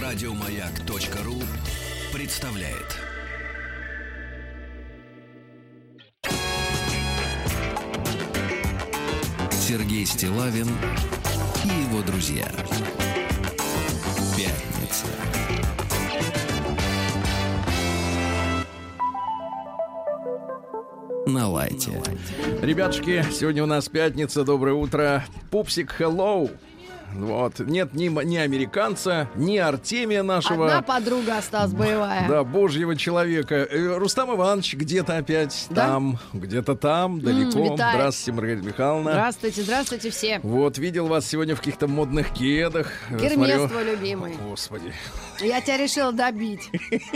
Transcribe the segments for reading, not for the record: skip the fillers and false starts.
Радиомаяк.ру представляет. Сергей Стиллавин и его друзья. Пятница. На лайте. Ребятушки, сегодня у нас пятница. Доброе утро. Пупсик, hello. Вот. Нет ни американца, ни Артемия нашего. Одна подруга осталась боевая. Да, божьего человека. Рустам Иванович где-то опять там, где-то там, далеко. Витает. Здравствуйте, Маргарита Михайловна. Здравствуйте, здравствуйте все. Вот, видел вас сегодня в каких-то модных кедах. Гермес твой любимый. Господи. Я тебя решила добить.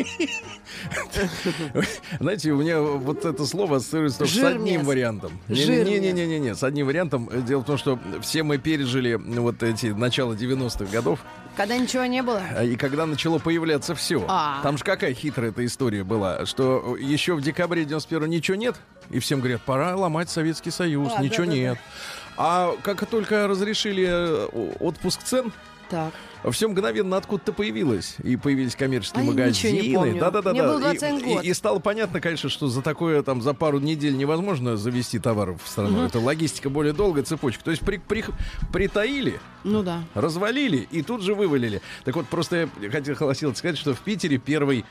Знаете, у меня вот это слово ассоциируется с одним вариантом. Не-не-не, с одним вариантом. Дело в том, что все мы пережили вот эти начало 90-х годов. Когда ничего не было. И когда начало появляться все. Там же какая хитрая эта история была, что еще в декабре 91-го ничего нет, и всем говорят, пора ломать Советский Союз, ничего нет. А как только разрешили отпуск цен, так. все мгновенно откуда-то появилось. И появились коммерческие магазины. Да-да-да. Мне было 21 год. И стало понятно, конечно, что за такое там за пару недель невозможно завести товар в страну. Это логистика более долгая цепочка. То есть притаили, развалили и тут же вывалили. Так вот, просто я хотел сказать, что в Питере первый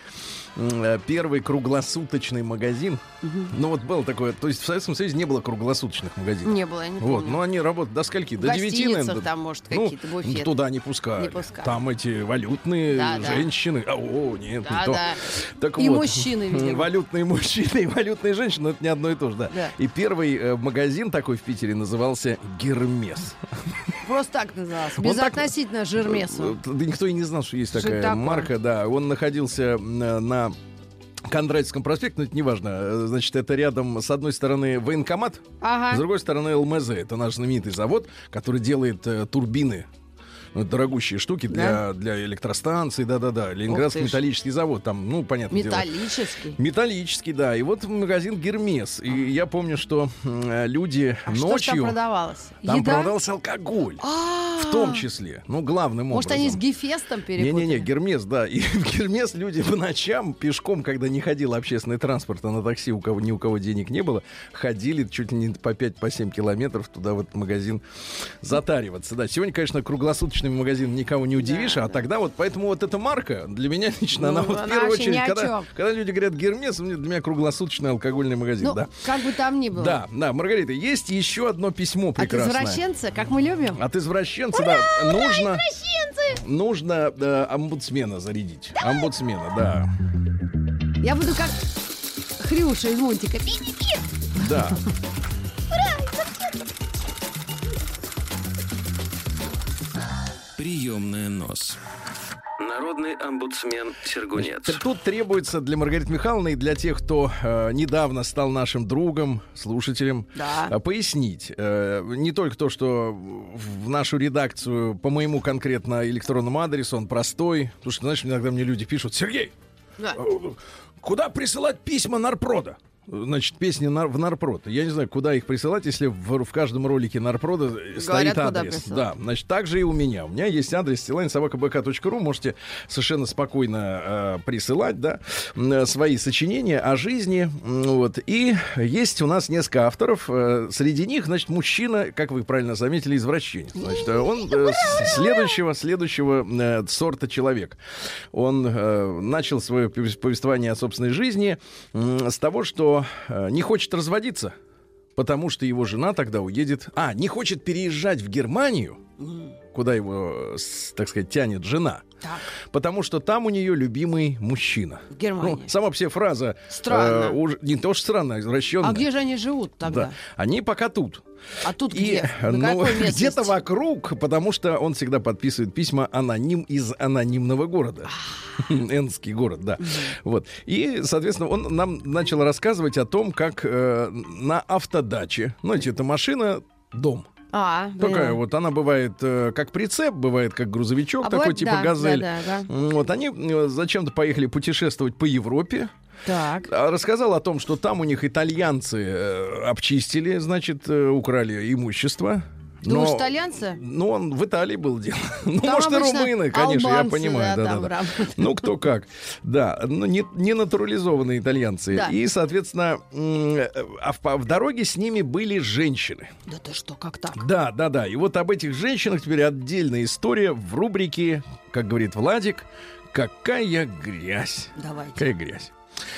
круглосуточный магазин. Ну вот было такое. То есть в Советском Союзе не было круглосуточных магазинов. Не было, я не помню. Вот, но они работают до скольки? До 9, наверное. В гостиницах там, может, какие-то буфеты. Туда не пускали. Там эти валютные женщины. Нет, не то. Так и вот, мужчины, видимо. Валютные мужчины и валютные женщины, это не одно и то же, да. И первый магазин такой в Питере назывался «Гермес». Просто так назывался. Безотносительно Жермесу. Да никто и не знал, что есть такая марка, да. Он находился на Кондратьевском проспекте, но это не важно. Значит, это рядом, с одной стороны, военкомат, с другой стороны, ЛМЗ. Это наш знаменитый завод, который делает турбины. Дорогущие штуки для электростанций, да-да-да. Ленинградский металлический завод, там, понятно. Металлический? Металлический, да. И вот магазин «Гермес». И я помню, что люди ночью... Что там продавалось? Там продавался алкоголь. В том числе. Главным образом. Может, они с Гефестом перепутали? Не-не-не, «Гермес», да. И в «Гермес» люди по ночам пешком, когда не ходил общественный транспорт, а на такси ни у кого денег не было, ходили чуть ли не по 5-7 километров туда в этот магазин затариваться. Да, сегодня, конечно, круглосуточный магазин никого не удивишь, тогда вот, поэтому вот эта марка для меня лично, она вот в первую очередь, когда люди говорят «Гермес», для меня круглосуточный алкогольный магазин, да. Как бы там ни было. Да, Маргарита, есть еще одно письмо прекрасное. От извращенца, как мы любим. От извращенца, нужно омбудсмена зарядить. Давай. Омбудсмена, да. Я буду как Хрюша из мультика. Да. Приемная нос. Народный омбудсмен Сергунец. Тут требуется для Маргариты Михайловны и для тех, кто недавно стал нашим другом, слушателем, пояснить не только то, что в нашу редакцию по моему конкретно электронному адресу он простой, потому что, знаешь, иногда мне люди пишут: Сергей, куда присылать письма Нарпрода? Значит, песни в Нарпрод. Я не знаю, куда их присылать, если в каждом ролике Нарпрода стоит адрес. Да, значит, так же и у меня. У меня есть адрес stilain@bk.ru. Можете совершенно спокойно присылать, свои сочинения о жизни. Вот. И есть у нас несколько авторов. Среди них, значит, мужчина, как вы правильно заметили, извращенец. Значит, он следующего сорта человек. Он начал свое повествование о собственной жизни с того, что не хочет разводиться, потому что его жена тогда уедет... не хочет переезжать в Германию, куда его, так сказать, тянет жена. Так. Потому что там у нее любимый мужчина. В Германии. Сама по себе фраза... Странно. Не то, что странно, а извращенная. А где же они живут тогда? Да. Они пока тут. А тут где? Где-то вокруг, потому что он всегда подписывает письма из анонимного города. Энский город, да. Вот. И, соответственно, он нам начал рассказывать о том, как на автодаче, это машина, дом. Такая вот, она бывает как прицеп, бывает как грузовичок, такой типа «Газель». Вот, они зачем-то поехали путешествовать по Европе. Так. Рассказал о том, что там у них итальянцы обчистили, значит, украли имущество. Думаешь, итальянцы? Ну, он в Италии был дело. Ну, Там может, и обычно румыны, конечно, я албанцы, понимаю. да, Да, там да, да. работают. Ну, кто как. Да, ну, не натурализованные итальянцы. Да. И, соответственно, в дороге с ними были женщины. Да ты что, как так? Да, да, да. И вот об этих женщинах теперь отдельная история в рубрике, как говорит Владик, «Какая грязь». Давайте. Какая грязь.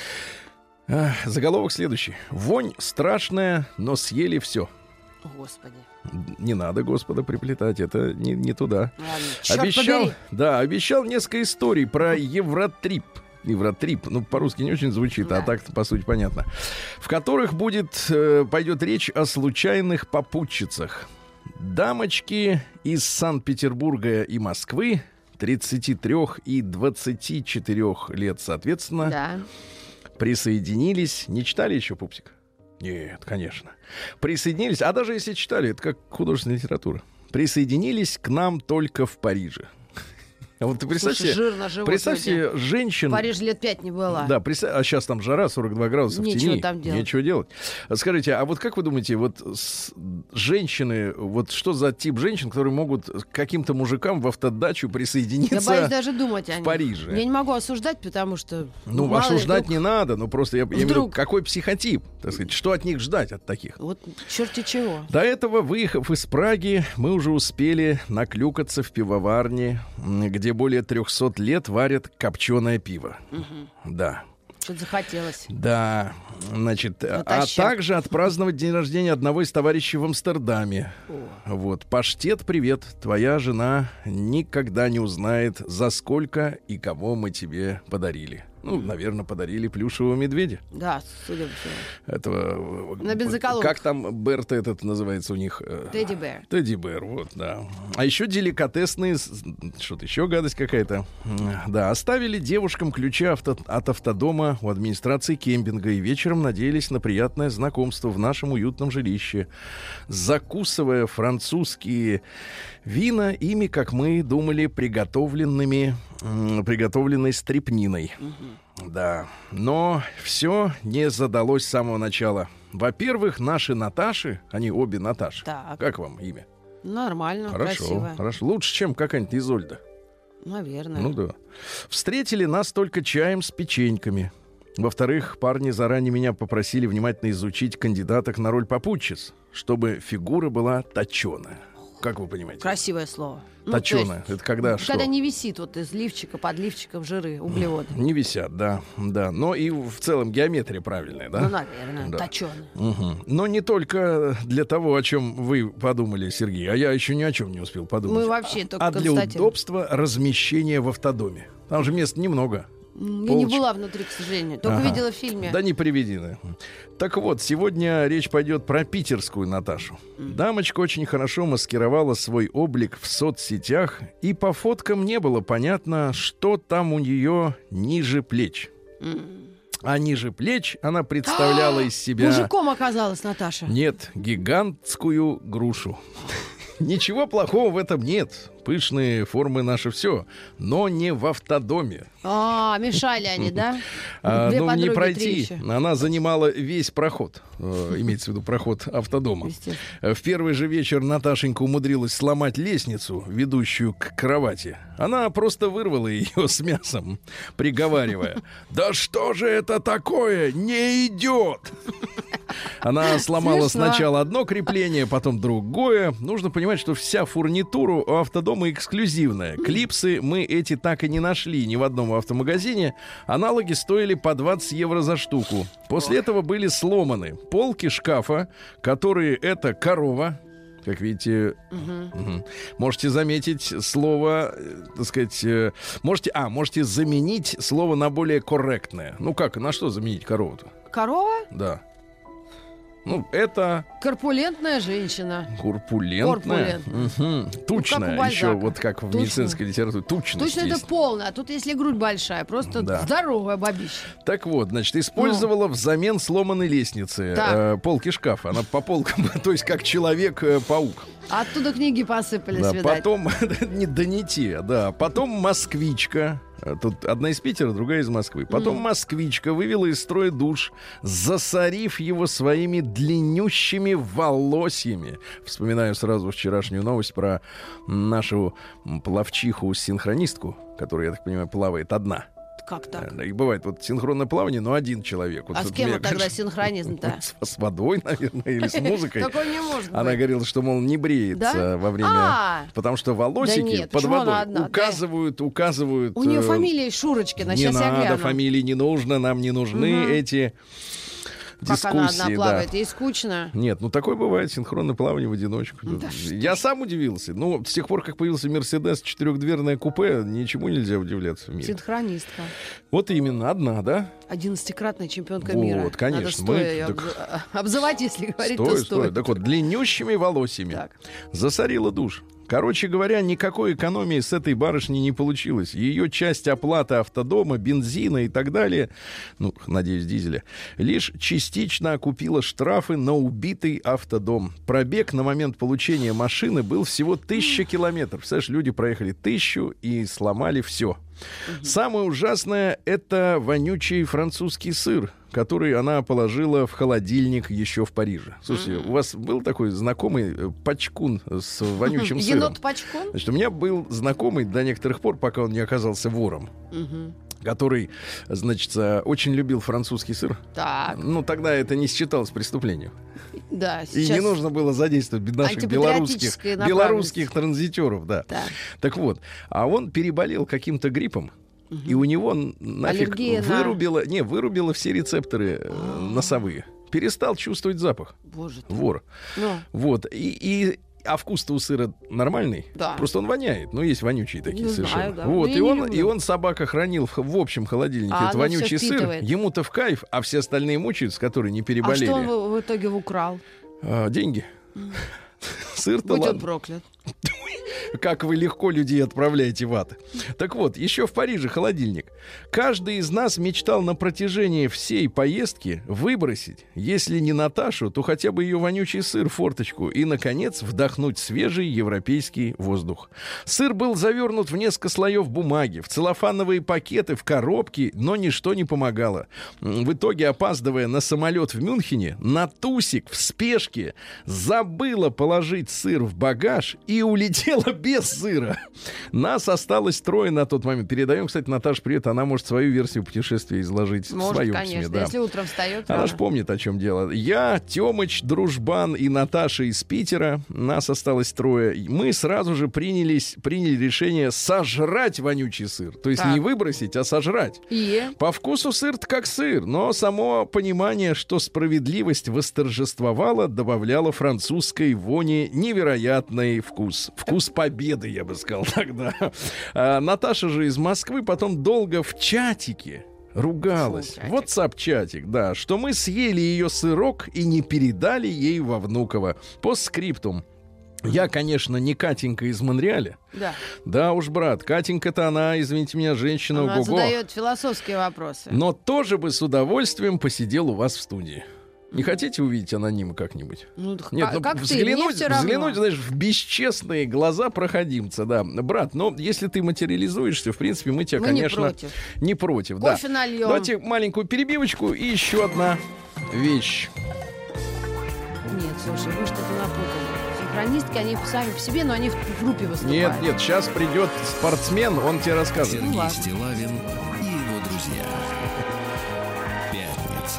Заголовок следующий. «Вонь страшная, но съели все». Господи. Не надо Господа приплетать, это не туда. Ладно, чёрт побери. Обещал несколько историй про Евротрип. Евротрип, ну, по-русски не очень звучит, Да. а так по сути понятно. В которых пойдет речь о случайных попутчицах. Дамочки из Санкт-Петербурга и Москвы, 33 и 24 лет, соответственно, Да. присоединились. Не читали еще, пупсик? Нет, конечно. Присоединились, а даже если читали, это как художественная литература. Присоединились к нам только в Париже. Вот ты представь Слушай, себе, жирно живут представь люди. себе женщин. В Париже лет 5 не было. Да, а сейчас там жара, 42 градуса в Нечего тени. там делать. Нечего делать. Скажите, а вот как вы думаете, вот женщины, вот что за тип женщин, которые могут к каким-то мужикам в автодачу присоединиться? Я боюсь даже думать о них. Париже. Я не могу осуждать, потому что... Ну, мало ли, осуждать вдруг- не надо, но просто я имею в виду, Вдруг. какой психотип, так сказать, что от них ждать, от таких? Вот черти чего. До этого, выехав из Праги, мы уже успели наклюкаться в пивоварне, где более 300 лет варят копченое пиво. Да. Что-то захотелось. Да, значит, Натощак. а также отпраздновать день рождения одного из товарищей в Амстердаме. Вот, паштет, привет, твоя жена никогда не узнает, за сколько и кого мы тебе подарили. Ну, наверное, подарили плюшевого медведя. Да, судя по всему. Этого... На бензоколонках. Как там Берта этот называется у них? Тедди Бэр. Тедди Бэр, вот, да. А еще деликатесные, что-то еще гадость какая-то. Да, оставили девушкам ключи от автодома у администрации кемпинга и вечером надеялись на приятное знакомство в нашем уютном жилище, закусывая французские вина ими, как мы думали, приготовленной стрепниной. Да, но все не задалось с самого начала. Во-первых, наши Наташи, они обе Наташи. Так. Как вам имя? Нормально, Хорошо, красиво. хорошо. Лучше, чем какая-нибудь Изольда. Наверное. Ну да. Встретили нас только чаем с печеньками. Во-вторых, парни заранее меня попросили внимательно изучить кандидаток на роль попутчиц, чтобы фигура была точеная. Как вы понимаете? Красивое слово. Точеная. Это когда что? Когда не висит вот из лифчика, под лифчиком жиры, углеводы. Не висят, да, да. Но и в целом геометрия правильная, да? Ну, наверное, Да. точеный. Угу. Но не только для того, о чем вы подумали, Сергей, а я еще ни о чем не успел подумать. Мы вообще только А для констатируем. удобства размещения в автодоме. Там же мест немного. Я не Полочка. была внутри, к сожалению. Только Ага. видела в фильме. Да не приведены. Так вот, сегодня речь пойдет про питерскую Наташу. Дамочка очень хорошо маскировала свой облик в соцсетях, и по фоткам не было понятно, что там у нее ниже плеч. А ниже плеч она представляла из себя... Мужиком оказалась Наташа. Нет, гигантскую грушу. Ничего плохого в этом нет. Пышные формы наше все. Но не в автодоме. Мешали они, да? Две Ну, не подруги, три пройти. еще. Она занимала весь проход. Имеется в виду проход автодома. Естественно. В первый же вечер Наташенька умудрилась сломать лестницу, ведущую к кровати. Она просто вырвала ее с мясом, приговаривая: «Да что же это такое? Не идет!» Она сломала Смешно. сначала одно крепление, потом другое. Нужно понимать, что вся фурнитура у автодома эксклюзивная. Клипсы мы эти так и не нашли ни в одном автомагазине. Аналоги стоили по 20 евро за штуку. После этого были сломаны полки шкафа, которые это корова. Как видите, можете заметить слово, так сказать, можете заменить слово на более корректное. Ну как, на что заменить корову-то? Корова? Да. Ну, это Корпулентная женщина. корпулентная. Мгм. Тучная. у Бальзака. Еще вот как в Тучная. медицинской литературе. Тучность Точно это есть. полная, а тут если грудь большая, просто Да. здоровая бабища. Так вот, значит, использовала взамен сломанной лестницы Так. полки шкафа. Она по полкам, то есть как Человек-паук. Оттуда книги посыпались, Да, видать. потом, не те, да. Потом москвичка. Тут одна из Питера, другая из Москвы. Потом москвичка вывела из строя душ, засорив его своими длиннющими волосьями. Вспоминаю сразу вчерашнюю новость про нашу пловчиху-синхронистку, которая, я так понимаю, плавает одна. Как так? И бывает вот синхронное плавание, но один человек. Вот с кем тогда синхронизм-то? С водой, наверное, или с музыкой. Такое не может быть. Она говорила, что, мол, не бреется во время... Потому что волосики под водой указывают... У нее фамилия Шурочкина, сейчас я гляну. Не надо, фамилии не нужно, нам не нужны эти... Как она одна плавает, ей скучно. Нет, такое бывает, синхронное плавание в одиночку. Да я сам удивился. С тех пор, как появился Мерседес, 4-дверное купе, ничему нельзя удивляться в мире. Синхронистка. Вот именно, одна, да? 11-кратная чемпионка мира. Вот, конечно. Надо стоя ее обзывать, если говорить, то стоит. Так вот, длиннющими волосами засорила душ. Короче говоря, никакой экономии с этой барышни не получилось. Ее часть оплаты автодома, бензина и так далее, надеюсь, дизеля, лишь частично окупила штрафы на убитый автодом. Пробег на момент получения машины был всего 1000 километров. Представляешь, люди проехали 1000 и сломали все. Самое ужасное — это вонючий французский сыр, который она положила в холодильник еще в Париже. Слушайте, у вас был такой знакомый пачкун с вонючим сыром? Енот-пачкун? Значит, у меня был знакомый до некоторых пор, пока он не оказался вором. Который, значит, очень любил французский сыр. Так. Тогда это не считалось преступлением. Да, сейчас... И не нужно было задействовать наших белорусских транзитеров. Да. Так вот, а он переболел каким-то гриппом, и у него нафиг вырубило все рецепторы носовые. Перестал чувствовать запах. Боже ты. Вор. Вот. А вкус-то у сыра нормальный. Да. Просто он воняет. Есть вонючие такие совершенно. Да. Вот. И он, собака, хранил в общем холодильнике этот вонючий сыр. Ему-то в кайф, а все остальные мучаются, которые не переболели. А что он в итоге украл? Деньги. Сыр-то будь ладно. он проклят. Как вы легко людей отправляете в ад. Так вот, еще в Париже холодильник. Каждый из нас мечтал на протяжении всей поездки выбросить, если не Наташу, то хотя бы ее вонючий сыр в форточку и, наконец, вдохнуть свежий европейский воздух. Сыр был завернут в несколько слоев бумаги, в целлофановые пакеты, в коробки, но ничто не помогало. В итоге, опаздывая на самолет в Мюнхене, Натусик в спешке забыла положить сыр в багаж и улетела без сыра. Нас осталось 3 на тот момент. Передаем, кстати, Наташе привет. Она может свою версию путешествия изложить в своем конечно, письме. Да. Если утром встает. Она же помнит, о чем дело. Я, Тёмыч, Дружбан и Наташа из Питера. Нас осталось 3. Мы сразу же приняли решение сожрать вонючий сыр. То есть не выбросить, а сожрать. По вкусу сыр-то как сыр, но само понимание, что справедливость восторжествовала, добавляло французской вони невероятный вкус. Вкус победы, я бы сказал тогда. Наташа же из Москвы потом долго в чатике ругалась. WhatsApp-чатик, да, что мы съели ее сырок и не передали ей во Внуково. Постскриптум. Я, конечно, не Катенька из Монреаля. Да уж, брат, Катенька-то она, извините меня, женщина ого-го. Она задает философские вопросы. Но тоже бы с удовольствием посидел у вас в студии. Не хотите увидеть анонима как-нибудь? Нет, как взглянуть, знаешь, в бесчестные глаза проходимца, да. Брат, если ты материализуешься, в принципе, мы тебя, конечно, не против. Кофе нальем. Давайте маленькую перебивочку и еще одна вещь. Нет, слушай, вы что-то напутали. Синхронистки, они сами по себе, но они в группе выступают. Нет, сейчас придет спортсмен, он тебе расскажет. Сергей Стиллавин и его друзья. Пятница.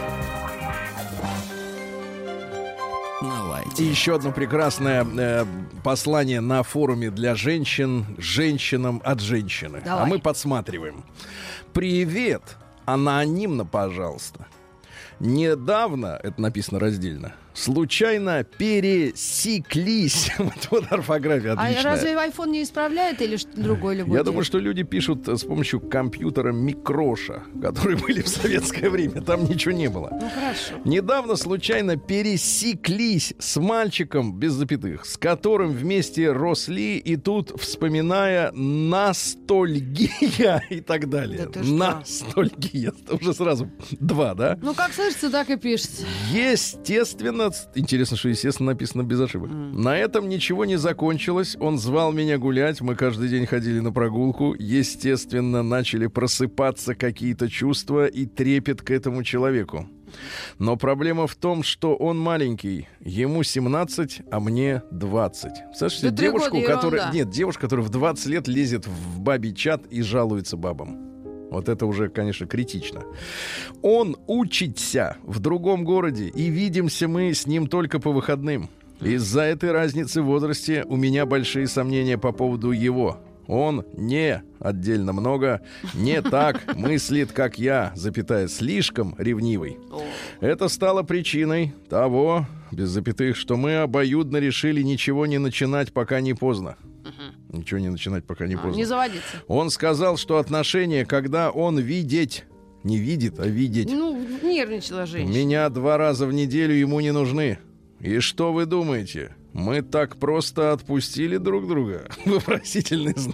И еще одно прекрасное послание на форуме для женщин, женщинам от женщины. Давай. А мы подсматриваем. Привет, анонимно, пожалуйста. Недавно, это написано раздельно, случайно пересеклись. Вот орфография отличная. А разве iPhone не исправляет или что-то другое любое? Я думаю, что люди пишут с помощью компьютера Микроша, которые были в советское время. Там ничего не было. Хорошо. Недавно случайно пересеклись с мальчиком, без запятых, с которым вместе росли, и тут, вспоминая ностальгия и так далее. Да ностальгия. Уже сразу 2, да? Как слышится, так и пишется. Естественно, естественно, что естественно написано без ошибок. На этом ничего не закончилось. Он звал меня гулять. Мы каждый день ходили на прогулку. Естественно, начали просыпаться какие-то чувства и трепет к этому человеку. Но проблема в том, что он маленький. Ему 17, а мне 20. Слышите, девушка, которая в 20 лет лезет в бабий чат и жалуется бабам. Вот это уже, конечно, критично. Он учится в другом городе, и видимся мы с ним только по выходным. Из-за этой разницы в возрасте у меня большие сомнения по поводу его. Он не отдельно много, не так мыслит, как я, слишком ревнивый. Это стало причиной того, без запятых, что мы обоюдно решили ничего не начинать, пока не поздно. Ничего не начинать, пока не поздно. Не заводиться. Он сказал, что отношения, когда он видеть, не видит, а видеть. Нервничала женщина. Меня 2 раза в неделю ему не нужны. И что вы думаете? Мы так просто отпустили друг друга? Вопросительный знак.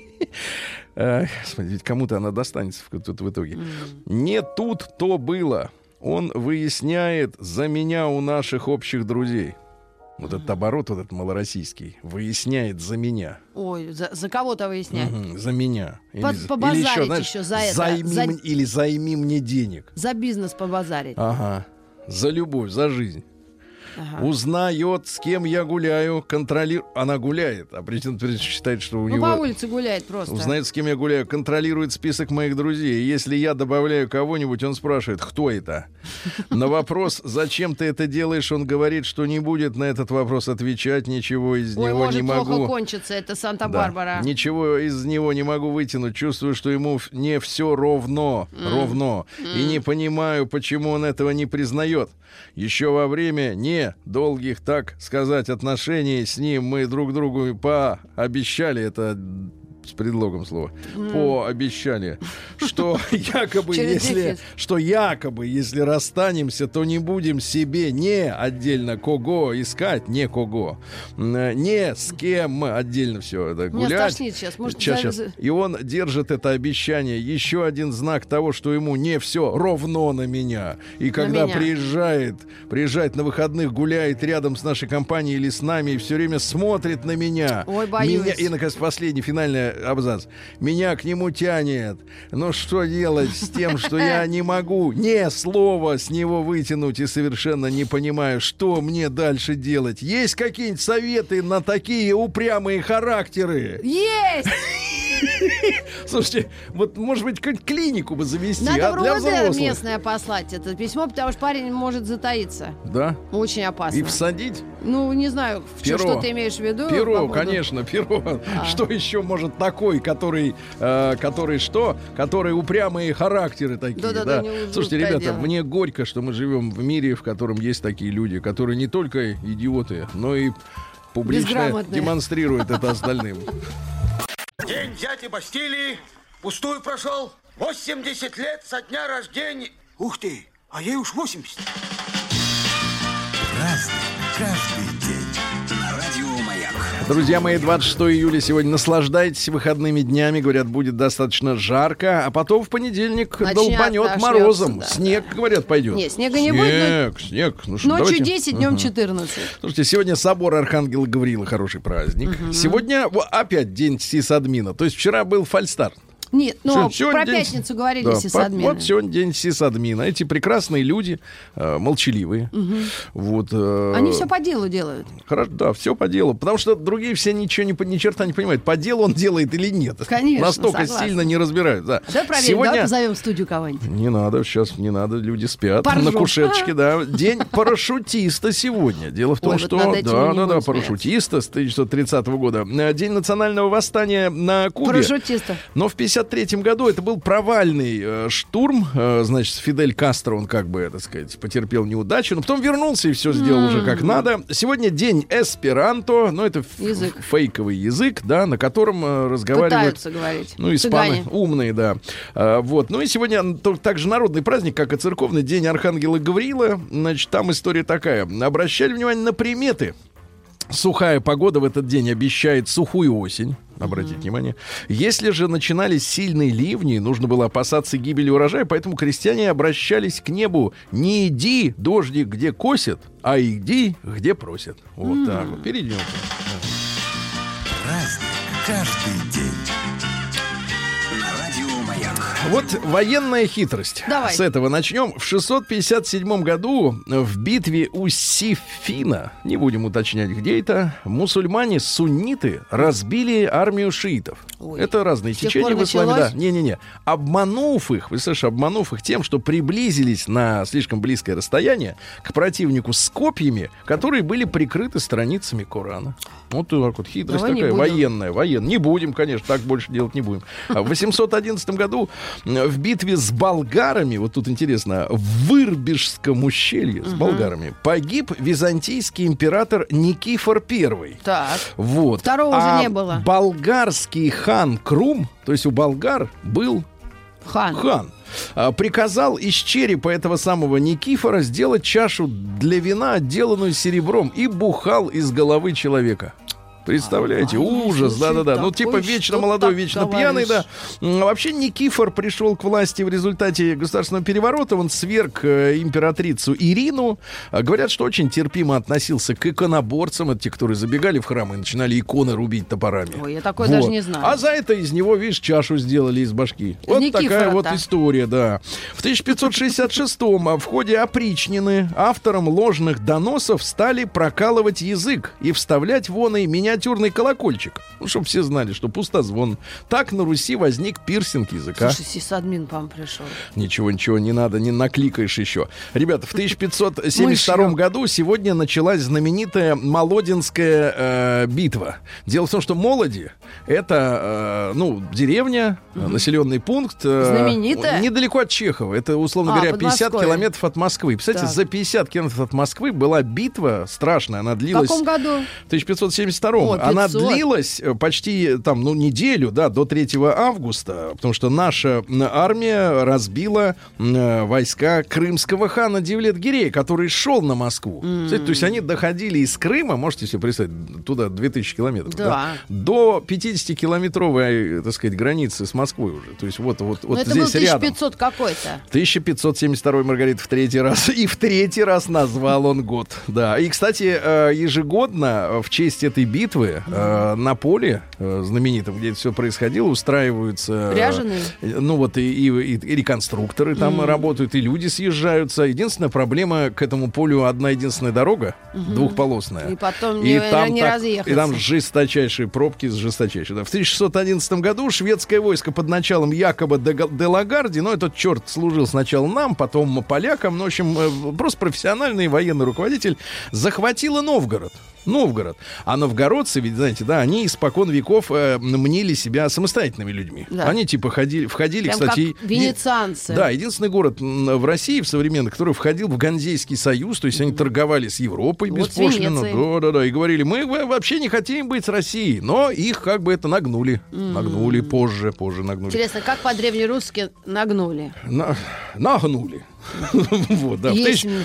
Господи, ведь кому-то она достанется тут в итоге. Не тут то было. Он выясняет за меня у наших общих друзей. Вот этот оборот, вот этот малороссийский, выясняет за меня. Ой, за кого-то выясняет. За меня. Побазарить еще, знаешь, еще за это. Или займи мне денег. За бизнес побазарить. Ага. За любовь, за жизнь. Ага. Узнает, с кем я гуляю, контролирует. Она гуляет, а при этом считает, что у него... по улице гуляет просто. Узнает, с кем я гуляю, контролирует список моих друзей. И если я добавляю кого-нибудь, он спрашивает, кто это? На вопрос, зачем ты это делаешь, он говорит, что не будет на этот вопрос отвечать, ничего из него не могу. Ой, может плохо кончится, это Санта-Барбара. Да, ничего из него не могу вытянуть. Чувствую, что ему не все ровно. И не понимаю, почему он этого не признает. Еще во время долгих, так сказать, отношений с ним мы друг другу пообещали, это с предлогом слова, пообещали, что якобы, если расстанемся, то не будем себе не отдельно кого искать, не кого, не с кем отдельно все это гулять. Меня стошнит сейчас. Может, сейчас. И он держит это обещание. Еще один знак того, что ему не все ровно на меня. И когда приезжает на выходных, гуляет рядом с нашей компанией или с нами, и все время смотрит на меня. Ой, боюсь. И, наконец, последний, финальный абзац. Меня к нему тянет. Но что делать с тем, что я не могу ни слова с него вытянуть и совершенно не понимаю, что мне дальше делать? Есть какие-нибудь советы на такие упрямые характеры? Есть! Слушайте, вот, может быть, какую-нибудь клинику бы завести, надо для взрослых. местное послать это письмо, потому что парень может затаиться. Да? Очень опасно. И всадить? Не знаю, что ты имеешь в виду. Перо, конечно, перо. Что еще может такой, который упрямые характеры такие. Да. Слушайте, ребята, мне горько, что мы живем в мире, в котором есть такие люди, которые не только идиоты, но и публично демонстрируют это остальным. День дяди Бастилии пустую прошел. 80 лет со дня рождения. Ух ты, а ей уж 80. Разный, каждый день. На радио Маяк. Друзья мои, 26 июля сегодня. Наслаждайтесь выходными днями. Говорят, будет достаточно жарко. А потом в понедельник долбанет морозом. Снег, говорят, пойдет. Нет, снега не будет. Снег. Ночью 10, днем 14. Слушайте, сегодня собор Архангела Гавриила. Хороший праздник. Сегодня опять день сисадмина. То есть вчера был фальстарт. Нет, про пятницу говорили сисадмина. Вот сегодня день сисадмина. Эти прекрасные люди, молчаливые. Они все по делу делают. Хорошо, да, все по делу. Потому что другие все ни черта не понимают, по делу он делает или нет. Конечно, настолько сильно не разбирают. Да. Давай проверим, давай позовем в студию кого-нибудь. Не надо, сейчас не надо, люди спят. На кушеточке, да. День парашютиста сегодня. Дело в том, что... Да, парашютиста с 1930 года. День национального восстания на Кубе. Парашютиста. Но в 1953 году это был провальный штурм. Значит, Фидель Кастро, он потерпел неудачу, но потом вернулся и все сделал уже как надо. Сегодня день эсперанто, это фейковый язык, да, на котором разговаривают... Пытаются говорить. Испаны. Цыгане. Умные, да. И сегодня также народный праздник, как и церковный, день Архангела Гавриила. Значит, там история такая. Обращали внимание на приметы. Сухая погода в этот день обещает сухую осень. обратите внимание. Если же начинались сильные ливни, нужно было опасаться гибели урожая, поэтому крестьяне обращались к небу: не иди, дождик, где косят, а иди, где просят. Вот так вот. Перейдем. Праздник каждый день. На радио Маяк. Вот военная хитрость. Давай. С этого начнем. В 657 году в битве у Сиффина, не будем уточнять, где это, мусульмане-сунниты разбили армию шиитов. Ой. Это разные течения в исламе. Да. Не-не-не. Обманув их тем, что приблизились на слишком близкое расстояние к противнику с копьями, которые были прикрыты страницами Корана. Вот так вот хитрость. Давай такая военная. Не будем, конечно, так больше делать не будем. А в 811 году в битве с болгарами, вот тут интересно, в Вырбежском ущелье с болгарами погиб византийский император Никифор I. Так. Вот. Второго уже не было. Болгарский хан Крум, то есть у болгар был хан, приказал из черепа этого самого Никифора сделать чашу для вина, отделанную серебром, и бухал из головы человека. Представляете, ужас, да-да-да. Ну, типа вечно молодой, вечно пьяный, да. Вообще Никифор пришел к власти в результате государственного переворота. Он сверг императрицу Ирину. Говорят, что очень терпимо относился к иконоборцам. Это те, которые забегали в храм и начинали иконы рубить топорами. Ой, я такое даже не знаю. А за это из него, видишь, чашу сделали из башки. Вот Никифора-то. Такая вот история, да. В 1566-м в ходе опричнины автором ложных доносов стали прокалывать язык и вставлять вон и миниатюрный колокольчик. Ну, чтобы все знали, что пустозвон. Так на Руси возник пирсинг языка. Слушай, сисадмин, по-моему, пришел. Ничего, не надо, не накликаешь еще. Ребята, в 1572 году сегодня началась знаменитая Молодинская битва. Дело в том, что Молоди — это, деревня, населенный пункт. Знаменитая? Недалеко от Чехова. Это, условно говоря, 50 километров от Москвы. Представляете, за 50 километров от Москвы была битва страшная. Она длилась... В каком году? В 1572. Она длилась почти неделю, да, до 3 августа, потому что наша армия разбила войска крымского хана Девлет-Гирея, который шел на Москву. То есть они доходили из Крыма, можете себе представить, туда 2000 километров, да, до 50-километровой, так сказать, границы с Москвой уже. То есть вот это здесь был рядом. 1500 какой-то. 1572, Маргарита, в третий раз. И в третий раз назвал он год. Да. И, кстати, ежегодно в честь этой битвы на поле знаменитом, где это все происходило, устраиваются... Ряженые? И реконструкторы там работают, и люди съезжаются. Единственная проблема: к этому полю одна единственная дорога, двухполосная. И потом не разъехаться. И там жесточайшие пробки, жесточайшие. Да. В 1611 году шведское войско под началом Якоба де Лагарди, этот черт служил сначала нам, потом полякам, в общем, просто профессиональный военный руководитель, захватило Новгород. А новгородцы, ведь, знаете, да, они испокон веков мнили себя самостоятельными людьми. Да. Они типа входили, прям кстати... как венецианцы. Да, единственный город в России, в современной, который входил в Ганзейский союз, то есть они торговали с Европой беспошлино. Да, и говорили: мы вообще не хотим быть с Россией, но их как бы это нагнули. Нагнули позже нагнули. Интересно, как по-древнерусски нагнули? Нагнули. Вот, да. В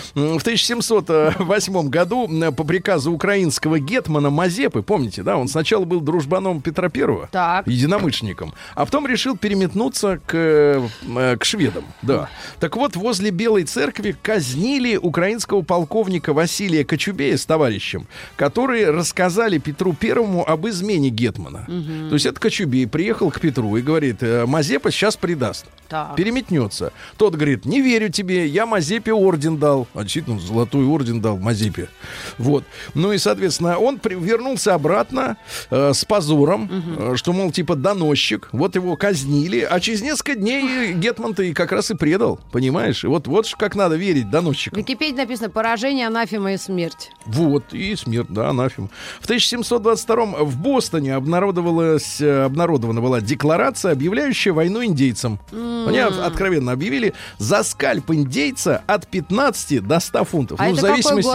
1708 году по приказу украинского гетмана Мазепы, помните, да, он сначала был дружбаном Петра I, единомышленником, а потом решил переметнуться к шведам. Да. Так вот, возле Белой церкви казнили украинского полковника Василия Кочубея с товарищем, которые рассказали Петру Первому об измене гетмана. То есть это Кочубей приехал к Петру и говорит: Мазепа сейчас предаст, переметнется. Тот говорит: не верю тебе, я Мазепе орден дал. А действительно, золотой орден дал Мазепе. Вот. Ну и, соответственно, он вернулся обратно с позором, что, мол, типа доносчик. Вот его казнили, а через несколько дней гетман-то и как раз и предал. Понимаешь? И вот как надо верить доносчикам. В Википедии написано: поражение, анафема и смерть. Вот, и смерть, да, анафема. В 1722 в Бостоне обнародована была декларация, объявляющая войну индейцам. Они откровенно объявили: за скальпы индейца от 15 до 100 фунтов. А в зависимости...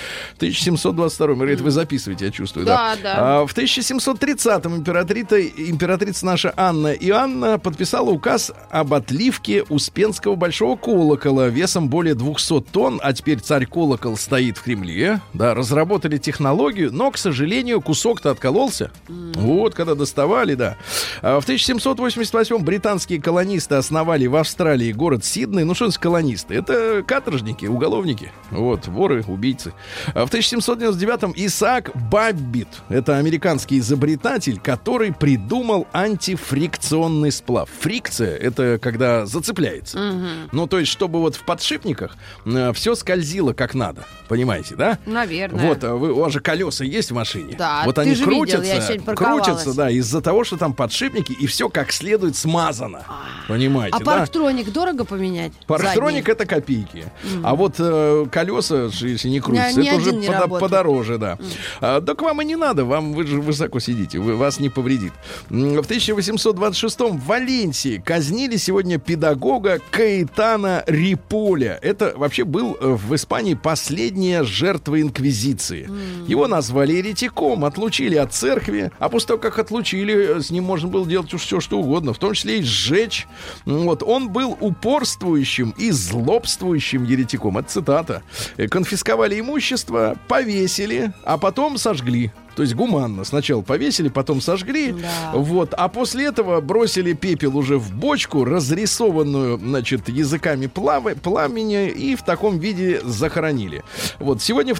1722. Говорит, вы записываете, я чувствую. Да. В 1730-м императрица наша Анна Иоанна подписала указ об отливке Успенского большого колокола весом более 200 тонн, а теперь царь-колокол стоит в Кремле. Да, разработали технологию, но, к сожалению, кусок-то откололся. Вот, когда доставали, да. В 1788-м британские колонисты основали в Австралии город Сидней. Ну, что это колонисты? Это каторжники, уголовники. Вот, воры, убийцы. В 1799-м Исаак Баббит, это американский изобретатель, который придумал антифрикционный сплав. Фрикция — это когда зацепляется. Ну, то есть, чтобы вот в подшипниках все скользило как надо. Понимаете, да? Наверное. Вот, у вас же колеса есть в машине? Да, вот ты они же крутятся, видел, я сегодня парковалась. крутятся, да, из-за того, что там подшипники, и все как следует смазано. Понимаете, а да? Парктроник дорого поменять? Парктроник — это копейки. А вот колеса, если не крутятся, это уже подороже, да. Да к вам и не надо, вы же высоко сидите, вас не повредит. В 1826-м в Валенсии казнили сегодня педагога Каэтана Риполя. Это вообще был в Испании последняя жертва инквизиции. Его назвали еретиком, отлучили от церкви, а после того, как отлучили, с ним можно было делать уж все, что угодно, в том числе и сжечь. Вот. Он был упорствующим и злобствующим еретиком. Это цитата. Конфисковали имущество, повесили, а потом сожгли. То есть гуманно. Сначала повесили, потом сожгли. Да. Вот. А после этого бросили пепел уже в бочку, разрисованную, значит, языками пламени, и в таком виде захоронили. Вот. Сегодня в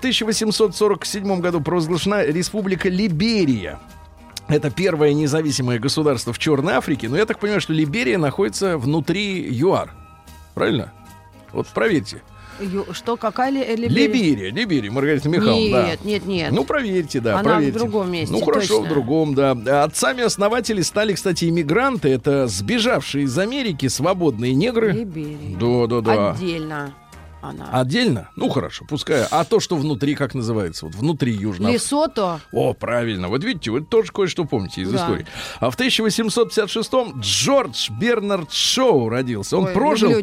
1847 году провозглашена Республика Либерия. Это первое независимое государство в Черной Африке. Но я так понимаю, что Либерия находится внутри ЮАР. Правильно? Вот проверьте. Что, какая Либерия? Либерия, Маргарита Михайловна. Нет. Ну, проверьте, да, она проверьте. в другом месте. Ну, хорошо, точно. в другом, да. Отцами-основатели стали, кстати, иммигранты. Это сбежавшие из Америки свободные негры. Либерия. Да. Отдельно. Отдельно? Ну, хорошо, пускай. А то, что внутри, как называется? Вот внутри Южного... Лесото. О, правильно. Вот видите, вы тоже кое-что помните из истории. А в 1856-м Джордж Бернард Шоу родился. Он прожил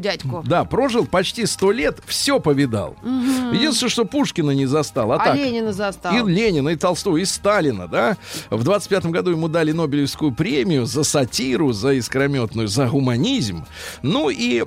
почти 100 лет, все повидал. Единственное, что Пушкина не застал. А Ленина застал. И Ленина, и Толстого, и Сталина, да? В 25-м году ему дали Нобелевскую премию за сатиру, за искрометную, за гуманизм. Ну и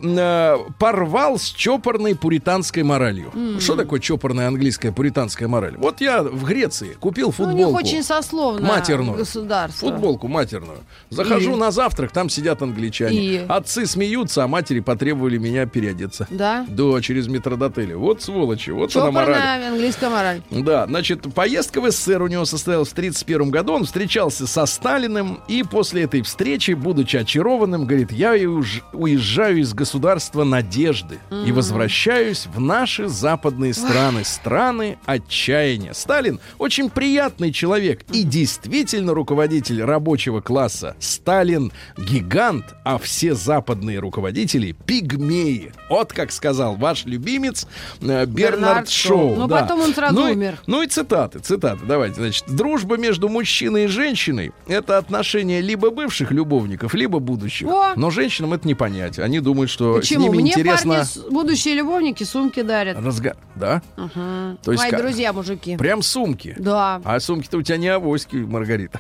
порвал с чопорной пуританской моралью. Что такое чопорная английская пуританская мораль? Вот я в Греции купил футболку. У них очень сословное матерную государство. Футболку матерную. Захожу на завтрак, там сидят англичане. Отцы смеются, а матери потребовали меня переодеться. Да? Да, через метрдотели. Вот сволочи, вот чопорная она мораль. английская мораль. Да, значит, поездка в СССР у него состоялась в 1931 году. Он встречался со Сталиным, и после этой встречи, будучи очарованным, говорит: я уезжаю из государства надежды и возвращаюсь в наши западные страны отчаяния. Сталин очень приятный человек и действительно руководитель рабочего класса. Сталин гигант, а все западные руководители пигмеи. Вот как сказал ваш любимец Бернард Шоу. Но потом он сразу умер. Ну и цитаты. Давайте, значит, дружба между мужчиной и женщиной — это отношение либо бывших любовников, либо будущих. Но женщинам это не понять. Они думают, что с ними интересно... Мне парни, будущие любовники, сумки дарят. Да? То есть мои друзья мужики. Прям сумки? Да. А сумки-то у тебя не авоськи, Маргарита.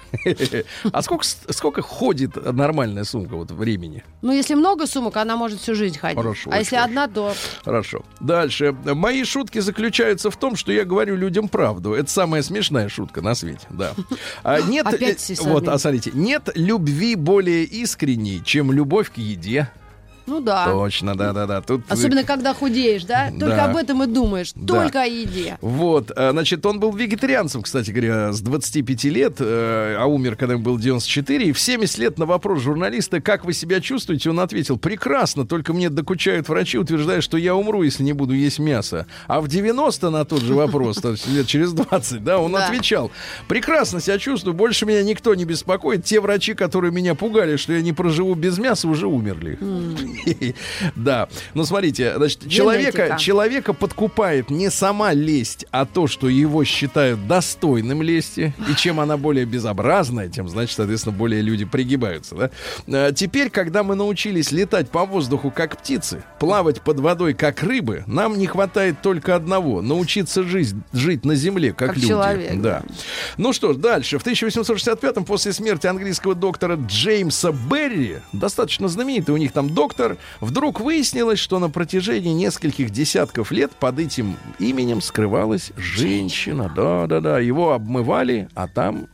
А сколько ходит нормальная сумка вот времени? Ну, если много сумок, она может всю жизнь ходить. Хорошо. А если одна, то... Хорошо. Дальше. Мои шутки заключаются в том, что я говорю людям правду. Это самая смешная шутка на свете. Да. Нет, смотрите, нет любви более искренней, чем любовь к еде. Ну да. Точно, да. Тут... Особенно, когда худеешь, да? Только об этом и думаешь. Только о еде. Вот, значит, он был вегетарианцем, кстати говоря, с 25 лет, а умер, когда ему было 94. И в 70 лет на вопрос журналиста: как вы себя чувствуете, он ответил: прекрасно, только мне докучают врачи, утверждая, что я умру, если не буду есть мясо. А в 90 на тот же вопрос, то есть лет через 20, да, он отвечал: прекрасно себя чувствую, больше меня никто не беспокоит. Те врачи, которые меня пугали, что я не проживу без мяса, уже умерли. Да. Ну, смотрите, значит, человека подкупает не сама лесть, а то, что его считают достойным лести. И чем она более безобразная, тем, значит, соответственно, более люди пригибаются, да? Теперь, когда мы научились летать по воздуху, как птицы, плавать под водой, как рыбы, нам не хватает только одного — научиться жить на земле, как люди. Человек, да. Ну что ж, дальше. В 1865-м, после смерти английского доктора Джеймса Берри, достаточно знаменитый у них там доктор, вдруг выяснилось, что на протяжении нескольких десятков лет под этим именем скрывалась женщина. Да. Его обмывали, а там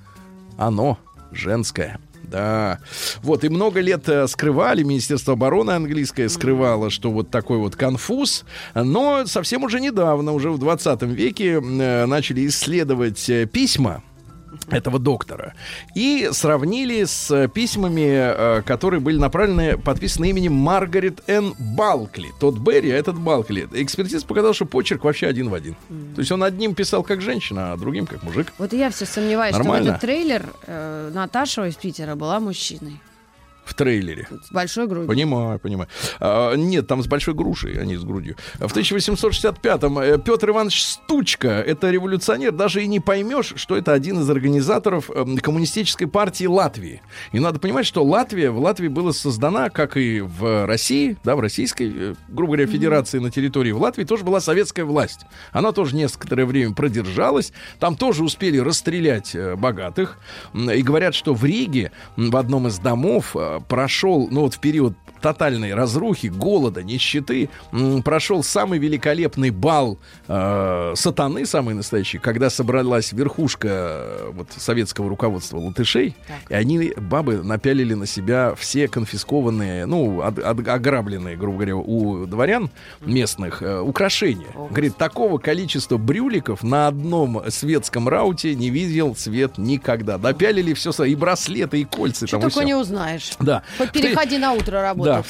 оно женское. Да. Вот, и много лет скрывали, Министерство обороны английское скрывало, что вот такой вот конфуз. Но совсем уже недавно, уже в 20 веке, начали исследовать письма этого доктора и сравнили с письмами, которые были направлены, подписаны именем Маргарет Н. Балкли. Тот Берри, а этот Балкли. Экспертиза показала, что почерк вообще один в один. То есть он одним писал как женщина, а другим как мужик. Вот я все сомневаюсь, нормально, что в этот трейлер Наташа из Питера была мужчиной. В трейлере. С большой грудью. Понимаю. Нет, там с большой грушей, а не с грудью. В 1865-м Петр Иванович Стучка, это революционер, даже и не поймешь, что это один из организаторов коммунистической партии Латвии. И надо понимать, что в Латвии была создана, как и в России, да, в российской, грубо говоря, федерации на территории, в Латвии тоже была советская власть. Она тоже некоторое время продержалась. Там тоже успели расстрелять богатых. И говорят, что в Риге в одном из домов прошел, ну вот в период тотальной разрухи, голода, нищеты, прошел самый великолепный бал сатаны, самый настоящий, когда собралась верхушка вот советского руководства латышей, и они, бабы, напялили на себя все конфискованные, ну, ограбленные, грубо говоря, у дворян местных украшения. Говорит, такого количества брюликов на одном светском рауте не видел свет никогда. Напялили все, и браслеты, и кольца. Что только не узнаешь. Да. Хоть переходи на утро работать. Да, в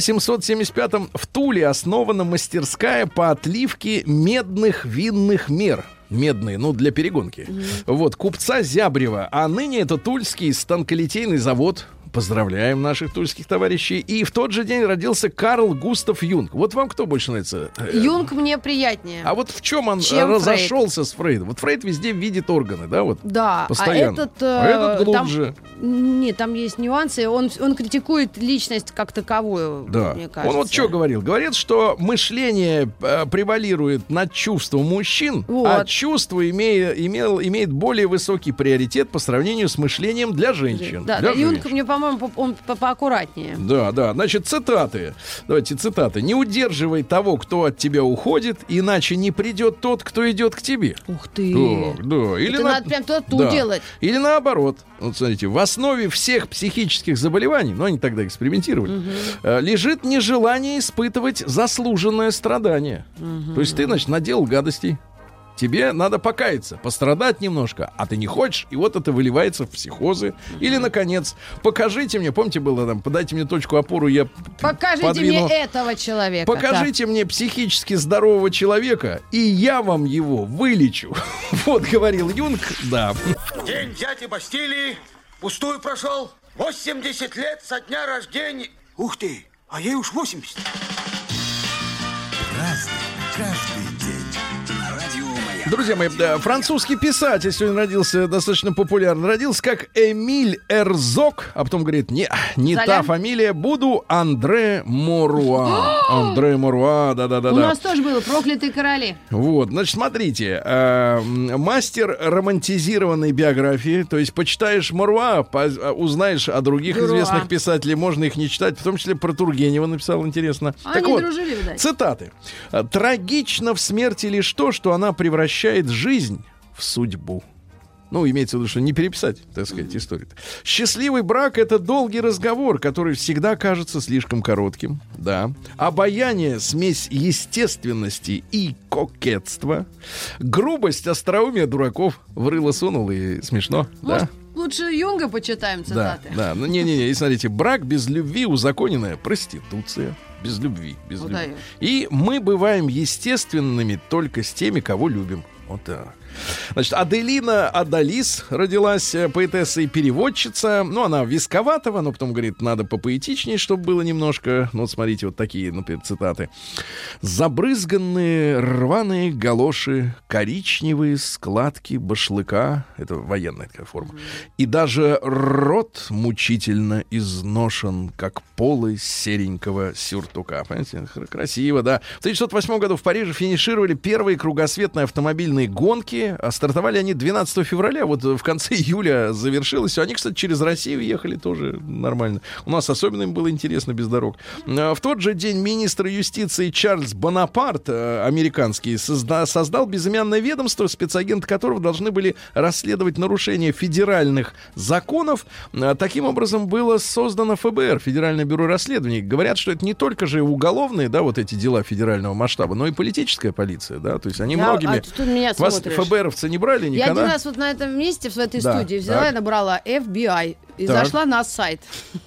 1875-м в Туле основана мастерская по отливке медных винных мер. Медные, ну, для перегонки. Вот, купца Зябрева. А ныне это Тульский станколитейный завод. Поздравляем наших тульских товарищей. И в тот же день родился Карл Густав Юнг. Вот вам кто больше нравится? Юнг мне приятнее. А вот в чем он разошелся с Фрейдом? Вот Фрейд везде видит органы, да? Вот, да, постоянно. А этот глубже. Нет, там есть нюансы. Он критикует личность как таковую, да. Мне кажется. Он вот что говорил? Говорит, что мышление превалирует над чувством мужчин, вот. А чувство имеет более высокий приоритет по сравнению с мышлением для женщин. Да, Юнг мне, по-моему, он поаккуратнее. Да. Значит, цитаты. Давайте цитаты. «Не удерживай того, кто от тебя уходит, иначе не придет тот, кто идет к тебе». Ух ты. Да. Или это надо прям ту делать. Или наоборот. Вот смотрите, в основе всех психических заболеваний, но они тогда экспериментировали, лежит нежелание испытывать заслуженное страдание. То есть ты, значит, наделал гадостей. Тебе надо покаяться, пострадать немножко, а ты не хочешь, и вот это выливается в психозы. Или, наконец, покажите мне, помните, было там, подайте мне точку опору, я покажите подвину. Мне этого человека. Покажите мне психически здорового человека, и я вам его вылечу. Вот говорил Юнг, да. День дяди Бастилии пустую прошел. 80 лет со дня рождения. Ух ты, а ей уж 80. Разный, каждый день. Друзья мои, французский писатель сегодня родился, достаточно популярно. Родился как Эмиль Эрзок, а потом говорит, не та фамилия, буду Андре Моруа. Андре Моруа, да. У нас тоже было «Проклятые короли». Вот, значит, смотрите, мастер романтизированной биографии, то есть почитаешь Моруа, узнаешь о других известных писателей, можно их не читать, в том числе про Тургенева написал, интересно. Так вот, дружили, видать. Цитаты. «Трагично в смерти лишь то, что она превращает жизнь в судьбу». Ну, имеется в виду, что не переписать, так сказать, историю. «Счастливый брак — это долгий разговор, который всегда кажется слишком коротким». Да. «Обаяние — смесь естественности и кокетства». «Грубость, остроумие дураков в рыло сунул и смешно». Может, лучше Юнга почитаем цитаты? Да. Ну, не-не-не, и смотрите, брак без любви — узаконенная проституция. Без любви, без любви. И мы бываем естественными только с теми, кого любим. Вот так. Значит, Аделина Адалис родилась, поэтесса и переводчица. Ну, она висковатого, но потом говорит, надо попоэтичнее, чтобы было немножко. Ну, вот смотрите, вот такие, например, цитаты. «Забрызганные рваные галоши, коричневые складки башлыка». Это военная такая форма. «И даже рот мучительно изношен, как полы серенького сюртука». Понимаете? Красиво, да. В 1908 году в Париже финишировали первые кругосветные автомобильные гонки. Стартовали они 12 февраля, вот в конце июля завершилось. Они, кстати, через Россию ехали тоже нормально. У нас особенно им было интересно без дорог. В тот же день министр юстиции Чарльз Бонапарт, американский, создал безымянное ведомство, спецагенты которого должны были расследовать нарушения федеральных законов. Таким образом было создано ФБР, Федеральное бюро расследований. Говорят, что это не только же уголовные, да, вот эти дела федерального масштаба, но и политическая полиция, да, то есть они многими... Вас ФБРовцы не брали никогда? Я один раз вот на этом месте, в этой студии взяла и набрала FBI. И зашла на сайт.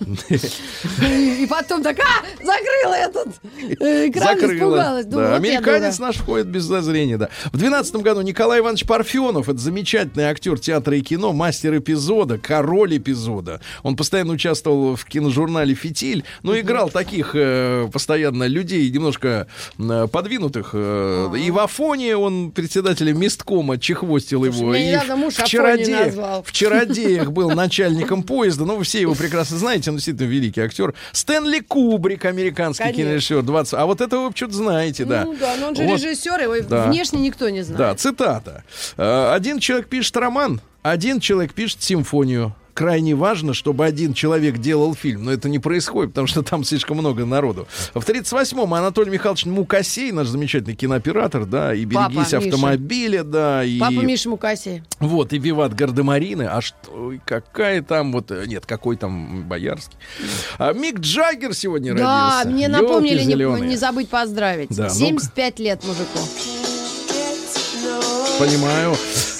И потом так, закрыла этот экран, испугалась. Американец наш входит без зазрения, да. В 12 году Николай Иванович Парфенов, это замечательный актер театра и кино, мастер эпизода, король эпизода. Он постоянно участвовал в киножурнале «Фитиль», но играл таких постоянно людей, немножко подвинутых. И в Афоне он председателем месткома чехвостил его. И в «Чародеях» был начальником поезда. Ну, вы все его прекрасно знаете, он действительно великий актер. Стэнли Кубрик, американский кинорежиссер, 20. А вот этого вы что-то знаете, да. Ну да, но он же режиссер, его внешне никто не знает. Да, цитата. «Один человек пишет роман, один человек пишет симфонию. Крайне важно, чтобы один человек делал фильм. Но это не происходит, потому что там слишком много народу». В 1938-м Анатолий Михайлович Мукасей, наш замечательный кинооператор, да, и «Берегись автомобиля», да, и... Папа Миша Мукасей. Вот, и «Виват Гардемарины». А что, какая там вот... Нет, какой там Боярский. А Мик Джаггер сегодня родился. Да, мне напомнили не забыть поздравить. Да, 75 лет мужику. Понимаю.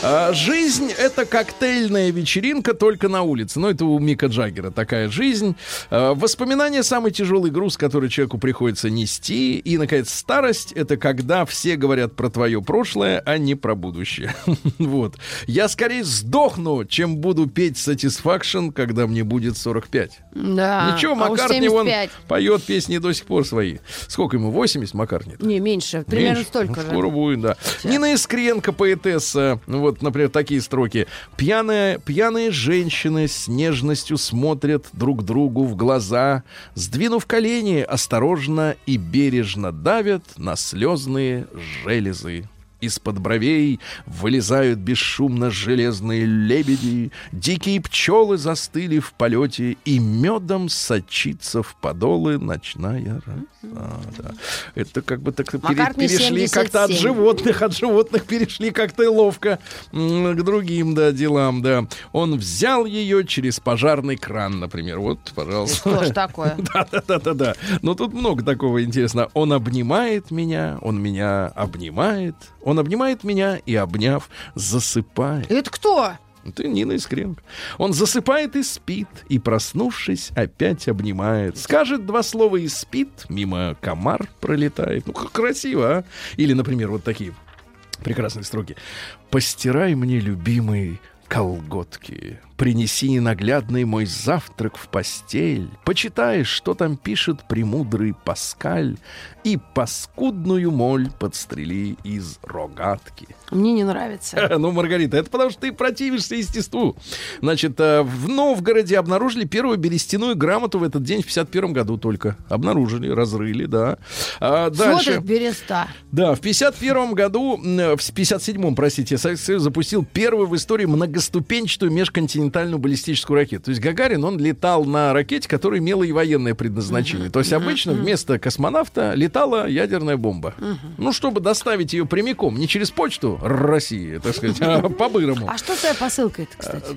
Жизнь — это коктейльная вечеринка, только на улице. Ну, это у Мика Джаггера такая жизнь. Воспоминания — самый тяжелый груз, который человеку приходится нести. И, наконец, старость — это когда все говорят про твое прошлое, а не про будущее. Вот. Я скорее сдохну, чем буду петь Satisfaction, когда мне будет 45. Да. Ничего, Маккартни, он поет песни до сих пор свои. Сколько ему? 80 Маккартни? Не, меньше. Примерно столько же. Скоро будет, да. Нина Искренко, поэтесса. Вот, например, такие строки. Пьяные женщины с нежностью смотрят друг другу в глаза, сдвинув колени, осторожно и бережно давят на слезные железы. Из-под бровей вылезают бесшумно железные лебеди, дикие пчелы застыли в полете, и медом сочится в подолы ночная роса. Да. Это как бы так перешли как-то от животных перешли как-то ловко к другим, да, делам, да. Он взял ее через пожарный кран, например. Вот, пожалуйста. Что ж такое? Да. Но тут много такого интересного. Он обнимает меня, он меня обнимает. Он обнимает меня и, обняв, засыпает. Это кто? Это Нина Искренко. Он засыпает и спит, и, проснувшись, опять обнимает. Скажет два слова и спит, мимо комар пролетает. Ну, как красиво, а? Или, например, вот такие прекрасные строки. «Постирай мне, любимый, колготки, принеси ненаглядный мой завтрак в постель, почитаешь, что там пишет премудрый Паскаль, и паскудную моль подстрели из рогатки». Мне не нравится. Ну, Маргарита, это потому что ты противишься естеству. Значит, в Новгороде обнаружили первую берестяную грамоту в этот день в 51 году только. Обнаружили, разрыли, да. Дальше. Вот береста. Да, в 51 году, в 57-м, простите, Советский Союз запустил первую в истории многоступенчатую межконтинентальную баллистическую ракету. То есть Гагарин, он летал на ракете, которая имела и военное предназначение. То есть обычно вместо космонавта летала ядерная бомба. Ну, чтобы доставить ее прямиком, не через почту России, так сказать, а по-бырому. А что с твоей посылкой-то, кстати?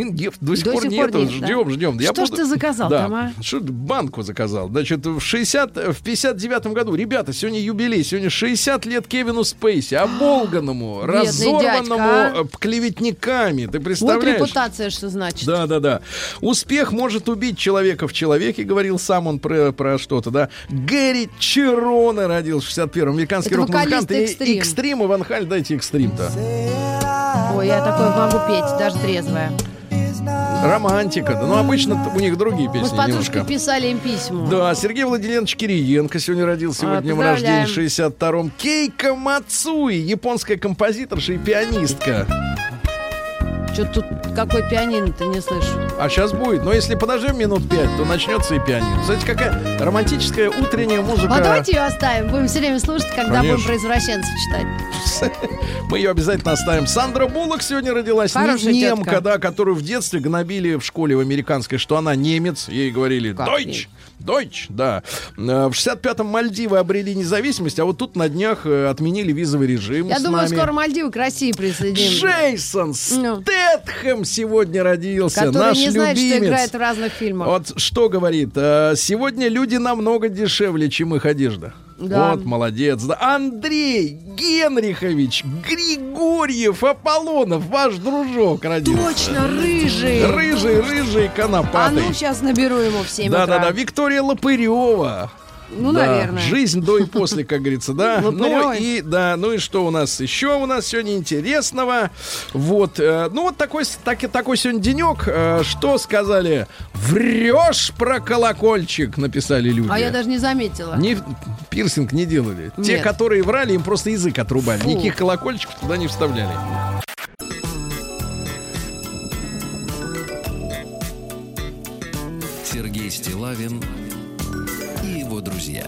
До сих пор нету. Ждем. Что ж ты заказал там, а? Что банку заказал? Значит, в 59-м году, ребята, сегодня юбилей, сегодня 60 лет Кевину Спейси, оболганному, разорванному клеветниками. Ты представляешь? Вот репутация, что значит. Да. Успех может убить человека в человеке, говорил сам он про что-то, да. Гэри Чироне родился в 61-м, американский рок-музыкант. Экстрим и Ван Халь, дайте экстрим-то. Ой, я такое могу петь, даже трезвая. Романтика. Да, ну, обычно у них другие песни. Мы с подружкой немножко писали им письма. Да, Сергей Владимирович Кириенко сегодня родился. Сегодня днем рождения, в 62-м. Кейко Мацуи, японская композиторша и пианистка. Что-то тут какой пианино-то не слышу. А сейчас будет. Но если подождем минут 5, то начнется и пианино. Знаете, какая романтическая утренняя музыка. А давайте ее оставим. Будем все время слушать, когда будем про извращенцев читать. Мы ее обязательно оставим. Сандра Буллок сегодня родилась. Хорошая немка, тетка. да, которую в детстве гнобили в школе в американской, что она немец. Ей говорили Дойч, да. В 65-м Мальдивы обрели независимость, а вот тут на днях отменили визовый режим. Я думаю, скоро Мальдивы к России присоединятся. Джейсон Стэтхэм сегодня родился. Который наш не знает, любимец. что играет в разных фильмах. Вот что говорит. Сегодня люди намного дешевле, чем их одежда. Да. Вот, молодец. Да. Андрей Генрихович Григорьев Аполлонов, ваш дружок родился. Точно, рыжий. Рыжий, конопатый. А ну, сейчас наберу ему в 7 утра. Да. Виктория Лопырева. Ну, да, наверное. Жизнь до и после, как говорится, да. Лопырёвой. Ну и что у нас еще? У нас сегодня интересного. Вот, такой сегодня денек. Что сказали? Врешь про колокольчик, написали люди. А я даже не заметила. Пирсинг не делали. Нет. Те, которые врали, им просто язык отрубали. Фу. Никаких колокольчиков туда не вставляли. Сергей Стиллавин и его друзья.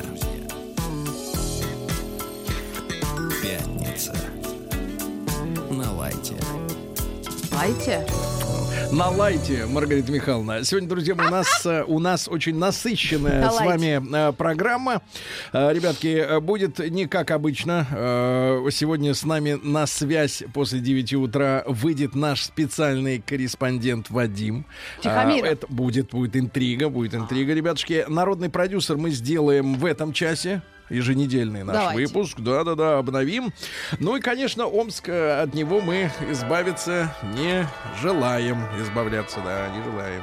Пятница. На лайте. Лайте? На лайте, Маргарита Михайловна. Сегодня, друзья мои, у нас очень насыщенная с вами программа. Ребятки, будет не как обычно. Сегодня с нами на связь после 9 утра выйдет наш специальный корреспондент Вадим. Тихомиров. Это будет интрига, ребятушки. Народный продюсер мы сделаем в этом часе. Еженедельный наш выпуск. Да, обновим. Ну и, конечно, Омск, от него мы избавиться не желаем. Избавляться, да, не желаем.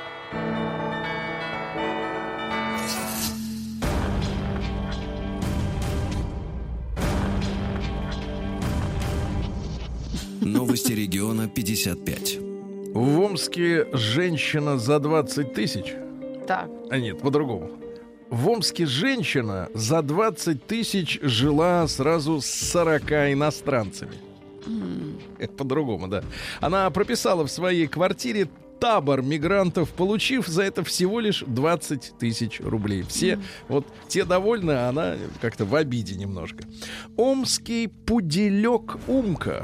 Новости региона 55. В Омске женщина за 20 тысяч. Так. А нет, по-другому. В Омске женщина за 20 тысяч жила сразу с 40 иностранцами. Это по-другому, да. Она прописала в своей квартире табор мигрантов, получив за это всего лишь 20 тысяч рублей. Все, вот те довольны, а она как-то в обиде немножко. Омский пуделек Умка.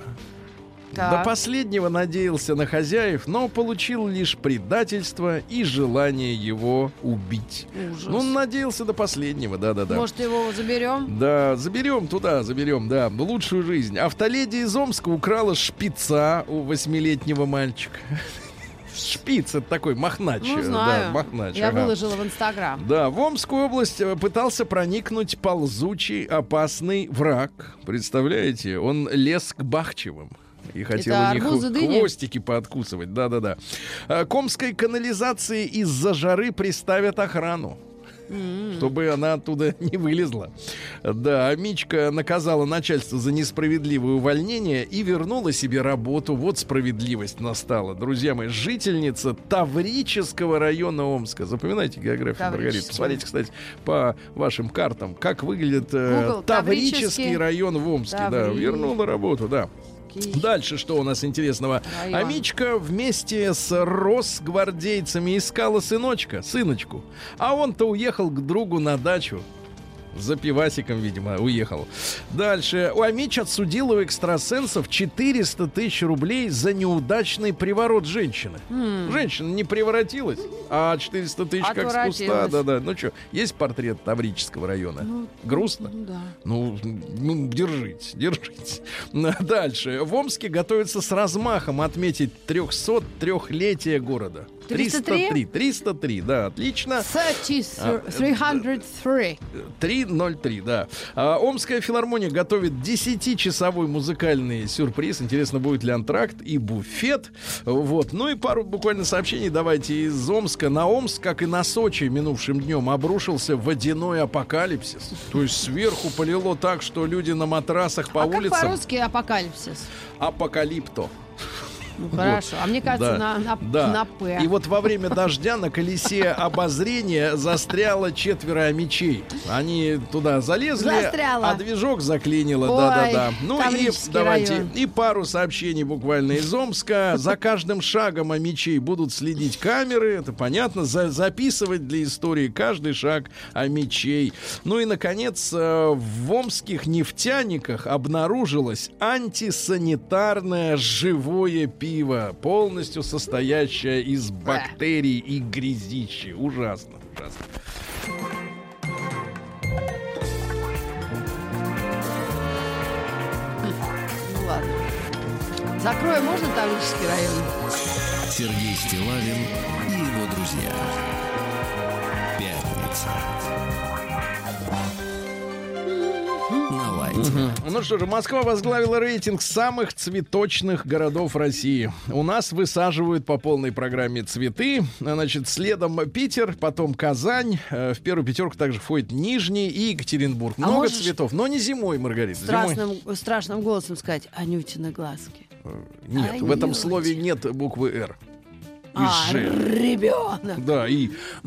До последнего надеялся на хозяев, но получил лишь предательство и желание его убить. Ужас. Ну, надеялся до последнего, да. Может, его заберем? Да, заберем, да, лучшую жизнь. Автоледи из Омска украла шпица у 8-летнего мальчика. Шпиц — это такой махнач. Ну, знаю. Да, махнач. Я выложила в Инстаграм. Да, в Омскую область пытался проникнуть ползучий опасный враг. Представляете? Он лез к Бахчевым. И хотел у них хвостики пооткусывать. Да. К омской канализации из-за жары приставят охрану, чтобы она оттуда не вылезла. Да, Мичка наказала начальство за несправедливое увольнение и вернула себе работу. Вот справедливость настала. Друзья мои, жительница Таврического района Омска. Запоминайте географию, Маргарита. Посмотрите, кстати, по вашим картам, как выглядит Таврический район в Омске. Да, вернула работу, да. Дальше что у нас интересного? Амичка вместе с росгвардейцами искала сыночку. А он-то уехал к другу на дачу. За пивасиком, видимо, уехал. Дальше. Амич отсудил у экстрасенсов 400 тысяч рублей за неудачный приворот женщины. Женщина не превратилась, а 400 тысяч как с куста. Да. Ну что, есть портрет Таврического района? Грустно? Да. Ну, держите. Дальше. В Омске готовятся с размахом отметить 303-летие города. 303, да, отлично. 303. 303, да. Омская филармония готовит 10-часовой музыкальный сюрприз. Интересно, будет ли антракт и буфет. Вот. Ну и пару буквально сообщений давайте из Омска. На Омск, как и на Сочи минувшим днем, обрушился водяной апокалипсис. То есть сверху полило так, что люди на матрасах по улицам... как по-русски апокалипсис? Апокалипто. Ну хорошо, а мне кажется, на П. И вот во время дождя на колесе обозрения застряло 4 мечей. Они туда залезли, а движок заклинило. Да. Ну и давайте район. И пару сообщений буквально из Омска. За каждым шагом о мечей будут следить камеры. Это понятно. Записывать для истории каждый шаг о мечей. Ну и, наконец, в омских нефтяниках обнаружилось антисанитарное живое пиво, полностью состоящее из бактерий и грязищи. Ужасно. Ну ладно. Закроем, можно Таврический район? Сергей Стиллавин и его друзья. Пятница. Ну что же, Москва возглавила рейтинг самых цветочных городов России. У нас высаживают по полной программе цветы. Значит, следом Питер, потом Казань. В первую пятерку также входит Нижний и Екатеринбург. Много цветов, но не зимой, Маргарита. Страшным голосом сказать: Анютины глазки. Нет, в этом слове нет буквы «Р». Ребенок. Да, и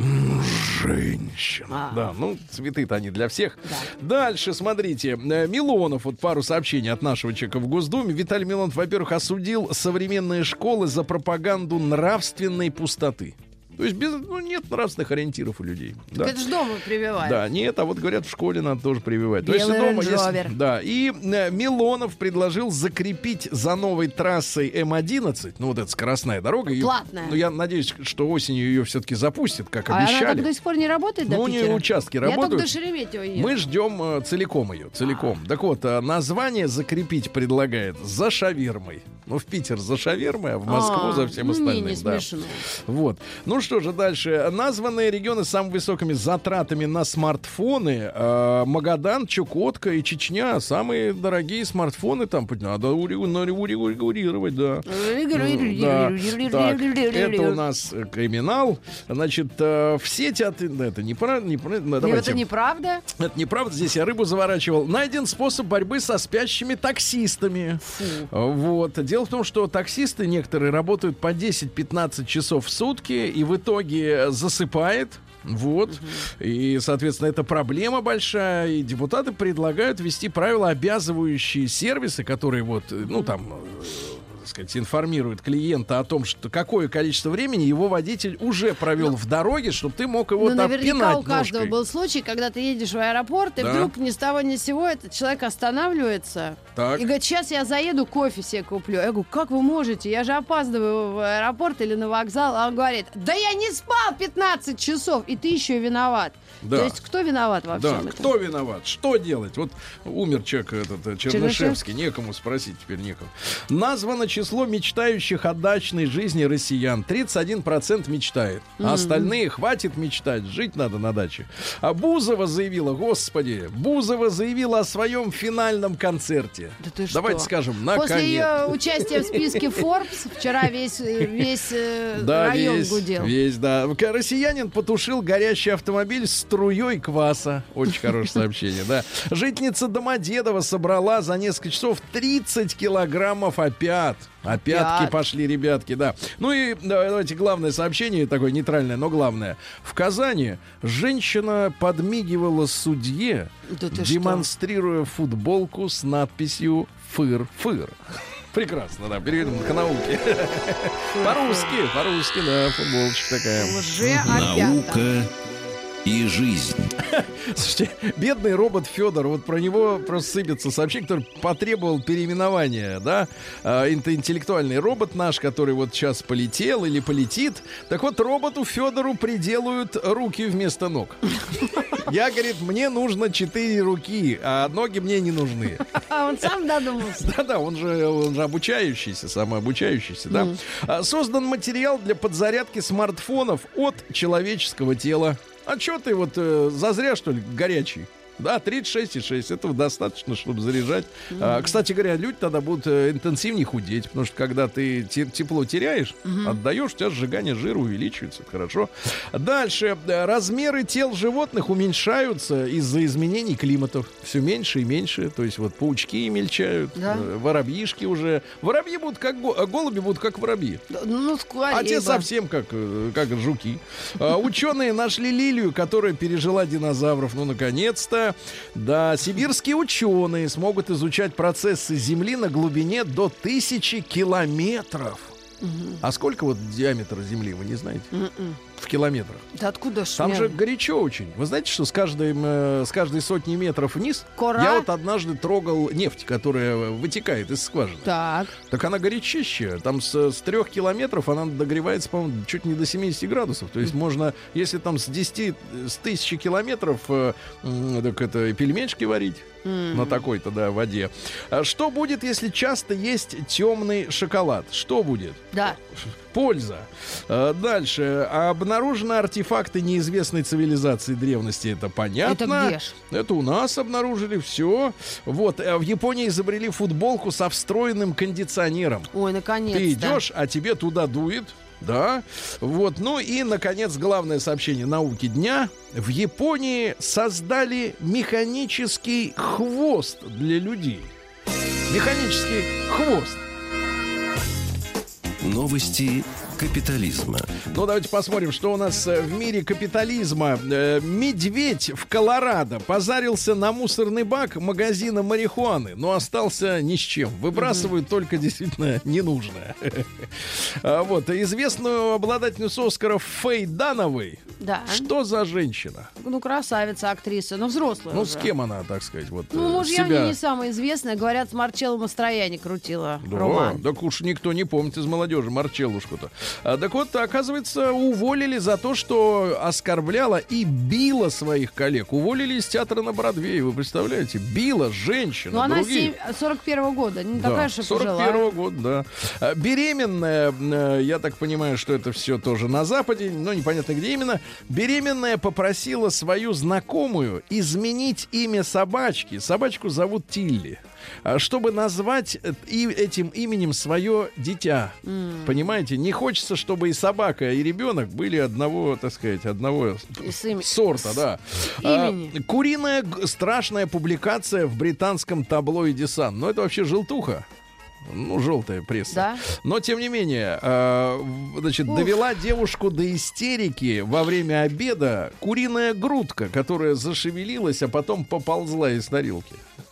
женщина. Да, ну, цветы-то они для всех. Да. Дальше, смотрите. Милонов, вот пару сообщений от нашего человека в Госдуме. Виталий Милонов, во-первых, осудил современные школы за пропаганду нравственной пустоты. То есть нет нравственных ориентиров у людей. Так да. Это же дома прививают. Да, нет, а вот говорят, в школе надо тоже прививать. То есть дома есть, да. И Милонов предложил закрепить за новой трассой М11, ну вот эта скоростная дорога. Платная. Ну я надеюсь, что осенью ее все-таки запустят, как обещали. Она до сих пор не работает до Питера? Ну, у нее участки работают. Я только до Шереметьево езжу. Мы ждем целиком ее, целиком. Так вот, название закрепить предлагает за шавермой. Ну, в Питер за шавермой, а в Москву за всем остальным. Не смешно. Вот. Ну что же, дальше. Названные регионы с самыми высокими затратами на смартфоны. Магадан, Чукотка и Чечня. Самые дорогие смартфоны там надо урегулировать, да. Так, это у нас криминал. Значит, в сети... Это неправда. Это неправда? Это неправда. Здесь я рыбу заворачивал. Найден способ борьбы со спящими таксистами. Вот. Дело в том, что таксисты некоторые работают по 10-15 часов в сутки и в итоге засыпает. Вот. И, соответственно, это проблема большая. И депутаты предлагают ввести правила, обязывающие сервисы, которые вот, ну, там... сказать, информирует клиента о том, что какое количество времени его водитель уже провел в дороге, чтобы ты мог его там пинать наверняка у каждого ножкой. Был случай, когда ты едешь в аэропорт, и вдруг ни с того ни с сего этот человек останавливается и говорит: сейчас я заеду, кофе себе куплю. Я говорю: как вы можете? Я же опаздываю в аэропорт или на вокзал. А он говорит: да я не спал 15 часов, и ты еще виноват. Да. То есть кто виноват во всем этом? Кто виноват? Что делать? Вот умер человек этот Чернышевский, некому спросить, теперь некому. Названо число мечтающих о дачной жизни россиян. 31% мечтает. А остальные хватит мечтать. Жить надо на даче. А Бузова заявила, Бузова заявила о своем финальном концерте. Да ты Давайте что? скажем, наконец. После ее участия в списке Forbes вчера весь район гудел. Весь, да. Россиянин потушил горящий автомобиль с струей кваса. Очень хорошее сообщение, да. Жительница Домодедово собрала за несколько часов 30 килограммов опят. Опятки пошли, ребятки, да. Ну и давайте главное сообщение, такое нейтральное, но главное. В Казани женщина подмигивала судье, демонстрируя футболку с надписью «Фыр-фыр». Прекрасно, да, перейдем к науке. По-русски, да, футболочка такая. Наука и жизнь. Слушайте, бедный робот Федор, вот про него просто сыпется сообщение, который потребовал переименования, да, это интеллектуальный робот наш, который вот сейчас полетел или полетит. Так вот, роботу Федору приделают руки вместо ног. Я, говорит, мне нужно 4 руки, а ноги мне не нужны. А он сам додумался. Да-да, он же обучающийся, самообучающийся, да. Создан материал для подзарядки смартфонов от человеческого тела. А чё ты вот зазря, что ли, горячий? Да, 36,6. Этого достаточно, чтобы заряжать. Кстати говоря, люди тогда будут интенсивнее худеть, потому что когда ты тепло теряешь, отдаешь, у тебя сжигание жира увеличивается. Хорошо. Дальше. Размеры тел животных уменьшаются из-за изменений климатов. Все меньше и меньше. То есть вот паучки мельчают, воробьишки уже. Воробьи будут как голуби будут как воробьи. Ну, а те совсем как жуки. Ученые нашли лилию, которая пережила динозавров. Ну, наконец-то. Да, сибирские ученые смогут изучать процессы Земли на глубине до 1000 километров. А сколько вот диаметр Земли, вы не знаете? В километрах. Да откуда ж? Там же горячо очень. Вы знаете, что с каждой сотни метров вниз я вот однажды трогал нефть, которая вытекает из скважины. Так она горячищая. Там с 3 километров она догревается, по-моему, чуть не до 70 градусов. То есть можно, если там с 1000 километров, так это пельмешки варить на такой-то, воде. Что будет, если часто есть темный шоколад? Что будет? Да. Польза. Дальше. Обнаружены артефакты неизвестной цивилизации древности. Это понятно. Это где ж? Это у нас обнаружили. Все. Вот. В Японии изобрели футболку со встроенным кондиционером. Ой, наконец-то. Ты идешь, а тебе туда дует. Да. Вот. Ну и, наконец, главное сообщение науки дня. В Японии создали механический хвост для людей. Механический хвост. Новости капитализма. Ну, давайте посмотрим, что у нас в мире капитализма. Медведь в Колорадо позарился на мусорный бак магазина марихуаны, но остался ни с чем. Выбрасывают только действительно ненужное. Вот. Известную обладательницу Оскаров Фэй Дановой. Да. Что за женщина? Ну, красавица, актриса, но взрослая. Ну, уже. с кем она, так сказать, вот ну, мужья у нее не самая известная. Говорят, с Марчелло Мастроянни крутила роман. Так уж никто не помнит из молодежи Марчеллушку-то. Так вот, оказывается, уволили за то, что оскорбляла и била своих коллег. Уволили из театра на Бродвее, вы представляете? Била женщина. Ну, она 41-го года, не такая же пожилая. 41-го года, да. Беременная, я так понимаю, что это все тоже на Западе, но непонятно, где именно. Беременная попросила свою знакомую изменить имя собачки. Собачку зовут Тилли. Чтобы назвать этим именем свое дитя. Понимаете? Не хочется, чтобы и собака, и ребенок были одного, так сказать, одного сорта, да. Куриная страшная публикация в британском таблоиде Sun. Но это вообще желтуха. Ну, желтая пресса. Да? Но, тем не менее, значит, довела девушку до истерики во время обеда куриная грудка, которая зашевелилась, а потом поползла из тарелки.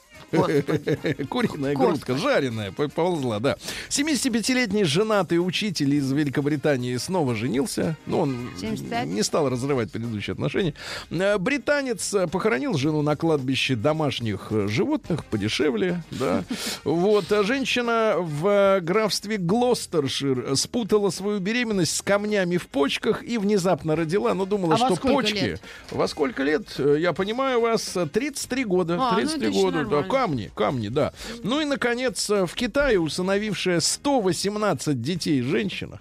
Куриная грудка, жареная, поползла, да. 75-летний женатый учитель из Великобритании снова женился. Но он 75? Не стал разрывать предыдущие отношения. Британец похоронил жену на кладбище домашних животных, подешевле, да. Вот. Женщина в графстве Глостершир спутала свою беременность с камнями в почках и внезапно родила, но думала, что почки... Лет? Во сколько лет? Я понимаю, у вас 33 года. 33 года, да. Камни, да. Ну и, наконец, в Китае усыновившая 118 детей женщина.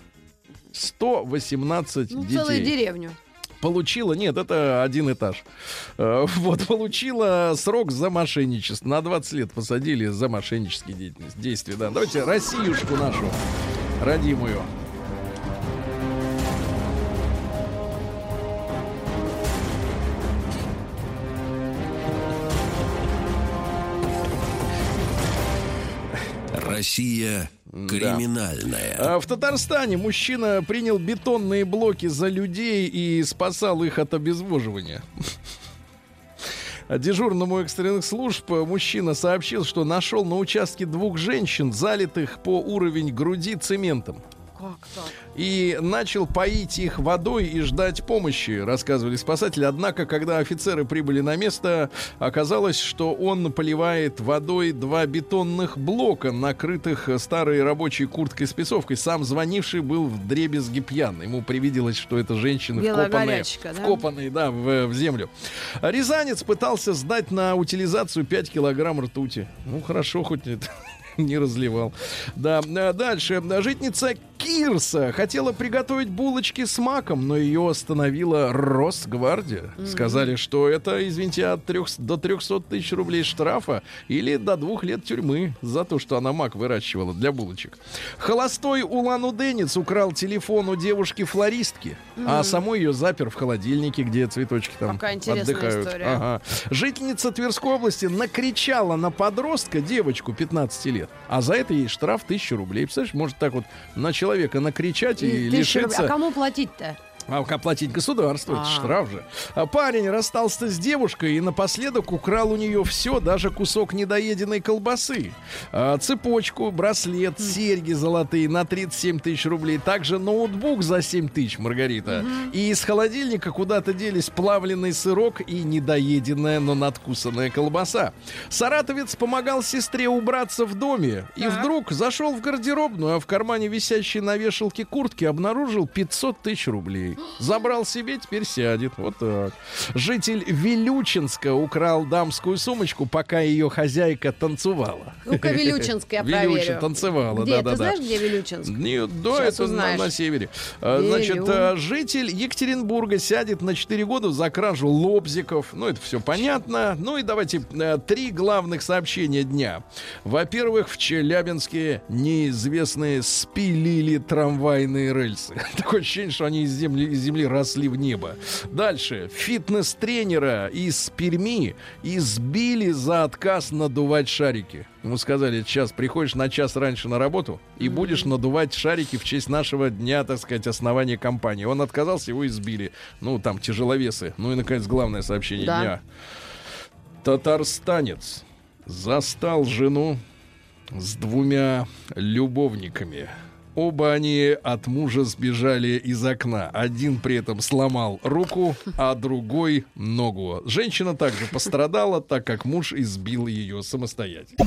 118 детей. Целую деревню. Получила, нет, это один этаж. Вот, получила срок за мошенничество. На 20 лет посадили за мошеннические действия. Да. Давайте Россиюшку нашу родимую. Россия криминальная. Да. В Татарстане мужчина принял бетонные блоки за людей и спасал их от обезвоживания. Дежурному экстренных служб мужчина сообщил, что нашел на участке 2 женщин, залитых по уровень груди цементом. Как так? И начал поить их водой и ждать помощи, рассказывали спасатели. Однако, когда офицеры прибыли на место, оказалось, что он поливает водой 2 бетонных блока, накрытых старой рабочей курткой с песовкой. Сам звонивший был вдребезги пьян. Ему привиделось, что это женщины вкопанные в землю. Рязанец пытался сдать на утилизацию 5 килограмм ртути. Ну, хорошо, хоть это... не разливал. Да, дальше. Житница Кирса хотела приготовить булочки с маком, но ее остановила Росгвардия. Сказали, что это, извините, до 300 тысяч рублей штрафа или до 2 лет тюрьмы за то, что она мак выращивала для булочек. Холостой улан-удэнец украл телефон у девушки-флористки, а саму ее запер в холодильнике, где цветочки там отдыхают. Ага. Жительница Тверской области накричала на подростка, девочку 15 лет, а за это ей штраф 1000 рублей. Представляешь, может так вот на человека накричать и лишиться... А кому платить-то? А оплатить государство, это штраф же. Парень расстался с девушкой и напоследок украл у нее все, даже кусок недоеденной колбасы. Цепочку, браслет, серьги золотые на 37 тысяч рублей. Также ноутбук за 7 тысяч, Маргарита. И из холодильника куда-то делись плавленый сырок и недоеденная, но надкусанная колбаса. Саратовец помогал сестре убраться в доме. И вдруг зашел в гардеробную, а в кармане висящей на вешалке куртки обнаружил 500 тысяч рублей. Забрал себе, теперь сядет. Вот так. Житель Вилючинска украл дамскую сумочку, пока ее хозяйка танцевала. Ну-ка, Вилючинск, я проверю. Вилючин танцевала, где? Ты знаешь, где Вилючинск? Нет, да, это на севере. Значит, житель Екатеринбурга сядет на 4 года за кражу лобзиков. Ну, это все понятно. Ну и давайте 3 главных сообщения дня. Во-первых, в Челябинске неизвестные спилили трамвайные рельсы. Такое ощущение, что они из земли росли в небо. Дальше. Фитнес-тренера из Перми избили за отказ надувать шарики. Ему сказали, сейчас приходишь на час раньше на работу и будешь надувать шарики в честь нашего дня, так сказать, основания компании. Он отказался, его избили. Ну, там, тяжеловесы. Ну и, наконец, главное сообщение дня. Татарстанец застал жену с 2 любовниками. Оба они от мужа сбежали из окна. Один при этом сломал руку, а другой ногу. Женщина также пострадала, так как муж избил ее самостоятельно.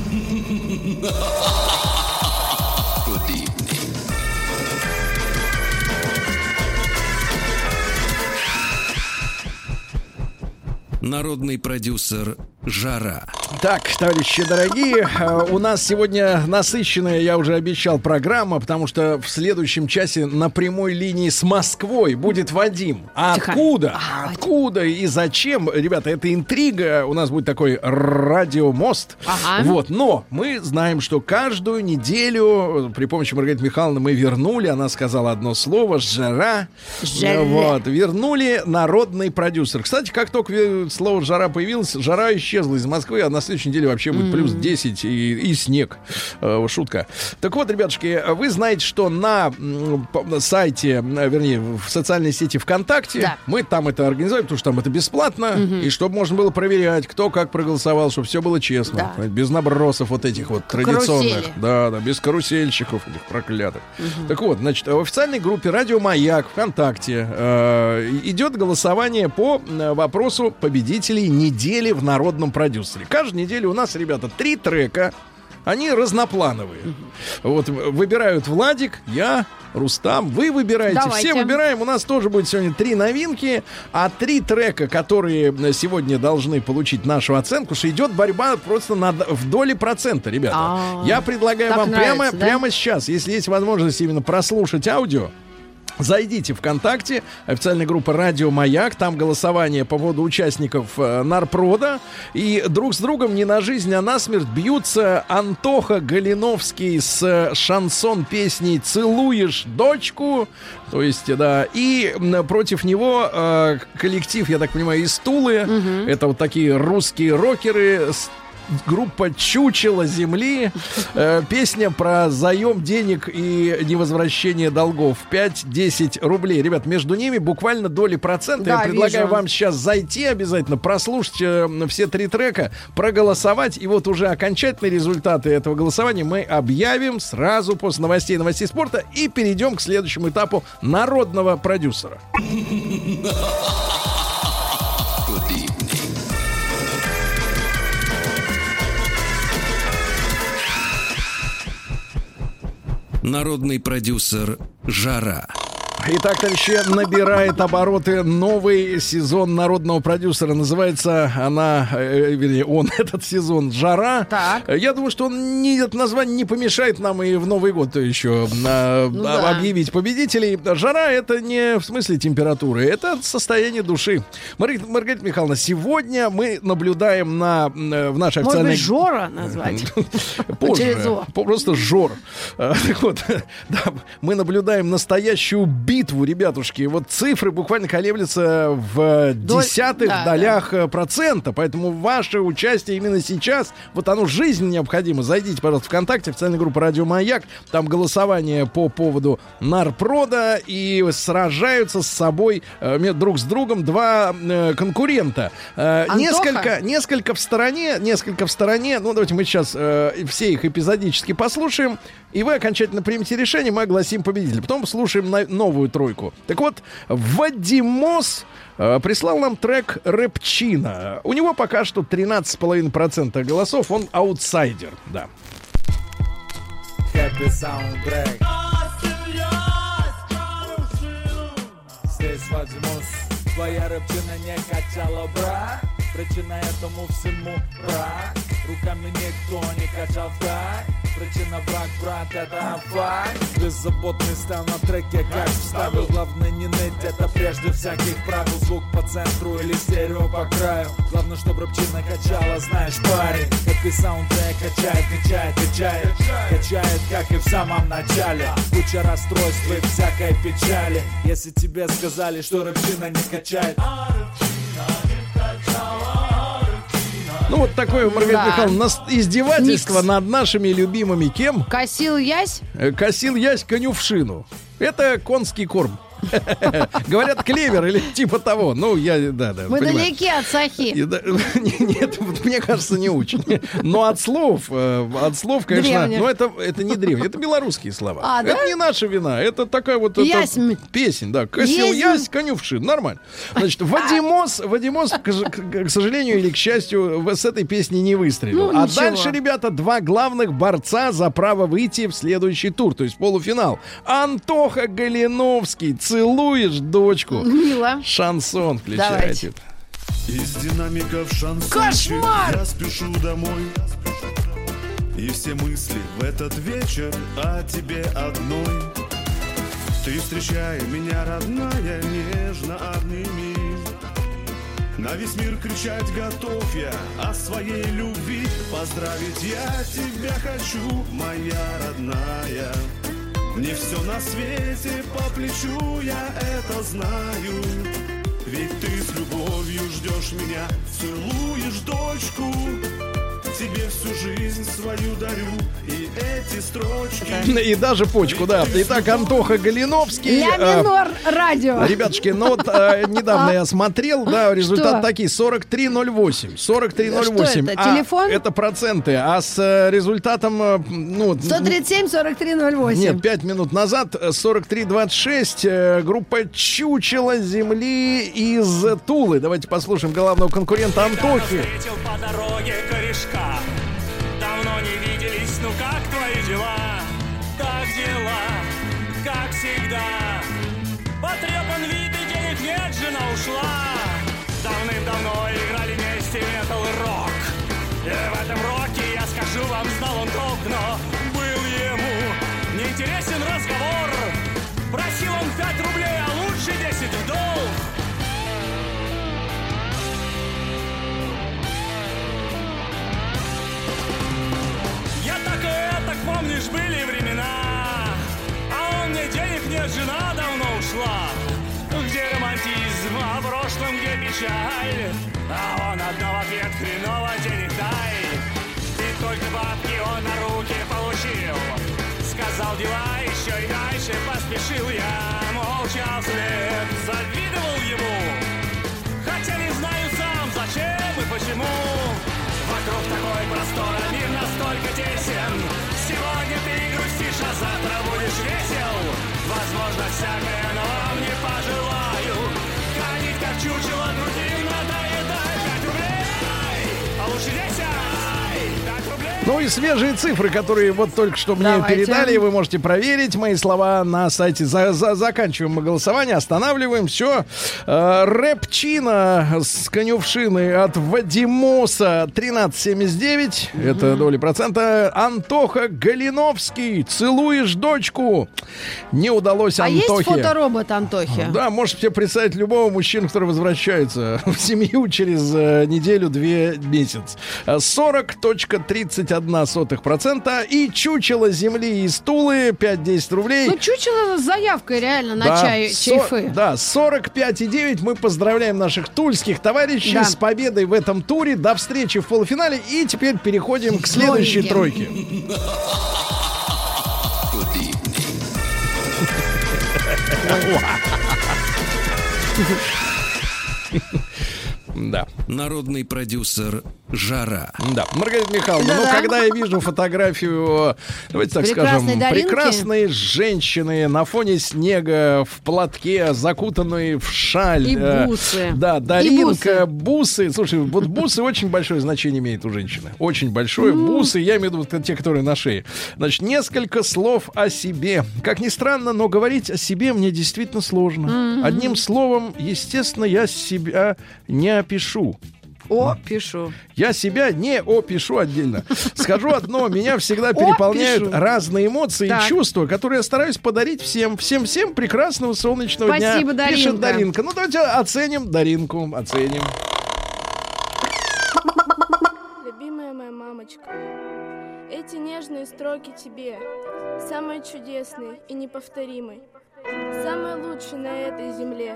Народный продюсер Жара. Так, товарищи дорогие, у нас сегодня насыщенная, я уже обещал, программа, потому что в следующем часе на прямой линии с Москвой будет Вадим. А откуда и зачем, ребята, это интрига. У нас будет такой радиомост. Вот, но мы знаем, что каждую неделю при помощи Маргариты Михайловны мы вернули, она сказала одно слово, Жара. Вот, вернули народный продюсер. Кстати, как только слово Жара появилось, Жара исчезла из Москвы, а на следующей неделе вообще будет плюс 10 и снег. Шутка. Так вот, ребятушки, вы знаете, что на сайте, вернее, в социальной сети ВКонтакте, мы там это организуем, потому что там это бесплатно, и чтобы можно было проверять, кто как проголосовал, чтобы все было честно. Без набросов вот этих вот традиционных. Да, без карусельщиков этих проклятых. Так вот, значит, в официальной группе «Радио Маяк» ВКонтакте идет голосование по вопросу победителей недели в народном продюсере. Каждую неделю у нас, ребята, 3 трека. Они разноплановые. Вот выбирают Владик, я, Рустам. Вы выбираете. Давайте. Все выбираем. У нас тоже будет сегодня 3 новинки. А 3 трека, которые сегодня должны получить нашу оценку, что идет борьба просто в доли процента, ребята. Я предлагаю вам прямо сейчас, если есть возможность именно прослушать аудио, зайдите в ВКонтакте, официальная группа «Радио Маяк», там голосование по поводу участников Нарпрода, и друг с другом не на жизнь, а на смерть бьются Антоха Галиновский с шансон-песней «Целуешь дочку», то есть, да, и против него коллектив, я так понимаю, из Тулы, это вот такие русские рокеры, группа «Чучело земли». Песня про заем денег и невозвращение долгов. 5-10 рублей. Ребят, между ними буквально доли процента. Да, я предлагаю вам сейчас зайти обязательно, прослушать все 3 трека, проголосовать. И вот уже окончательные результаты этого голосования мы объявим сразу после новостей спорта и перейдем к следующему этапу народного продюсера. Народный продюсер Жара. Итак, товарищи, набирает обороты новый сезон народного продюсера. Называется он, этот сезон, «Жара». Так. Я думаю, что это название не помешает нам и в Новый год еще объявить победителей. «Жара» — это не в смысле температуры, это состояние души. Маргарита Михайловна, сегодня мы наблюдаем в нашей официальной... Может быть, «Жора» назвать? Позже. Просто «Жор». Так вот, мы наблюдаем настоящую битву, ребятушки. Вот цифры буквально колеблются в десятых долях процента. Поэтому ваше участие именно сейчас, вот оно жизнь необходимо. Зайдите, пожалуйста, ВКонтакте, официальная группа «Радио Маяк». Там голосование по поводу нарпрода. И сражаются с собой, друг с другом, два конкурента. Несколько в стороне. Ну, давайте мы сейчас все их эпизодически послушаем. И вы окончательно примете решение, мы огласим победителя. Потом слушаем новую тройку. Так вот, Вадимос прислал нам трек «Рэпчина». У него пока что 13,5% голосов. Он аутсайдер, да. Happy soundtrack. Здесь Вадимос. Твоя рэпчина не качала брак. Причина этому всему брак. Руками никто не качал так. Причина брак, брат, это факт. Беззаботный стал на треке, как вставил. Главное не ныть, это прежде всяких правил. Звук по центру или стерео по краю. Главное, чтобы рэпчина качала, знаешь, парень. Happy soundtrack качает, как и в самом начале. Куча расстройств и всякой печали. Если тебе сказали, что рэпчина не качает, ну, вот такое, Маргарита Михайловна, издевательство над нашими любимыми кем? Косил ясь? Косил ясь конюшину. Это конский корм. Говорят, клевер или типа того. Ну, мы далеки от сахи. Нет, мне кажется, не очень. Но от слов, конечно, но это не древние, это белорусские слова. Это не наша вина, это такая вот песня, да. Косил ясь, конюшин, нормально. Значит, Вадимос, к сожалению или к счастью, с этой песни не выстрелил. А дальше, ребята, два главных борца за право выйти в следующий тур, то есть полуфинал. Антоха Галиновский, «Целуешь дочку». Мило. Шансон включайте. Из динамиков шансончик. Кошмар! Я спешу домой. И все мысли в этот вечер о тебе одной. Ты встречай меня, родная, нежно обними. На весь мир кричать готов я о своей любви. Поздравить я тебя хочу, моя родная. Не все на свете по плечу, я это знаю. Ведь ты с любовью ждешь меня, целуешь дочку. Тебе всю жизнь свою дарю, и эти строчки. И даже почку, да. Итак, Антоха Галиновский. Ля минор радио. Ребятушки, ну вот недавно я смотрел, да, результат такие: 43,08. 43,08. Это телефон? Это проценты. А с результатом, 137, 43,08. Нет, 5 минут назад 43,26. Группа «Чучело земли» из Тулы. Давайте послушаем главного конкурента Антохи. По дороге корешка. Давно не виделись, ну как твои дела? Так дела, как всегда. Потрепан вид и денег нет, жена ушла. Давным-давно играли вместе метал и рок. И в этом роке, я скажу вам, знал он толк, но был ему неинтересен разговор. Просил он 5 рублей, а лучше 10 в долг. Помнишь, были времена, а он мне денег нет, жена давно ушла. Где романтизм, а в прошлом где печаль? А он одно в ответ: хреново, денег дай. И только бабки он на руки получил. Сказал дела, еще и дальше поспешил. Я молча вслед завидовал ему, хотя не знаю сам, зачем и почему. Вокруг такой простор, а мир настолько тесен. Сегодня ты грустишь, а завтра будешь весел. Возможно, всякое, но вам не пожелаю ходить как чучело другим, надоедать. 5 рублей, а лучше 10. 5 рублей. Ну и свежие цифры, которые вот только что мне передали, вы можете проверить мои слова на сайте. Заканчиваем мы голосование, останавливаем. Все. Рэпчина с конюшины от Вадимоса 13,79. Это доли процента. Антоха Галиновский. Целуешь дочку. Не удалось Антохе. А есть фоторобот Антохи? Да, можете себе представить любого мужчину, который возвращается в семью через неделю-две месяц. 40,31%. И чучело земли из Тулы 5-10 рублей. Ну, чучело с заявкой реально на чайфы. Да, 45,9. Мы поздравляем наших тульских товарищей с победой в этом туре. До встречи в полуфинале. И теперь переходим к следующей тройке. Да. Народный продюсер Жара. Да, Маргарита Михайловна, когда я вижу фотографию, давайте так скажем, прекрасной женщины на фоне снега, в платке, закутанной в шаль. И бусы. Да, Даринка, бусы. Слушай, вот бусы очень большое значение имеют у женщины. Очень большое. Бусы, я имею в виду те, которые на шее. Значит, несколько слов о себе. Как ни странно, но говорить о себе мне действительно сложно. Одним словом, естественно, я себя не опишу. Опишу. Я себя не опишу отдельно. Скажу одно, меня всегда переполняют разные эмоции и чувства, которые я стараюсь подарить всем прекрасного солнечного дня. Спасибо, Даринка. Пишет Даринка. Ну, давайте оценим Даринку, оценим. Любимая моя мамочка, эти нежные строки тебе, самые чудесные и неповторимые, самые лучшие на этой земле.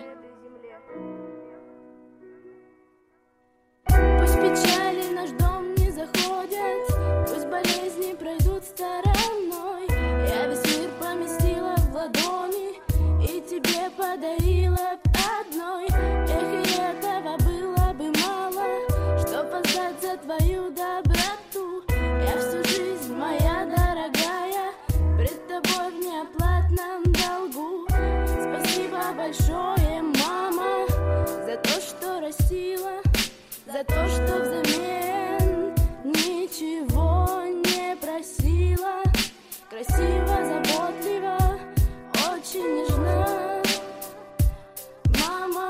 Пусть печали наш дом не заходят, пусть болезни пройдут стороной. Я весь мир поместила в ладони и тебе подарила одной. Эх, и этого было бы мало, чтоб воздать за твою доброту. Я всю жизнь, моя дорогая, пред тобой в неоплатном долгу. Спасибо большое, мама, за то, что растила, за то, что взамен ничего не просила. Красиво, заботливо, очень нежна. Мама,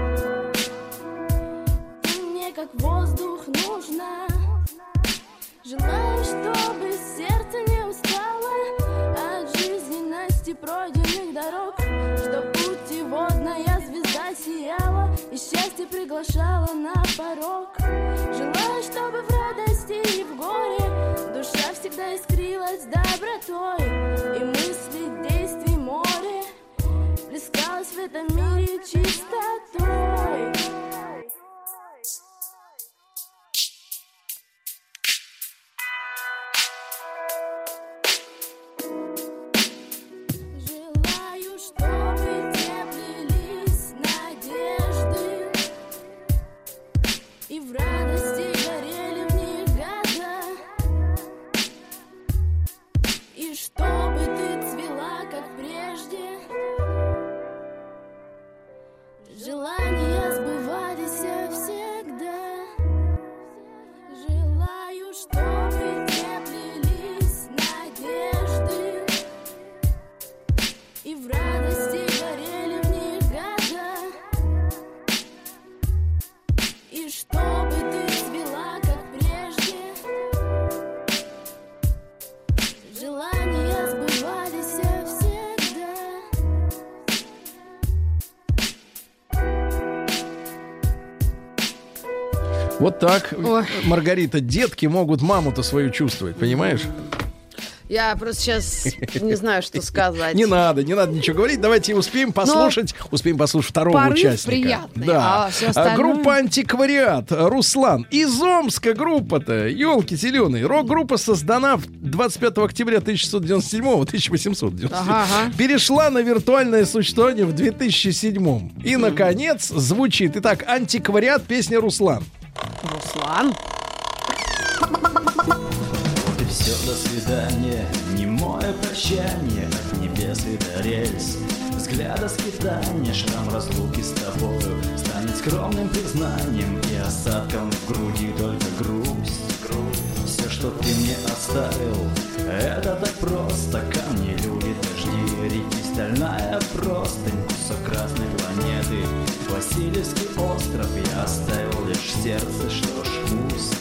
ты мне как воздух нужна. Желаю, чтобы сердце не устало от жизненности пройденных дорог, чтоб путеводная звезда сияла и счастье приглашала на порог. Желаю, чтобы в радости и в горе душа всегда искрилась добротой, и мысли, действий море плескалось в этом мире чистотой. Желаю, чтобы теплились надежды, и в радости горели в них года, и чтобы ты цвела, как прежде. Желания сбывались всегда. Желаю, чтобы теплились надежды, и в радости горели в них года, и чтобы ты цвела, как прежде. Желания сбывались всегда. Вот так, Маргарита, детки могут маму-то свою чувствовать, понимаешь? Я просто сейчас не знаю, что сказать. Не надо ничего говорить. Давайте успеем послушать второго участника. Приятный, да. Группа «Антиквариат». Руслан. Из Омска группа-то. Ёлки зеленые. Рок-группа создана 25 октября 1697-1897. Перешла на виртуальное существование в 2007. И, наконец, звучит. Итак, «Антиквариат», песня «Руслан». Руслан. Все, до свидания, немое прощание, от небес и до рельс. Взгляда скитания, шрам разлуки с тобою станет скромным признанием, и осадком в груди только грусть. Все, что что ты мне оставил. Это так просто, камни, люди, дожди, реки, стальная простынь, кусок красной планеты. Васильевский остров я оставил лишь в сердце, что ж, пусть.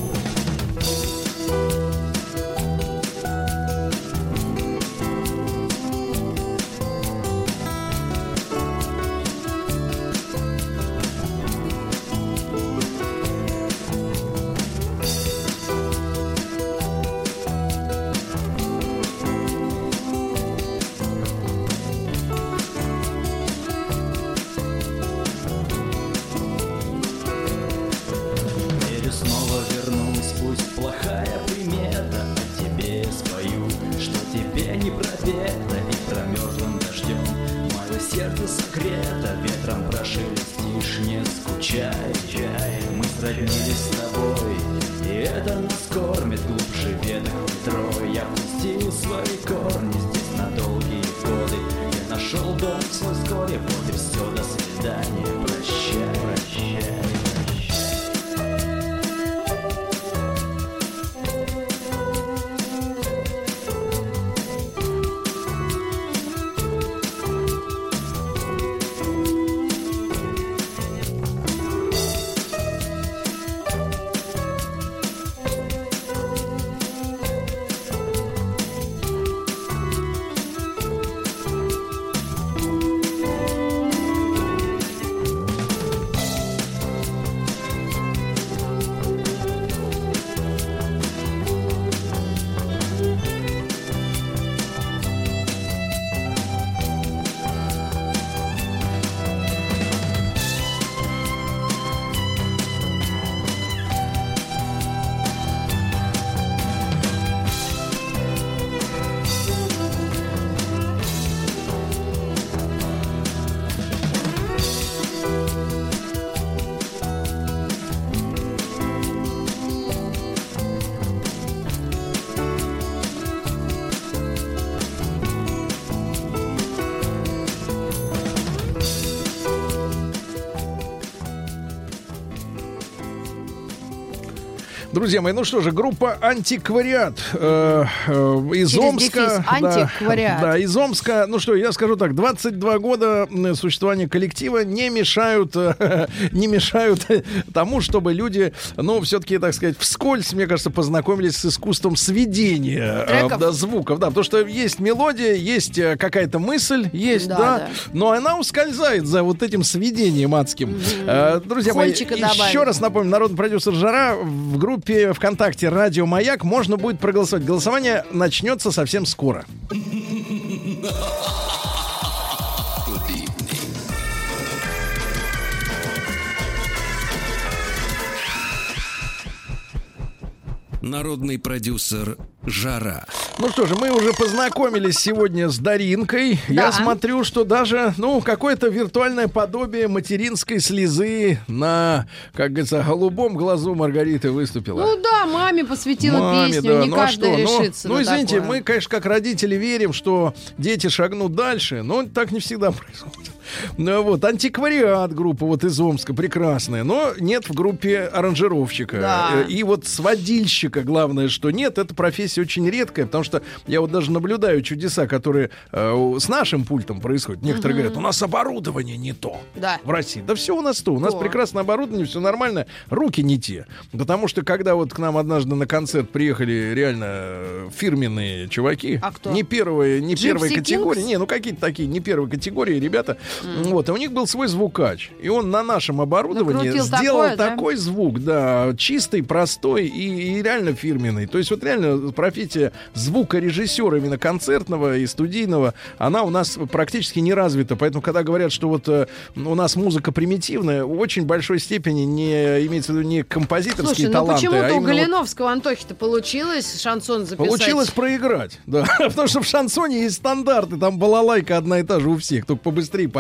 Друзья мои, ну что же, группа «Антиквариат» из Омска. «Антиквариат». Да, из Омска. Ну что, я скажу так, 22 года существования коллектива не мешают тому, чтобы люди, все-таки, так сказать, вскользь, мне кажется, познакомились с искусством сведения звуков. Да, потому что есть мелодия, есть какая-то мысль, есть, да, но она ускользает за вот этим сведением адским. Друзья мои, еще раз напомню, народный продюсер Жара в группе ВКонтакте «Радио Маяк» можно будет проголосовать. Голосование начнется совсем скоро. Народный продюсер Жара. Ну что же, мы уже познакомились сегодня с Даринкой. Да. Я смотрю, что даже, какое-то виртуальное подобие материнской слезы на, как говорится, голубом глазу Маргариты выступило. Ну да, маме посвятила песню, да. Не каждый решится на извините, такое. Мы, конечно, как родители верим, что дети шагнут дальше, но так не всегда происходит. «Антиквариат» группа из Омска, прекрасная, но нет в группе аранжировщика. Да. И сводильщика, главное, что нет, эта профессия очень редкая, потому что я даже наблюдаю чудеса, которые с нашим пультом происходят. Некоторые говорят, у нас оборудование не то в России. Да все у нас то. У нас прекрасное оборудование, все нормально, руки не те. Потому что когда к нам однажды на концерт приехали реально фирменные чуваки, не первой категории, какие-то такие не первой категории ребята, и у них был свой звукач. И он на нашем оборудовании сделал такой звук, чистый, простой и реально фирменный. То есть реально профессия звукорежиссера именно концертного и студийного, она у нас практически не развита. Поэтому, когда говорят, что у нас музыка примитивная, в очень большой степени не имеется в виду не композиторские таланты. Почему-то у Галиновского Антохи-то получилось шансон записать? Получилось проиграть, да. Потому что в шансоне есть стандарты, там балалайка одна и та же у всех, только побыстрее, помягче.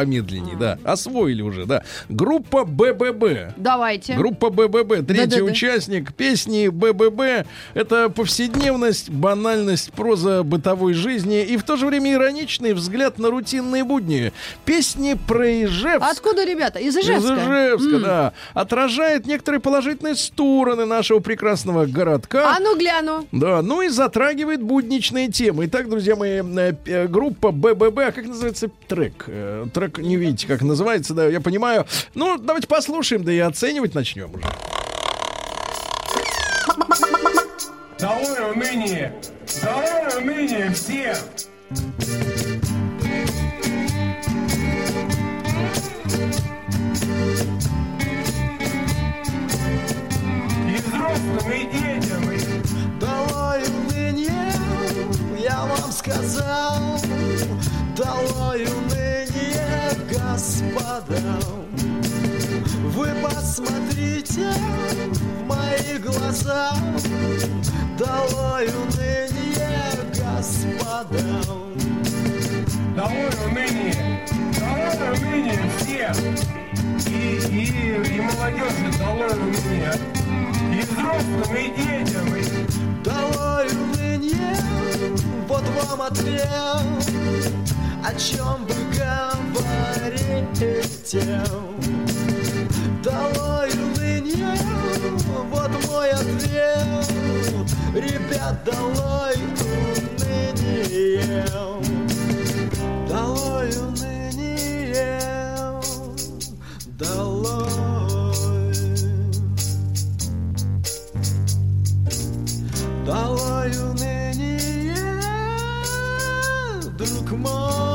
помедленнее, да. Освоили уже, да. Группа БББ. Давайте. Группа БББ. Третий участник песни БББ. Это повседневность, банальность, проза бытовой жизни и в то же время ироничный взгляд на рутинные будни. Песни про Ижевск. Откуда, ребята? Из Ижевска? Из Ижевска, да. Отражает некоторые положительные стороны нашего прекрасного городка. А ну гляну. Да, ну и затрагивает будничные темы. Итак, друзья мои, группа БББ, а как называется трек? Трек не видите, как называется, да, я понимаю. Ну, давайте послушаем, да и оценивать начнем уже. Долой уныние! Долой уныние всем! И взрослым, и детям, и... Долой уныние, я вам сказал. Долой уныние, господа. Вы посмотрите в мои глаза. Долой уныние, господа. Долой уныние всем. И молодежи долой уныние. И взрослым, и детям, и... Долой уныние, вот вам ответ. О чем вы говорите? Долой уныние, вот мой ответ. Ребят, долой уныние. Долой уныние. Долой. Долой уныние, друг мой.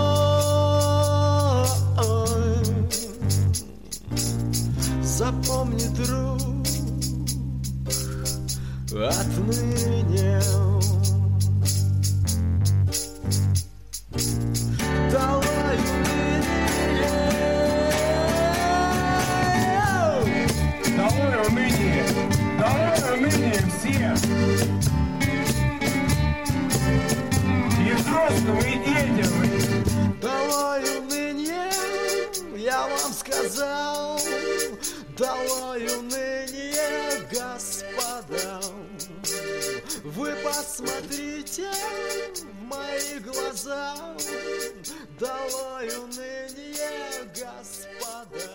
Запомни, друг, отныне долой уныние. Долой уныние! Долой уныние всем! И взрослым, и детям, и... Долой уныние, я вам сказал. Долой уныние, господа. Вы посмотрите в мои глаза. Долой уныние, господа.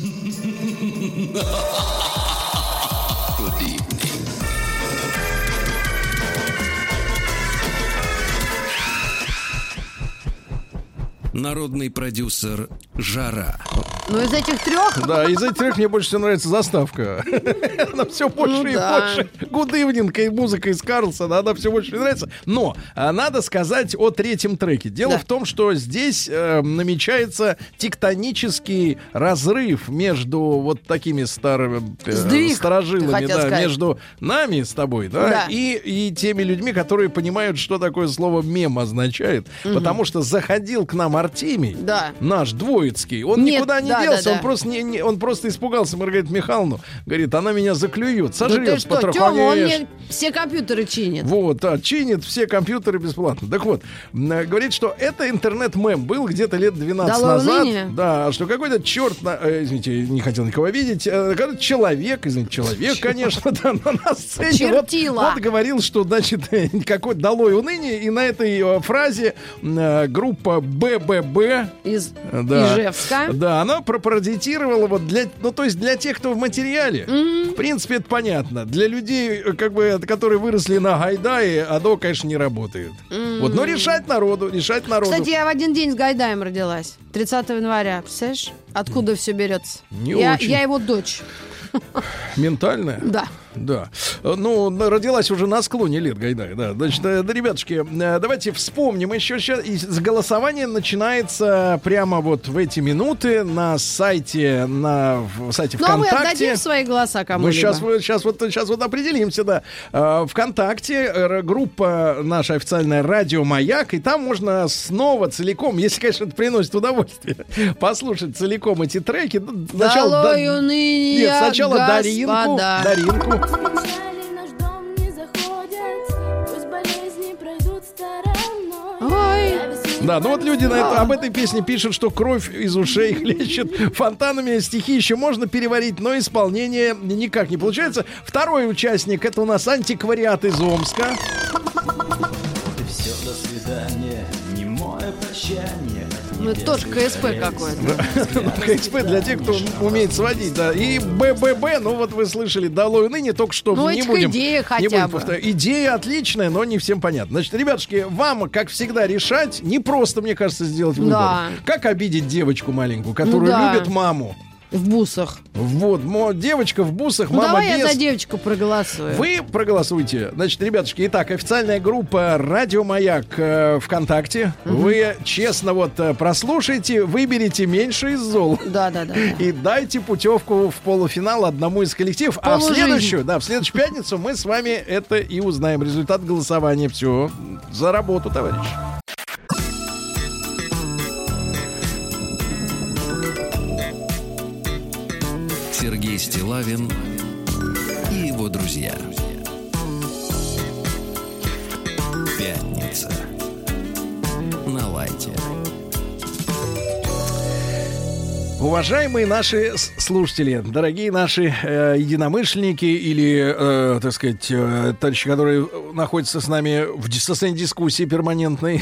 Народный продюсер «Жара». Ну, из этих трех... Да, из этих трех мне больше всего нравится заставка. Она все больше и больше. Good Evening и музыка из Карлсона, она все больше нравится. Но надо сказать о третьем треке. Дело в том, что здесь намечается тектонический разрыв между вот такими старыми старожилами, да, между нами с тобой, да, и теми людьми, которые понимают, что такое слово мем означает. Потому что заходил к нам Артемий, наш Двоицкий, он никуда не делся, он просто испугался Маргариту Михайловну, говорит, она меня заклюет, сожрет, потроханешь. Тёма, он мне все компьютеры чинит. Вот, чинит все компьютеры бесплатно. Так вот, говорит, что это интернет-мем был где-то лет 12 назад. Да, что какой-то черт, извините, не хотел никого видеть, человек, конечно, на сцене вот говорил, что, значит, какой долой уныние, и на этой фразе группа БББ из Ижевска. Да, она пародировала вот для тех, кто в материале. В принципе, это понятно. Для людей, как бы, которые выросли на Гайдае, оно, конечно, не работает. Вот, но решать народу. Кстати, я в один день с Гайдаем родилась. 30 января. Представляешь? Откуда все берется? Я его дочь. Ментальная? Да. Ну, родилась уже на склоне лет Гайдай, да. Значит, ребятушки, давайте вспомним еще сейчас. Голосование начинается прямо вот в эти минуты на сайте ВКонтакте. Ну, а мы отдадим свои голоса кому-либо. Мы сейчас вот определимся, да. ВКонтакте группа наша официальная «Радио Маяк», и там можно снова целиком, если, конечно, это приносит удовольствие, послушать целиком эти треки. Сначала Даринку. Печали наш дом не заходят, пусть болезни пройдут стороной. Ой, Да, ну вот люди об этой песне пишут, что кровь из ушей хлещет фонтанами, стихи еще можно переварить, но исполнение никак не получается. Второй участник — это у нас антиквариат из Омска. Все, до свидания, немое прощание. Ну, это тоже КСП какой-то. КСП для тех, кто умеет сводить, да. И БББ, ну вот вы слышали, долой ныне, только что ну, не будем... идея хотя бы. Идея отличная, но не всем понятна. Значит, ребятушки, вам, как всегда, решать, не просто, мне кажется, сделать выбор. Да. Как обидеть девочку маленькую, которая любит маму. В бусах. Вот, девочка в бусах, мама давай без. Я за девочку проголосую. Вы проголосуйте. Значит, ребятушки, итак, официальная группа «Радио Маяк» ВКонтакте. Вы честно вот прослушайте, выберите меньше из зол. Да. И дайте путевку в полуфинал одному из коллективов. А в следующую пятницу мы с вами это и узнаем. Результат голосования. Все, за работу, товарищ. Сергей Стиллавин и его друзья. Пятница. На лайте. Уважаемые наши слушатели, дорогие наши единомышленники или, так сказать, товарищи, которые находятся с нами в состоянии дискуссии перманентной.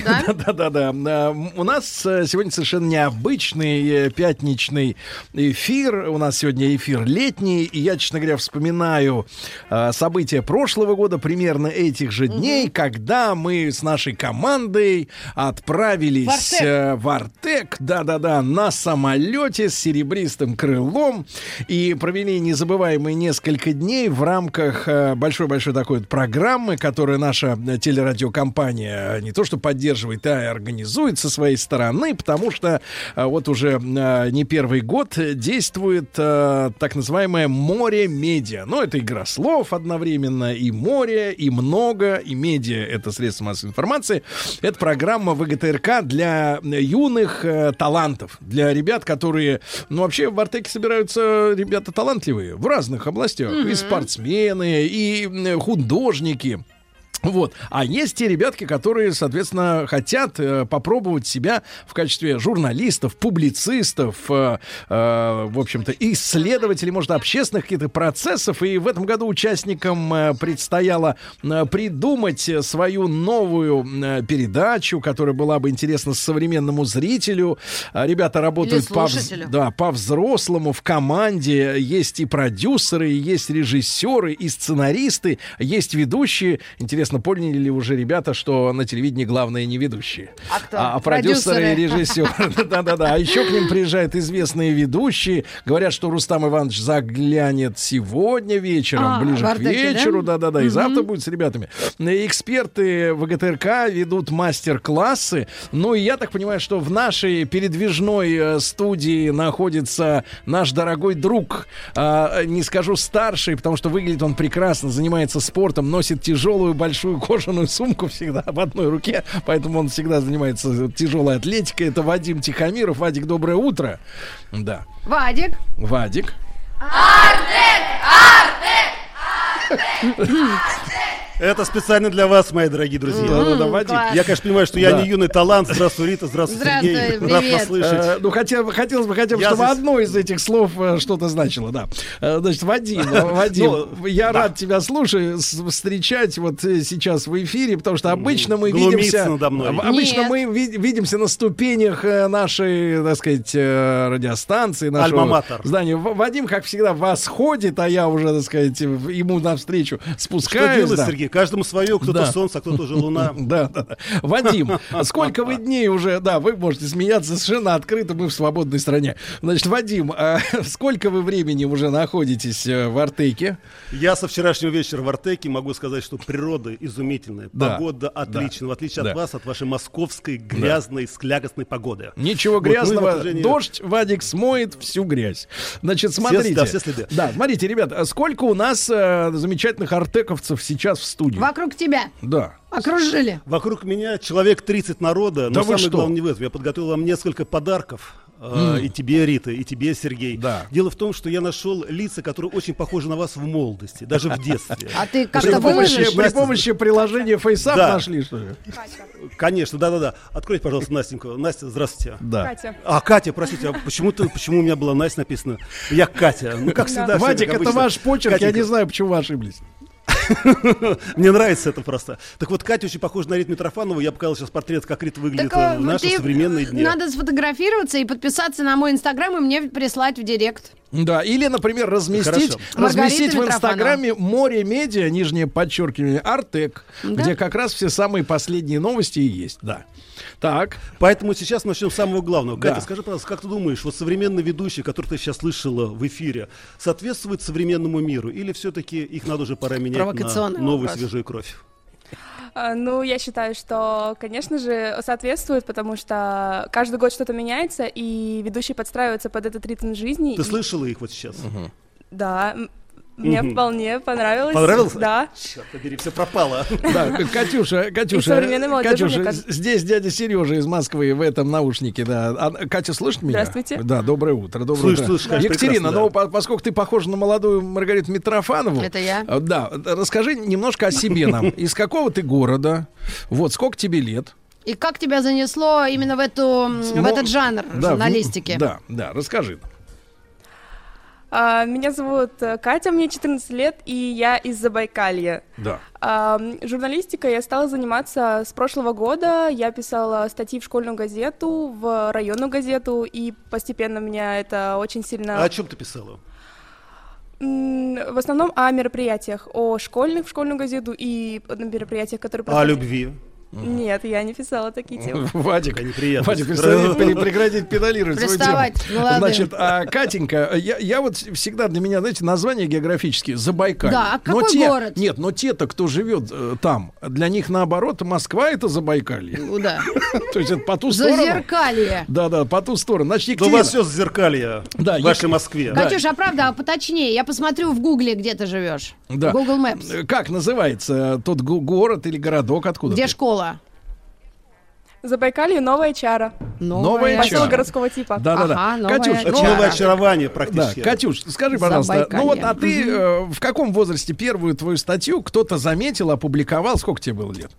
Да. У нас сегодня совершенно необычный пятничный эфир. У нас сегодня эфир летний. И я, честно говоря, вспоминаю события прошлого года, примерно этих же дней, когда мы с нашей командой отправились в Артек, на самолете с серебристым крылом и провели незабываемые несколько дней в рамках большой-большой такой вот программы, которую наша телерадиокомпания не то что поддерживает, а и организует со своей стороны, потому что вот уже не первый год действует так называемое «Море-медиа». Ну, это игра слов одновременно, и море, и много, и медиа — это средства массовой информации. Это программа ВГТРК для юных талантов, для ребят, которые... Ну, вообще в Артеке собираются ребята талантливые в разных областях. И спортсмены, и художники. Вот. А есть те ребятки, которые, соответственно, хотят попробовать себя в качестве журналистов, публицистов, в общем-то, исследователей, может, общественных каких-то процессов. И в этом году участникам предстояло придумать свою новую передачу, которая была бы интересна современному зрителю. Ребята работают по-взрослому в команде. Есть и продюсеры, есть режиссеры, и сценаристы, есть ведущие. Интересно, поняли ли уже ребята, что на телевидении главное не ведущие, а продюсеры и режиссеры. Да. А еще к ним приезжают известные ведущие. Говорят, что Рустам Иванович заглянет сегодня вечером, ближе к вечеру. Да. И завтра будет с ребятами. Эксперты ВГТРК ведут мастер-классы. Ну и я так понимаю, что в нашей передвижной студии находится наш дорогой друг. Не скажу старший, потому что выглядит он прекрасно, занимается спортом, носит тяжелую большую кожаную сумку всегда в одной руке, поэтому он всегда занимается тяжелой атлетикой. Это Вадим Тихомиров. Вадик, доброе утро. Да. Вадик. Артек! Это специально для вас, мои дорогие друзья. Да, Вадик. Я, конечно, понимаю, что я не юный талант. Здравствуй, Рита, здравствуй, Сергей. Рад вас слышать. Ну, хотелось бы хотя бы, чтобы одно из этих слов что-то значило, да. Значит, Вадим, я рад тебя встречать вот сейчас в эфире, потому что обычно мы видимся... мы видимся на ступенях нашей, так сказать, радиостанции, нашего здания. Вадим, как всегда, восходит, а я уже, так сказать, ему навстречу спускаюсь. Что делать, Сергей? Каждому свое, кто-то солнце, а кто-то уже луна. Да. Вадим, сколько вы дней уже, вы можете смеяться совершенно открыто, мы в свободной стране. Значит, Вадим, сколько вы времени уже находитесь в Артеке? Я со вчерашнего вечера в Артеке могу сказать, что природа изумительная, погода отличная, в отличие от вас, от вашей московской грязной, слякостной погоды. Ничего грязного, дождь, Вадик, смоет всю грязь. Значит, смотрите. Все следы. Да, смотрите, ребят, сколько у нас замечательных артековцев сейчас в студии? Вокруг тебя. Да. Окружили. Вокруг меня человек 30 народа, но самое главное не в этом. Я подготовил вам несколько подарков И тебе, Рита, и тебе, Сергей. Да. Дело в том, что я нашел лица, которые очень похожи на вас в молодости, даже в детстве. А ты как-то при помощи приложения FaceApp нашли, что ли? Конечно, да. Откройте, пожалуйста, Настеньку. Настя, здравствуйте. Да. Катя. Катя, простите, почему у меня была Настя написано? Я Катя. Ну, как всегда. Вадик, это ваш почерк, я не знаю, почему вы ошиблись. Мне нравится это просто. Так вот, Катя очень похожа на Риту Митрофанову. Я показал сейчас портрет, как Рита выглядит в наши современные дни. Надо сфотографироваться и подписаться на мой инстаграм и мне прислать в директ. Да, или, например, разместить в инстаграме Море Медиа, нижнее подчеркивание, Артек, где как раз все самые последние новости и есть, да. Так. Поэтому сейчас начнем с самого главного. Катя, скажи, пожалуйста, как ты думаешь, вот современные ведущие, которые ты сейчас слышала в эфире, соответствуют современному миру или все-таки их надо уже пора менять на новую свежую кровь? Ну, я считаю, что, конечно же, соответствует, потому что каждый год что-то меняется, и ведущие подстраиваются под этот ритм жизни. Ты слышала их вот сейчас? Да. Мне вполне понравилось. Понравился? Да. Черт побери, все пропало. Да, Катюша, здесь дядя Сережа из Москвы в этом наушнике, да. Катя слышит меня? Здравствуйте. Да, доброе утро. Слышь, Екатерина, ну, поскольку ты похожа на молодую Маргариту Митрофанову. Это я. Да, расскажи немножко о себе нам. Из какого ты города? Вот, сколько тебе лет? И как тебя занесло именно в этот жанр журналистики? Да, расскажи. Меня зовут Катя, мне 14 лет, и я из Забайкалья. Да. Журналистикой я стала заниматься с прошлого года. Я писала статьи в школьную газету, в районную газету, и постепенно меня это очень сильно... А о чем ты писала? В основном о мероприятиях, о школьную газету и о мероприятиях, которые... О любви? Нет, я не писала такие темы. Вадик, прекратить педалировать свою тему. Значит, Катенька, я вот всегда для меня, знаете, название географические Забайкалье. Да, а какой город? Нет, но те-то, кто живет там, для них наоборот, Москва это Забайкалье. Ну да. То есть это по ту сторону. Зазеркалье. Да, по ту сторону. Значит, Екатерина. У вас все Зазеркалье в вашей Москве. Катюш, а правда, поточнее, я посмотрю в Гугле, где ты живешь. Да. Google Maps. Как называется тот город или городок, откуда? Где школа? Забайкалье, Новая Чара. Новая Чара. Поселок городского типа. Да. Катюш, это новое очарование практически. Да, Катюш, скажи, пожалуйста, а ты в каком возрасте первую твою статью кто-то заметил, опубликовал? Сколько тебе было лет?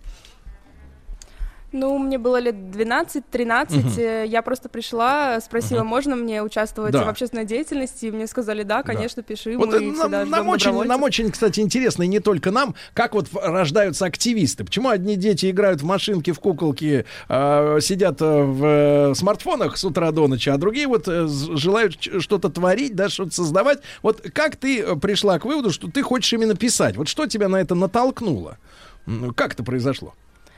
Ну, мне было лет 12-13, я просто пришла, спросила, можно мне участвовать в общественной деятельности, и мне сказали, да, конечно, пиши, вот мы всегда ждем добровольцев. Нам очень, кстати, интересно, и не только нам, как вот рождаются активисты. Почему одни дети играют в машинки, в куколки, сидят в смартфонах с утра до ночи, а другие вот желают что-то творить, да, что-то создавать. Вот как ты пришла к выводу, что ты хочешь именно писать? Вот что тебя на это натолкнуло? Как это произошло?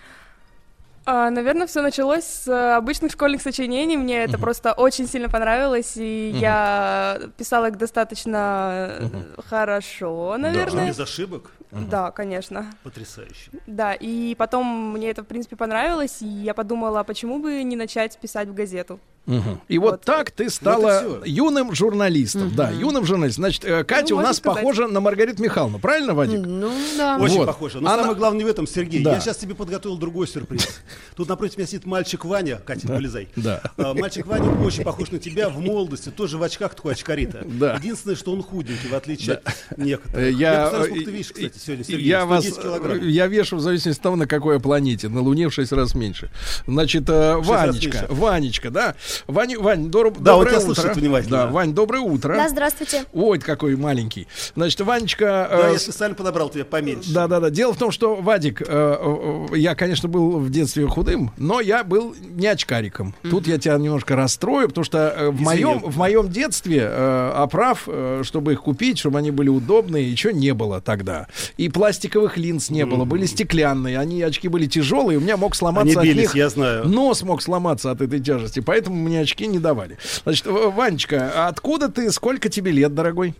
Наверное, все началось с обычных школьных сочинений. Мне это просто очень сильно понравилось, и я писала их достаточно хорошо, наверное. Без ошибок? Да, конечно. Потрясающе. Да, и потом мне это, в принципе, понравилось, и я подумала, почему бы не начать писать в газету. И вот так ты стала юным журналистом. Да, юным журналистом. Значит, Катя у нас похожа на Маргариту Михайловну. Правильно, Вадик? Ну, да. Очень похожа. Но самое главное в этом, Сергей, я сейчас тебе подготовил другой сюрприз. Тут напротив меня сидит мальчик Ваня. Катя, вылезай. Мальчик Ваня очень похож на тебя в молодости. Тоже в очках, такой очкарита. Единственное, что он худенький, в отличие от некоторых. Я представляю, сколько ты весишь, кстати, сегодня, Сергей. 110 килограмм. Я вешу в зависимости от того, на какой планете. На Луне в 6 раз меньше. Значит, Ванечка, да? Вань, доброе утро. Слушает внимательно. Да, Вань, доброе утро. Да, здравствуйте. Ой, какой маленький. Значит, Ванечка... Да, я специально подобрал тебя поменьше. Да. Дело в том, что, Вадик, я, конечно, был в детстве худым, но я был не очкариком. Тут я тебя немножко расстрою, потому что в моем детстве оправ, чтобы их купить, чтобы они были удобные, еще не было тогда. И пластиковых линз не было, были стеклянные. Очки были тяжелые, у меня мог сломаться от них. Я знаю. Нос мог сломаться от этой тяжести, поэтому мне очки не давали. Значит, Ванечка, откуда ты, сколько тебе лет, дорогой?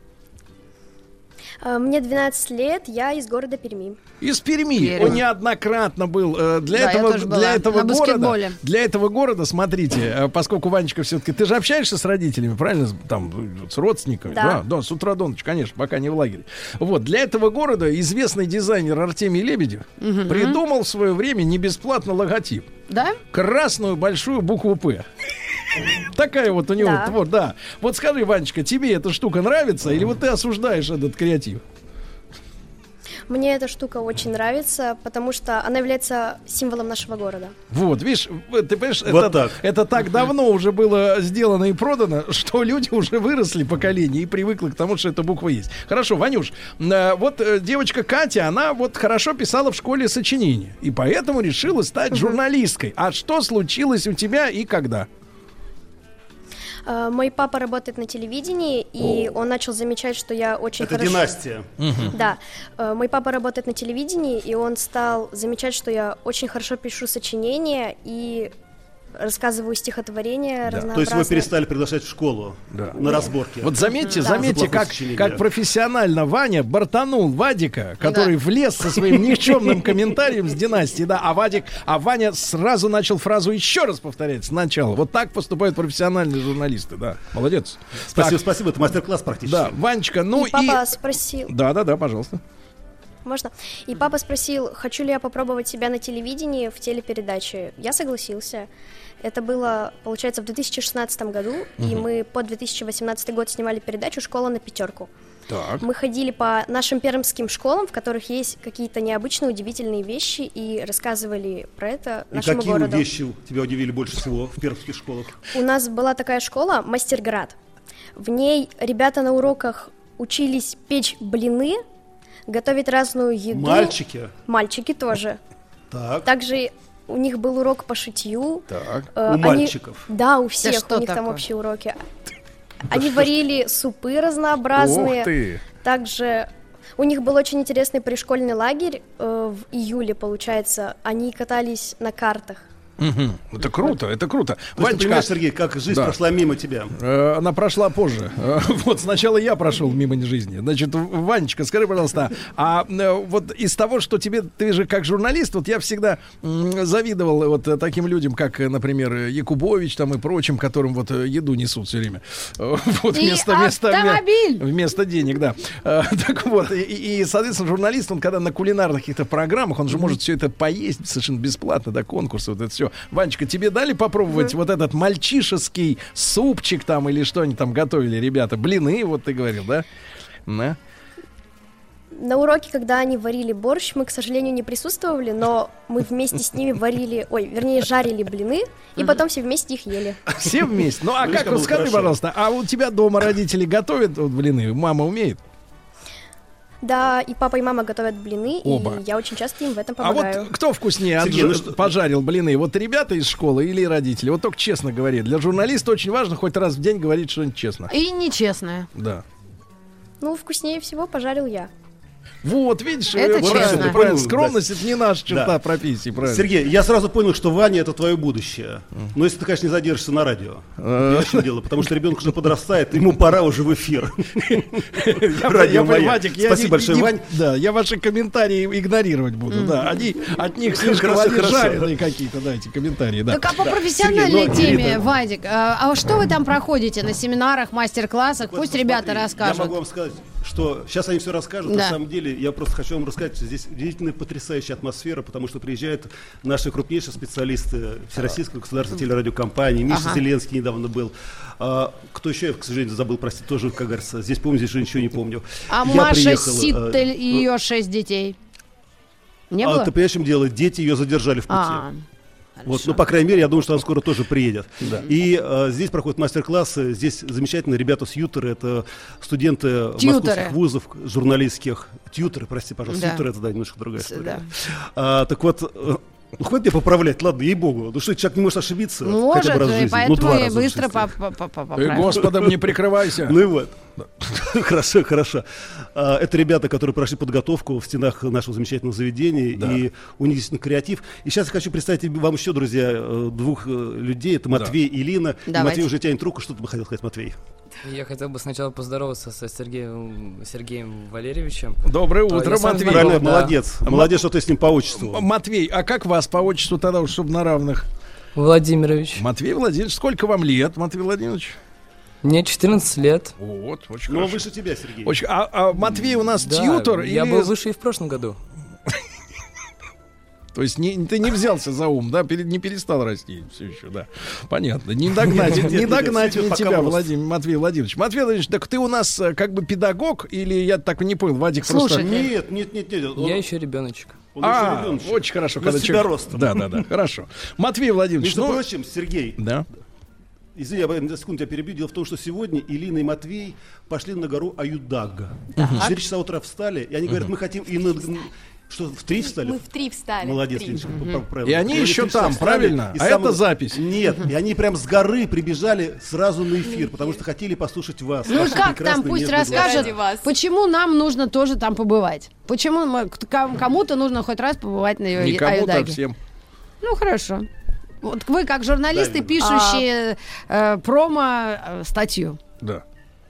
Мне 12 лет, я из города Перми. Из Перми. Он неоднократно был. Для этого города, смотрите, поскольку Ванечка все-таки... Ты же общаешься с родителями, правильно? Там, с родственниками. Да, с утра до ночи, конечно, пока не в лагере. Вот, для этого города известный дизайнер Артемий Лебедев придумал в свое время не бесплатно логотип. Да? Красную большую букву «П». такая вот у него творчество. Да. Вот скажи, Ванечка, тебе эта штука нравится или вот ты осуждаешь этот креатив? Мне эта штука очень нравится, потому что она является символом нашего города. Вот, видишь, ты понимаешь, вот это так давно уже было сделано и продано, что люди уже выросли поколение и привыкли к тому, что эта буква есть. Хорошо, Ванюш, вот девочка Катя, она вот хорошо писала в школе сочинения, и поэтому решила стать журналисткой. А что случилось у тебя и когда? Мой папа работает на телевидении, и он начал замечать, что я очень хорошо... Это династия. Да. Мой папа работает на телевидении, и он стал замечать, что я очень хорошо пишу сочинения и рассказываю стихотворения разнообразные. То есть вы перестали приглашать в школу на разборки. Вот заметьте, как профессионально Ваня бортанул Вадика, который влез со своим никчемным комментарием с династии, а Ваня сразу начал фразу еще раз повторять сначала. Вот так поступают профессиональные журналисты, да. Молодец. Спасибо, это мастер-класс практически. Да, Ванечка, и папа спросил. Да, пожалуйста. Можно? И папа спросил, хочу ли я попробовать себя на телевидении в телепередаче. Я согласился. Это было, получается, в 2016 году, и мы по 2018 год снимали передачу «Школа на пятерку». Так. Мы ходили по нашим пермским школам, в которых есть какие-то необычные, удивительные вещи, и рассказывали про это нашему городу. И какие вещи тебя удивили больше всего в пермских школах? У нас была такая школа «Мастерград». В ней ребята на уроках учились печь блины, готовить разную еду. Мальчики? Мальчики тоже. Так. Также у них был урок по шитью. Так. У мальчиков? Да, у всех. У них там общие уроки. Они варили супы разнообразные. Ух ты! Также у них был очень интересный пришкольный лагерь. В июле, получается, они катались на картах. Это круто, это круто. Ванечка, ты понимаешь, Сергей, как жизнь прошла мимо тебя? Она прошла позже. Вот сначала я прошел мимо жизни. Значит, Ванечка, скажи, пожалуйста, а вот из того, что ты же как журналист, вот я всегда завидовал вот таким людям, как, например, Якубович там и прочим, которым вот еду несут все время. Вот вместо денег, да. Так вот, и, соответственно, журналист, он когда на кулинарных каких-то программах, он же может все это поесть совершенно бесплатно, да, конкурсы, вот это все. Ванечка, тебе дали попробовать вот этот мальчишеский супчик там или что они там готовили, ребята? Блины, вот ты говорил, да? На уроке, когда они варили борщ, мы, к сожалению, не присутствовали, но мы вместе с ними жарили блины, и потом все вместе их ели. Все вместе? Ну, а как, вот скажи, пожалуйста, а у тебя дома родители готовят вот блины? Мама умеет? Да, и папа, и мама готовят блины, и я очень часто им в этом помогаю. А вот кто вкуснее пожарил блины? Вот ребята из школы или родители? Вот только честно говори. Для журналиста очень важно хоть раз в день говорить что-нибудь честно. И нечестное. Да. Ну, вкуснее всего пожарил я. Вот, видишь, это честно. Правильно, скромность — это не наша черта профессии, правильно. Сергей, я сразу понял, что Ваня — это твое будущее. Но если ты, конечно, не задержишься на радио. Я очень дело, потому что ребенок уже подрастает, ему пора уже в эфир. Радио Маяк. Спасибо большое, Вань. Да, я ваши комментарии игнорировать буду, да. Они от них слишком жареные какие-то, да, эти комментарии, да. Так а по профессиональной теме, Вадик, а что вы там проходите на семинарах, мастер-классах? Пусть ребята расскажут. Я могу вам сказать, что сейчас они все расскажут. На самом деле, я просто хочу вам рассказать, что здесь удивительная, потрясающая атмосфера, потому что приезжают наши крупнейшие специалисты Всероссийской государственной телерадиокомпании. Миша Зеленский недавно был. Кто еще, я, к сожалению, забыл, простите, тоже, как говорится, здесь помню, здесь же ничего не помню. А я Маша Ситтель и ее 6 детей? Не было? Ты понимаешь, в чем дело? Дети ее задержали в пути. Вот, ну, по крайней мере, я думаю, что она скоро тоже приедет. Да. И здесь проходят мастер-классы. Здесь замечательные ребята с Ютера. Это студенты московских вузов журналистских. Тьютеры, прости, пожалуйста. Да. Тьютеры — это, да, немножко другая история. Да. Так вот, хватит мне поправлять, ладно, ей-богу. Ну что, человек не может ошибиться хотя бы раз в жизни. Поэтому и быстро поправим. Господом не прикрывайся. Ну и вот. Хорошо, хорошо. Это ребята, которые прошли подготовку в стенах нашего замечательного заведения, и у них действительно креатив. И сейчас я хочу представить вам еще, друзья, двух людей. Это Матвей и Лина. Матвей уже тянет руку. Что ты бы хотел сказать, Матвей? Я хотел бы сначала поздороваться со Сергеем Валерьевичем. Доброе утро, Матвей. Правильно, молодец. Молодец, что ты с ним по отчеству. Матвей, а как вас по отчеству тогда, чтобы на равных? Владимирович. Матвей Владимирович. Сколько вам лет, Матвей Владимирович? Мне 14 лет. Вот, очень хорошо. Но выше тебя, Сергей. А Матвей у нас тьютор? Я был выше и в прошлом году. То есть ты не взялся за ум, да, не перестал расти все еще, да. Понятно. Не догнать мне тебя, Матвей Владимирович. Матвей Владимирович, так ты у нас как бы педагог или я так не понял, Вадик просто... Нет. Я еще ребеночек. Очень хорошо. Когда тебя ростом. Да, хорошо. Матвей Владимирович, между прочим, Сергей. Да. Извини, я на секунду тебя перебью. Дело в том, что сегодня Илина и Матвей пошли на гору Аюдага. В 4 часа утра встали, и они говорят, мы хотим... Что, в 3 встали? Мы в 3 встали. Молодец, Леночка. И они еще там, правильно? А это запись. Нет, и они прям с горы прибежали сразу на эфир, потому что хотели послушать вас. Ну как там, пусть расскажет, почему нам нужно тоже там побывать? Почему кому-то нужно хоть раз побывать на Аюдаге? Не кому-то, а всем. Ну хорошо. Вот вы как журналисты, пишущие промо-статью. Да.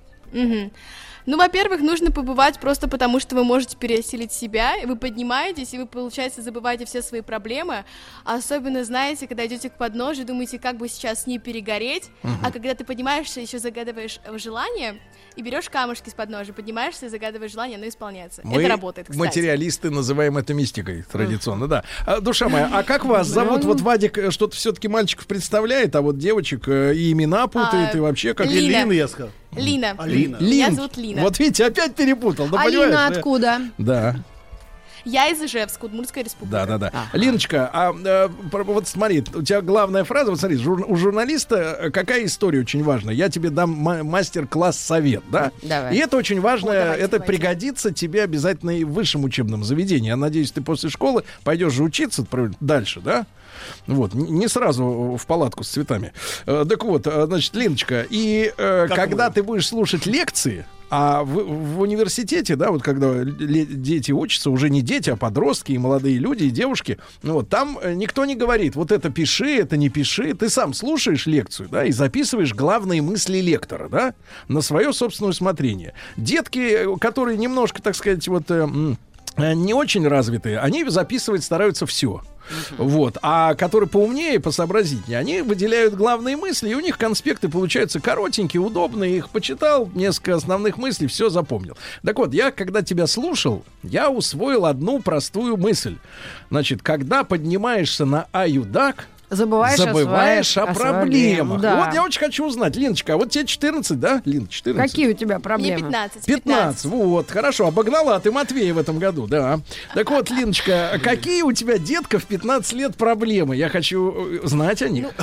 Ну, во-первых, нужно побывать просто потому, что вы можете переосилить себя, и вы поднимаетесь, и вы, получается, забываете все свои проблемы, особенно, знаете, когда идете к подножию, думаете, как бы сейчас не перегореть, а когда ты поднимаешься, еще загадываешь желание, и берешь камушки с подножия, поднимаешься и загадываешь желание, оно исполняется. Это работает, кстати. Материалисты называем это мистикой традиционно, да. Душа моя, а как вас зовут? Вот Вадик что-то все-таки мальчиков представляет, а вот девочек и имена путает, и вообще как... Лина, я сказал. Лина. Меня зовут Лина. Вот видите, опять перепутал. А Лина откуда? Да. Я из Ижевска, Удмуртская республика. Да. Линочка, вот смотри, у тебя главная фраза, вот смотри, у журналиста какая история очень важна? Я тебе дам мастер-класс совет, да? Давай. И это очень важно, давайте. Пригодится тебе обязательно и в высшем учебном заведении. Я надеюсь, ты после школы пойдешь же учиться дальше, да? Вот, не сразу в палатку с цветами. Так вот, значит, Линочка, и когда ты будешь слушать лекции, а в университете, да, вот когда дети учатся, уже не дети, а подростки, и молодые люди, и девушки, ну вот там никто не говорит, вот это пиши, это не пиши. Ты сам слушаешь лекцию, да, и записываешь главные мысли лектора, да, на свое собственное усмотрение. Детки, которые немножко, так сказать, вот... не очень развитые, они записывать стараются все. Вот. А которые поумнее, посообразительнее, они выделяют главные мысли, и у них конспекты получаются коротенькие, удобные. Их почитал, несколько основных мыслей, все запомнил. Так вот, я, когда тебя слушал, я усвоил одну простую мысль. Значит, когда поднимаешься на Аюдаг, забываешь о проблемах. Да. Вот я очень хочу узнать, Линочка, а вот тебе 14, да? Лин, 14. Какие у тебя проблемы? Мне 15. Вот, хорошо, обогнала ты Матвея в этом году, да. Так вот, Линочка, какие у тебя, детка, в 15 лет проблемы? Я хочу знать о них.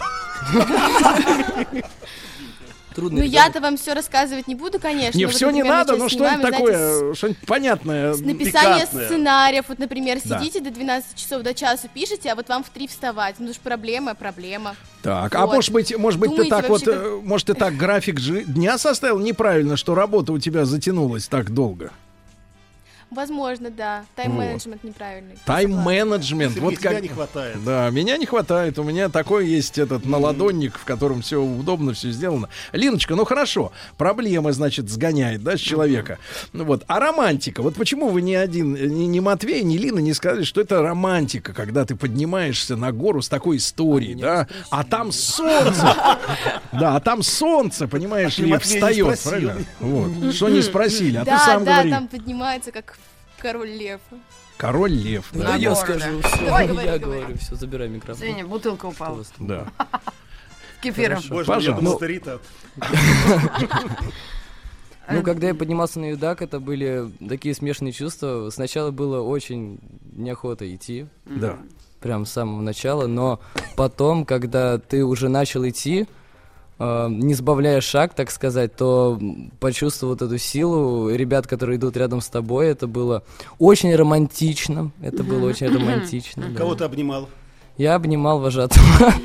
Ну, я-то вам все рассказывать не буду, конечно. Не, все не надо, но что-нибудь такое, что-нибудь понятное, написание сценариев, вот, например, сидите до 12 часов, до часу пишете, а вот вам в 3 вставать. Ну, потому что проблема. Так, вот. А может быть, ты так вот, может, ты так график дня составил неправильно, что работа у тебя затянулась так долго? Возможно, да. Тайм-менеджмент неправильный. Тайм-менеджмент. Вот как не хватает. Да, меня не хватает. У меня такой есть этот наладонник, в котором все удобно, все сделано. Линочка, ну хорошо. Проблемы, значит, сгоняет, да, с человека. Вот. А романтика? Вот почему вы ни Матвей, ни Лина не сказали, что это романтика, когда ты поднимаешься на гору с такой историей, да? А там солнце. Да, а там солнце, понимаешь ли, встает. Правильно? Вот. Что не спросили, а ты сам говори. Да, там поднимается как Король Лев. Король Лев. Да, я скажу. Я говорю, все, забирай микрофон. Извини, бутылка упала. Да. Кефиром. Пожалуйста. Ну, когда я поднимался на Аюдаг, это были такие смешанные чувства. Сначала было очень неохота идти. Да. Прям с самого начала. Но потом, когда ты уже начал идти, не сбавляя шаг, так сказать, то почувствовал вот эту силу ребят, которые идут рядом с тобой. Это было очень романтично. Это было очень романтично. Кого ты обнимал? Я обнимал вожатого.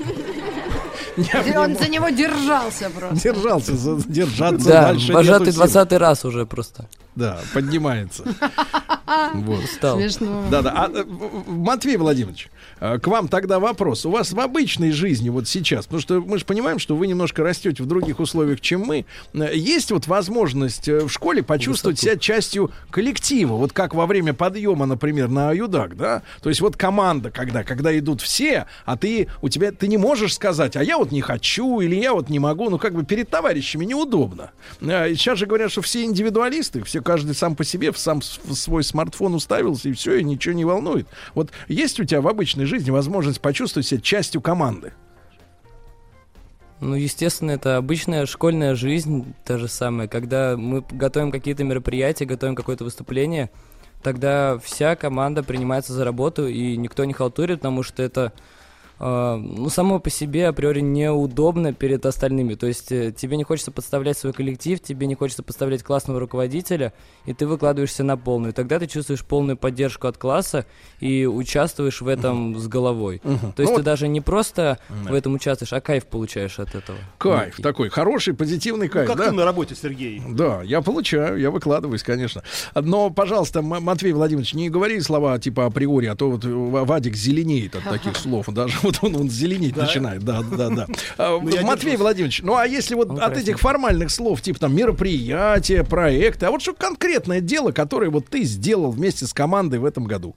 Он за него держался просто. Держался, держаться дальше. Да, вожатый 20-й раз уже просто. Да, поднимается. Вот, стал. Смешно. Да. Матвей Владимирович, к вам тогда вопрос. У вас в обычной жизни вот сейчас, потому что мы же понимаем, что вы немножко растете в других условиях, чем мы, есть вот возможность в школе почувствовать себя частью коллектива, вот как во время подъема, например, на Аюдаг, да? То есть вот команда, когда идут все, а ты не можешь сказать, а я вот не хочу, или я вот не могу, ну как бы перед товарищами неудобно. Сейчас же говорят, что все индивидуалисты, все каждый сам по себе, в свой смартфон смартфон уставился, и все, и ничего не волнует. Вот есть у тебя в обычной жизни возможность почувствовать себя частью команды? Ну, естественно, это обычная школьная жизнь, та же самая. Когда мы готовим какие-то мероприятия, готовим какое-то выступление, тогда вся команда принимается за работу, и никто не халтурит, потому что это, само по себе априори неудобно перед остальными. То есть тебе не хочется подставлять свой коллектив, тебе не хочется подставлять классного руководителя, и ты выкладываешься на полную. И тогда ты чувствуешь полную поддержку от класса и участвуешь в этом с головой. То есть ты даже не просто в этом участвуешь, а кайф получаешь от этого. Кайф такой, хороший, позитивный кайф. Как ты на работе, Сергей? Да, я получаю, я выкладываюсь, конечно. Но, пожалуйста, Матвей Владимирович, не говори слова типа априори, а то вот Вадик зеленеет от таких слов. Даже вот он зеленеть начинает. Да. Матвей Владимирович, ну а если вот от этих формальных слов, типа там мероприятия, проекты, а вот что конкретное дело, которое вот ты сделал вместе с командой в этом году?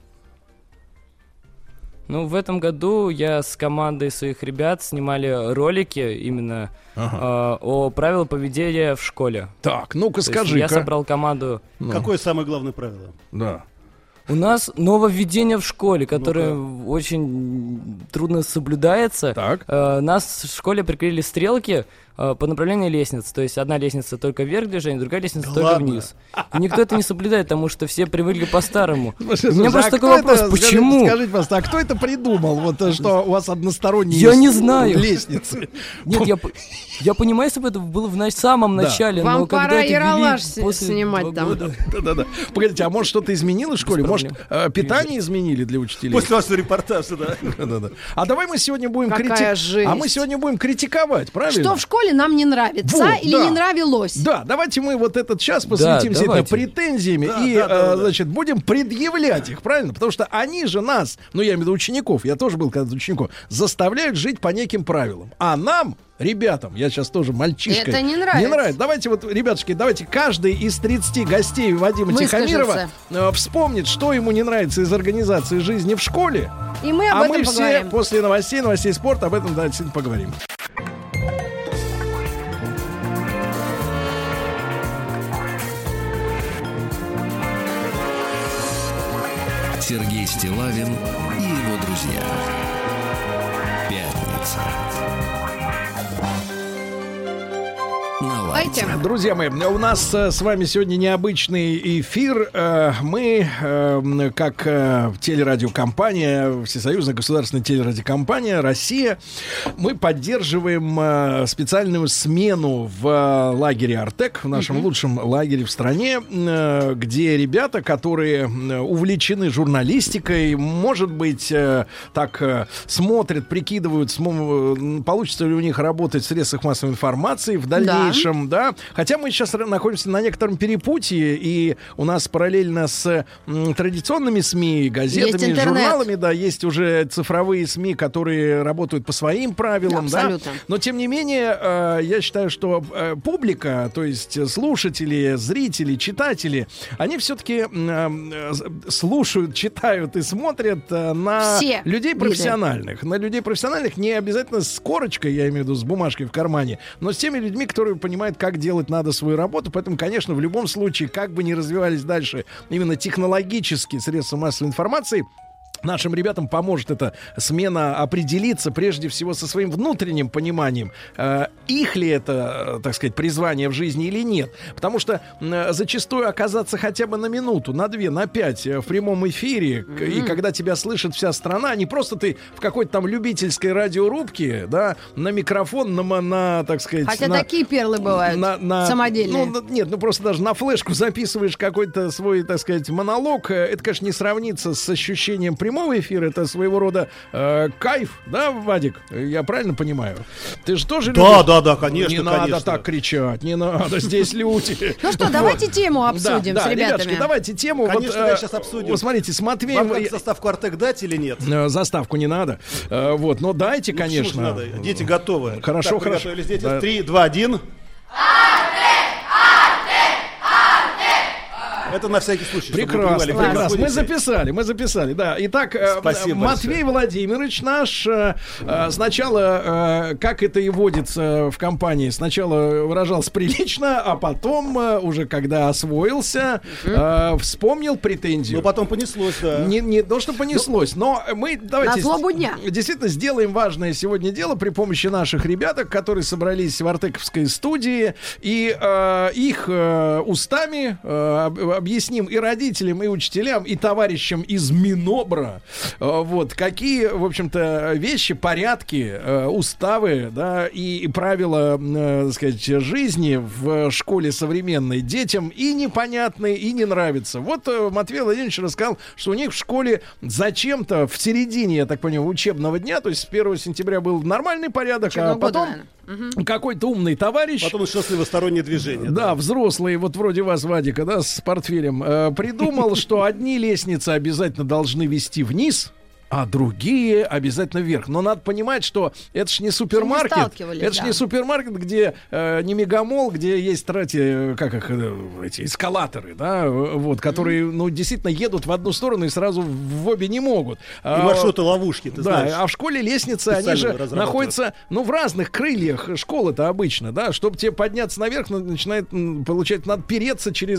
Ну, в этом году я с командой своих ребят снимали ролики именно о правилах поведения в школе. Так, ну-ка скажи-ка. Я собрал команду. Какое самое главное правило? Да. У нас нововведение в школе, которое очень трудно соблюдается. Так. Нас в школе прикрыли стрелки по направлению лестниц. То есть одна лестница только вверх движение, другая лестница только вниз. И никто это не соблюдает, потому что все привыкли по-старому. У меня просто такой вопрос, почему? Скажите, пожалуйста, а кто это придумал, вот что у вас односторонние лестницы? Нет, я понимаю, если бы это было в самом начале, но когда пора Ералаш снимать там. Да. Погодите, а может что-то изменилось в школе? Может питание изменили для учителей? После вашего репортажа, да. А давай мы сегодня будем критиковать, правильно? Что в школе нам не нравится или не нравилось? Да, давайте мы вот этот час посвятим все это претензиями и, значит, будем предъявлять их, правильно? Потому что они же нас, ну я имею в виду учеников, я тоже был когда-то учеником, заставляют жить по неким правилам. А нам, ребятам, я сейчас тоже мальчишкой. Это не нравится. Давайте вот, ребятушки, давайте каждый из 30 гостей Вадима Тихомирова вспомнит, что ему не нравится из организации жизни в школе. И мы об этом поговорим. Все после новостей спорта об этом действительно поговорим. Сергей Стиллавин и его друзья. Пятница. Друзья мои, у нас с вами сегодня необычный эфир. Мы, как телерадиокомпания, Всесоюзная государственная телерадиокомпания «Россия», мы поддерживаем специальную смену в лагере «Артек», в нашем лучшем лагере в стране, где ребята, которые увлечены журналистикой, может быть, так смотрят, прикидывают, получится ли у них работать в средствах массовой информации в дальнейшем, да. Хотя мы сейчас находимся на некотором перепутье, и у нас параллельно с традиционными СМИ, газетами, журналами, да, есть уже цифровые СМИ, которые работают по своим правилам, да. Но тем не менее, я считаю, что публика, то есть слушатели, зрители, читатели, они все-таки слушают, читают и смотрят на людей профессиональных. На людей профессиональных не обязательно с корочкой, я имею в виду с бумажкой в кармане, но с теми людьми, которые понимают, как делать надо свою работу. Поэтому, конечно, в любом случае, как бы ни развивались дальше именно технологические средства массовой информации, нашим ребятам поможет эта смена определиться прежде всего со своим внутренним пониманием, их ли это, так сказать, призвание в жизни или нет. Потому что зачастую оказаться хотя бы на минуту, на 2, на 5 в прямом эфире, и когда тебя слышит вся страна, не просто ты в какой-то там любительской радиорубке, да, на микрофон, на так сказать... Хотя такие перлы бывают самодельные. Нет, просто даже на флешку записываешь какой-то свой, так сказать, монолог. Это, конечно, не сравнится с ощущением прямого эфира. Это своего рода кайф, да, Вадик? Я правильно понимаю? Ты же тоже любишь? Да, конечно. Не надо так кричать, не надо, здесь люди. Ну что, давайте тему обсудим с ребятами. Ребятушки, давайте тему. Конечно, я сейчас обсудим. Вот смотрите, с Матвеем... Вам заставку «Артек» дать или нет? Заставку не надо. Вот, но дайте, конечно. Дети готовы. Хорошо. 3, 2, 1. Это на всякий случай. Прекрасно. Мы записали, да. Итак, Матвей Владимирович наш сначала, как это и водится в компании, сначала выражался прилично, а потом, уже когда освоился, вспомнил претензию. Ну, потом понеслось, да. Не то, что понеслось, но мы давайте действительно сделаем важное сегодня дело при помощи наших ребяток, которые собрались в Артековской студии, и их устами объясним и родителям, и учителям, и товарищам из Минобра, вот, какие, в общем-то, вещи, порядки, уставы, да, и правила, так сказать, жизни в школе современной детям и непонятны, и не нравятся. Вот Матвей Владимирович рассказал, что у них в школе зачем-то в середине, я так понимаю, учебного дня, то есть с 1 сентября был нормальный порядок, а потом какой-то умный товарищ. Потом началось левостороннее движение. Да, взрослый, вот вроде вас, Вадика, да, с портфелем, придумал, что одни лестницы обязательно должны вести вниз, а другие обязательно вверх. Но надо понимать, что это ж не супермаркет. Это ж не супермаркет, где не мегамол, где есть, как их, эти эскалаторы, да, вот, которые, ну, действительно едут в одну сторону и сразу в обе не могут. И маршруты ловушки, ты знаешь. Да, а в школе лестницы, они же находятся, ну, в разных крыльях школы-то обычно, да, чтобы тебе подняться наверх, начинает, получается, надо переться через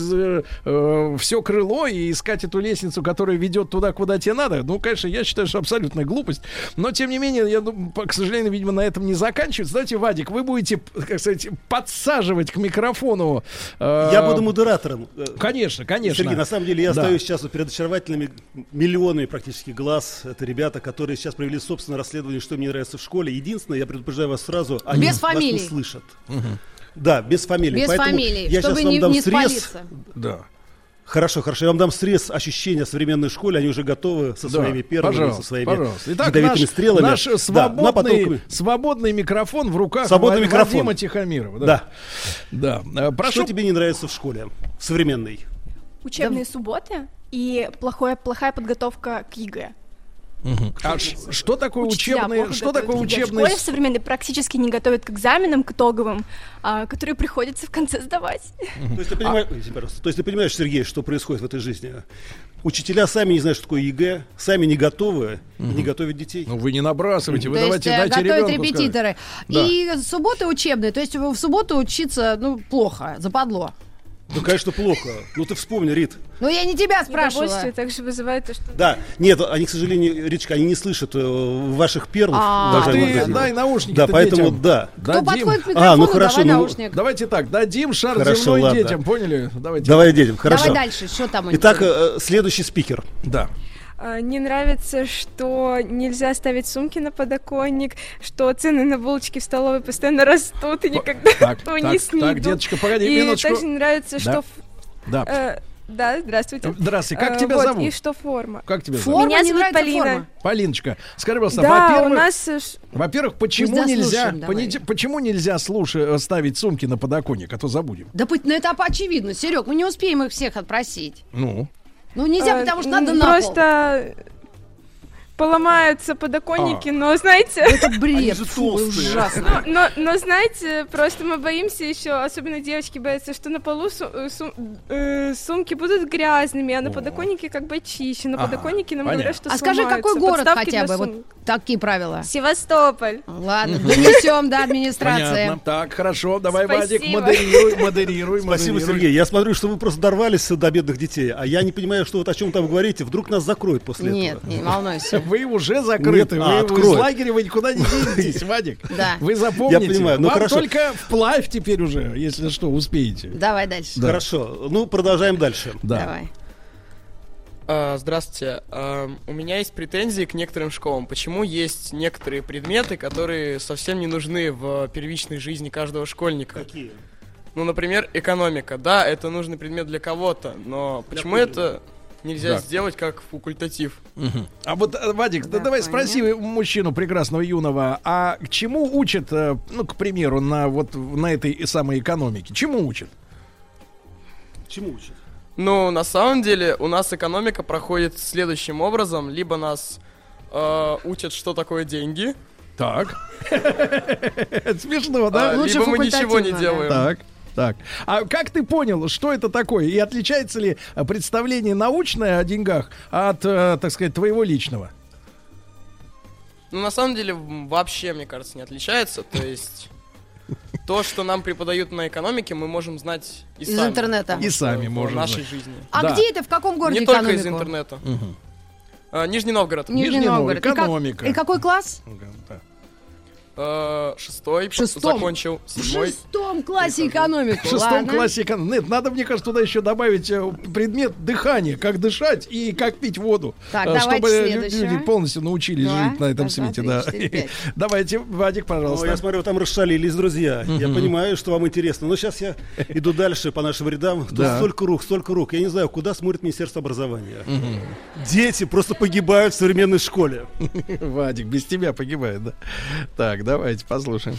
все крыло и искать эту лестницу, которая ведет туда, куда тебе надо. Ну, конечно, я считаю, что абсолютная глупость. Но, тем не менее, я думаю, к сожалению, видимо, на этом не заканчивается. Знаете, Вадик, вы будете, как сказать, подсаживать к микрофону. Я буду модератором. Конечно. Сергей, на самом деле, я стою сейчас перед очаровательными миллионами практически глаз. Это ребята, которые сейчас провели собственное расследование, что мне нравится в школе. Единственное, я предупреждаю вас сразу, они без фамилий. Вас не слышат. Да, без фамилии. Без фамилии, я чтобы не спалиться. Да. Хорошо, я вам дам срез ощущения современной школы, они уже готовы со своими первыми, со своими ядовитыми стрелами. Наш свободный микрофон в руках Вадима Тихомирова. Да. Что тебе не нравится в школе современной? Учебные субботы и плохая подготовка к ЕГЭ. А что такое учебные? Что такое учебные? В школе в современной практически не готовят к экзаменам, к итоговым, которые приходится в конце сдавать. То есть ты понимаешь, Сергей, что происходит в этой жизни? Учителя сами не знают, что такое ЕГЭ, сами не готовы, не готовят детей. Ну вы не набрасывайте, вы дайте ребенку готовят репетиторы. И субботы учебные, то есть в субботу учиться, плохо, западло. Ну, конечно, плохо. Ну, ты вспомни, Рит. Ну, я не тебя спрашивала. Недовольствие также вызывает то, что... Да, нет, они, к сожалению, Риточка, они не слышат ваших перлов. Дай наушники. Да, поэтому, да. Кто подходит к микрофону, давай наушник. Давайте так, дадим шар земной детям, поняли? Давай детям, хорошо. Давай дальше, что там у них? Итак, следующий спикер. Да. Не нравится, что нельзя ставить сумки на подоконник, что цены на булочки в столовой постоянно растут и никогда этого не снидут. Так, деточка, погоди минуточку. И также не нравится, что... Да, здравствуйте. Здравствуйте, как тебя зовут? И что форма. Как тебя зовут? Меня зовут Полина. Полиночка, скажи, пожалуйста, во-первых, почему нельзя ставить сумки на подоконник, а то забудем? Да, это очевидно, Серег, мы не успеем их всех отпросить. Ну, нельзя, потому что надо на пол. Просто поломаются подоконники, но, знаете... Это бред, ужасно. Но, знаете, просто мы боимся еще, особенно девочки боятся, что на полу сумки будут грязными, а на подоконнике как бы чище. На подоконнике нам говорят, что сломаются. А скажи, какой город хотя бы? Вот такие правила. Севастополь. Ладно, донесем до администрации. Понятно. Так, хорошо, давай, Вадик, модерируй. Спасибо, Сергей. Я смотрю, что вы просто дорвались до бедных детей, а я не понимаю, что вот о чем там говорите. Вдруг нас закроют после этого. Нет, не волнуйся. Вы уже закрыты. Вы из лагеря вы никуда не денетесь, Вадик. Да. Вы запомните. Я понимаю. Вам только вплавь теперь уже, если что, успеете. Давай дальше. Хорошо. Ну, продолжаем дальше. Давай. Здравствуйте. У меня есть претензии к некоторым школам. Почему есть некоторые предметы, которые совсем не нужны в первичной жизни каждого школьника? Какие? Ну, например, экономика. Да, это нужный предмет для кого-то, но почему это... нельзя сделать как факультатив. А вот, Вадик, давай спроси мужчину прекрасного юного, а к чему учат, к примеру, на этой самой экономике? Чему учат? Чему учат? Ну, на самом деле, у нас экономика проходит следующим образом. Либо нас учат, что такое деньги. Так. Смешно, да? Либо мы ничего не делаем. Так. Так. А как ты понял, что это такое? И отличается ли представление научное о деньгах от, так сказать, твоего личного? Ну, на самом деле, вообще, мне кажется, не отличается. То есть, то, что нам преподают на экономике, мы можем знать из интернета. И сами можем в нашей жизни. А где это, в каком городе экономику? Не только из интернета. Нижний Новгород. Нижний Новгород. Экономика. И какой класс? 6-й закончил, 7-й. В 6 классе экономику. В 6 классе экономику. Нет, надо, мне кажется, туда еще добавить предмет дыхания, как дышать и как пить воду. Так, чтобы люди полностью научились жить на этом свете. Да. Давайте, Вадик, пожалуйста. Я смотрю, там расшалились, друзья. Я понимаю, что вам интересно. Но сейчас я иду дальше по нашим рядам. Тут столько рук. Я не знаю, куда смотрит Министерство образования. Дети просто погибают в современной школе. Вадик, без тебя погибает, да? Так, давайте послушаем.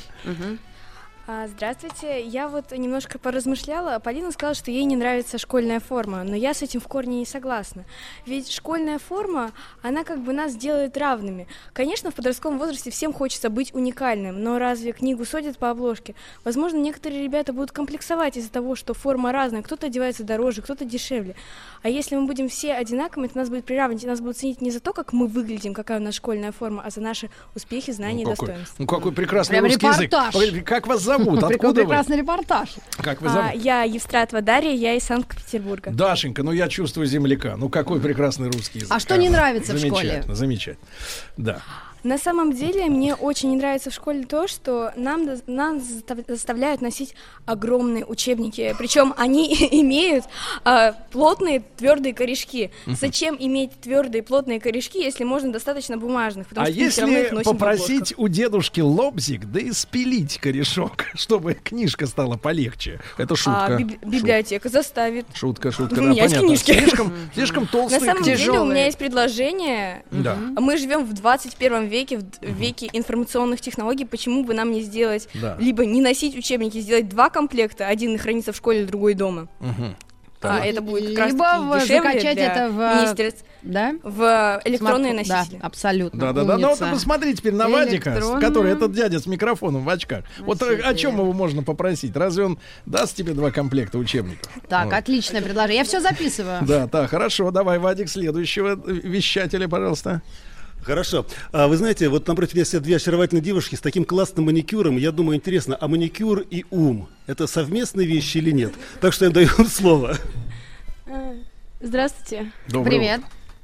Здравствуйте, я вот немножко поразмышляла. Полина сказала, что ей не нравится школьная форма, но я с этим в корне не согласна. Ведь школьная форма, она как бы нас делает равными. Конечно, в подростковом возрасте всем хочется быть уникальным, но разве книгу судят по обложке? Возможно, некоторые ребята будут комплексовать из-за того, что форма разная, кто-то одевается дороже, кто-то дешевле. А если мы будем все одинаковыми, то нас будет приравнивать, и нас будут ценить не за то, как мы выглядим, какая у нас школьная форма, а за наши успехи, знания и достоинства. Ну какой прекрасный русский язык. Как вас зовут? Откуда вы? Прекрасный репортаж. Как вы зовут? Я Евстратова Дарья, я из Санкт-Петербурга. Дашенька, ну я чувствую земляка. Ну какой прекрасный русский язык. А что не нравится в школе? Замечательно. Да. На самом деле, мне очень не нравится в школе то, что нам заставляют носить огромные учебники. Причем они имеют плотные твердые корешки. Зачем иметь твердые плотные корешки, если можно достаточно бумажных? А если попросить у дедушки лобзик, да и спилить корешок, чтобы книжка стала полегче? Это шутка. Библиотека заставит. Шутка. У меня есть книжки. Слишком толстые. На самом деле у меня есть предложение. Мы живем в 21 веке, в веке информационных технологий, почему бы нам не сделать, либо не носить учебники, сделать 2 комплекта, один хранится в школе, другой дома. Это будет как раз таки дешевле для министерств. Да? В электронные носители. Да, абсолютно. Да. Ну вот посмотрите теперь на Вадика, который этот дядя с микрофоном в очках. Вот о чем его можно попросить? Разве он даст тебе 2 комплекта учебников? Так, отличное предложение. Я все записываю. Да, хорошо. Давай, Вадик, следующего вещателя, пожалуйста. Хорошо. Вы знаете, вот напротив меня сидят 2 очаровательные девушки с таким классным маникюром. Я думаю, интересно, а маникюр и ум – это совместные вещи или нет? Так что я даю им слово. Здравствуйте. Привет.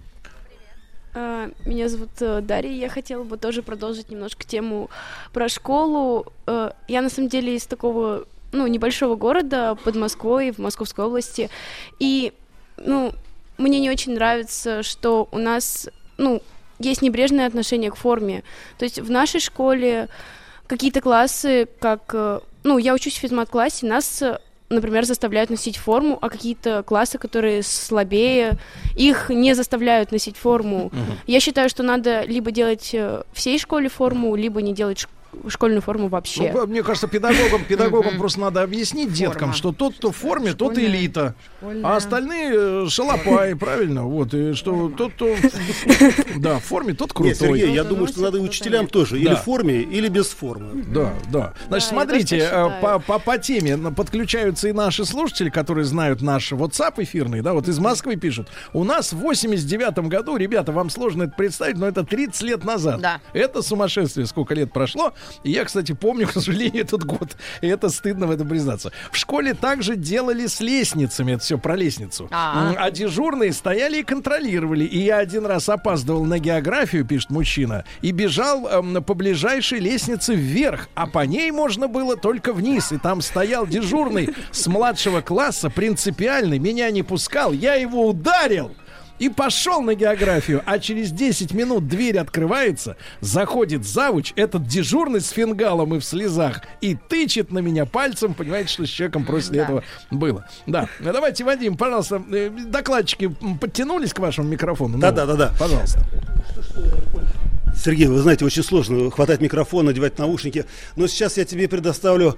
Меня зовут Дарья. Я хотела бы тоже продолжить немножко тему про школу. Я на самом деле из такого, небольшого города под Москвой, в Московской области. И, мне не очень нравится, что у нас, есть небрежное отношение к форме. То есть в нашей школе какие-то классы, я учусь в физмат-классе, нас, например, заставляют носить форму, а какие-то классы, которые слабее, их не заставляют носить форму. Я считаю, что надо либо делать всей школе форму, либо не делать школьную форму вообще. Мне кажется, педагогам просто надо объяснить деткам, что тот, кто в форме, тот элита, а остальные шалопаи, правильно? Вот, и что тот, кто в форме, тот крутой. Нет, Сергей, я думаю, что надо учителям тоже, или в форме, или без формы. Да. Значит, смотрите, по теме подключаются и наши слушатели, которые знают наш WhatsApp эфирный, да, вот из Москвы пишут. У нас в 89-м году, ребята, вам сложно это представить, но это 30 лет назад. Да. Это сумасшествие, сколько лет прошло. И я, кстати, помню, к сожалению, этот год. И это стыдно в этом признаться. В школе также делали с лестницами. Это все про лестницу. А дежурные стояли и контролировали. И я один раз опаздывал на географию, пишет мужчина, и бежал по ближайшей лестнице вверх. А по ней можно было только вниз. И там стоял дежурный с младшего класса, принципиальный. Меня не пускал. Я его ударил. И пошел на географию, а через 10 минут дверь открывается, заходит завуч, этот дежурный с фингалом и в слезах, и тычет на меня пальцем, понимаете, что с человеком после этого было. Да, давайте, Вадим, пожалуйста, докладчики подтянулись к вашему микрофону? Да. Пожалуйста. Сергей, вы знаете, очень сложно хватать микрофон, надевать наушники. Но сейчас я тебе предоставлю...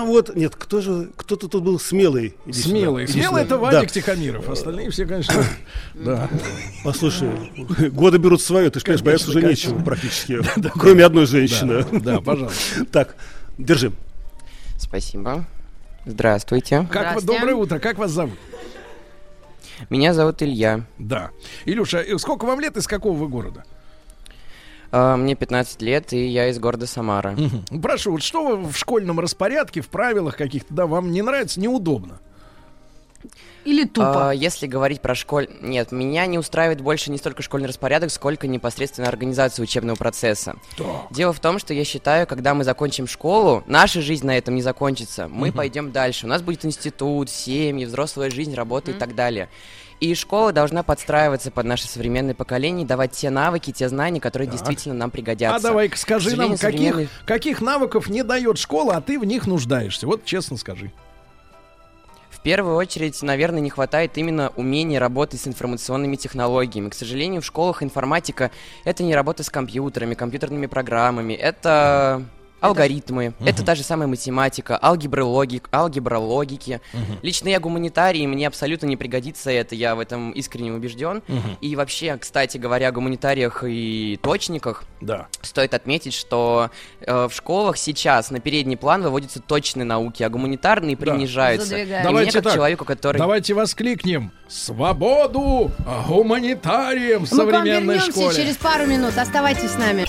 кто-то тут был смелый. Смелый это Вадик Тихомиров. Остальные все, конечно... Да. Послушай, годы берут свое, ты же, конечно, бояться уже нечего практически. Кроме одной женщины. Да, пожалуйста. Так, держи. Спасибо. Здравствуйте. Доброе утро. Как вас зовут? Меня зовут Илья. Да. Илюша, сколько вам лет, из какого вы города? Мне 15 лет, и я из города Самара. Прошу, вот что в школьном распорядке, в правилах каких-то, да, вам не нравится, неудобно? Или тупо? Если говорить про Нет, меня не устраивает больше не столько школьный распорядок, сколько непосредственно организация учебного процесса. Да. Дело в том, что я считаю, когда мы закончим школу, наша жизнь на этом не закончится. Мы пойдем дальше. У нас будет институт, семьи, взрослая жизнь, работа и так далее. И школа должна подстраиваться под наше современное поколение, давать те навыки, те знания, которые действительно нам пригодятся. А давай-ка скажи нам, каких навыков не дает школа, а ты в них нуждаешься? Вот честно скажи. В первую очередь, наверное, не хватает именно умения работать с информационными технологиями. К сожалению, в школах информатика — это не работа с компьютерами, компьютерными программами, это... алгоритмы, это та же самая математика, алгебра логики. Лично я гуманитарий, и мне абсолютно не пригодится это, я в этом искренне убежден. И вообще, кстати говоря, о гуманитариях и точниках, стоит отметить, что в школах сейчас на передний план выводятся точные науки, а гуманитарные принижаются. И мне, как человеку, который... Давайте воскликнем: свободу гуманитариям в современной школе. Мы к вам вернемся через пару минут, оставайтесь с нами.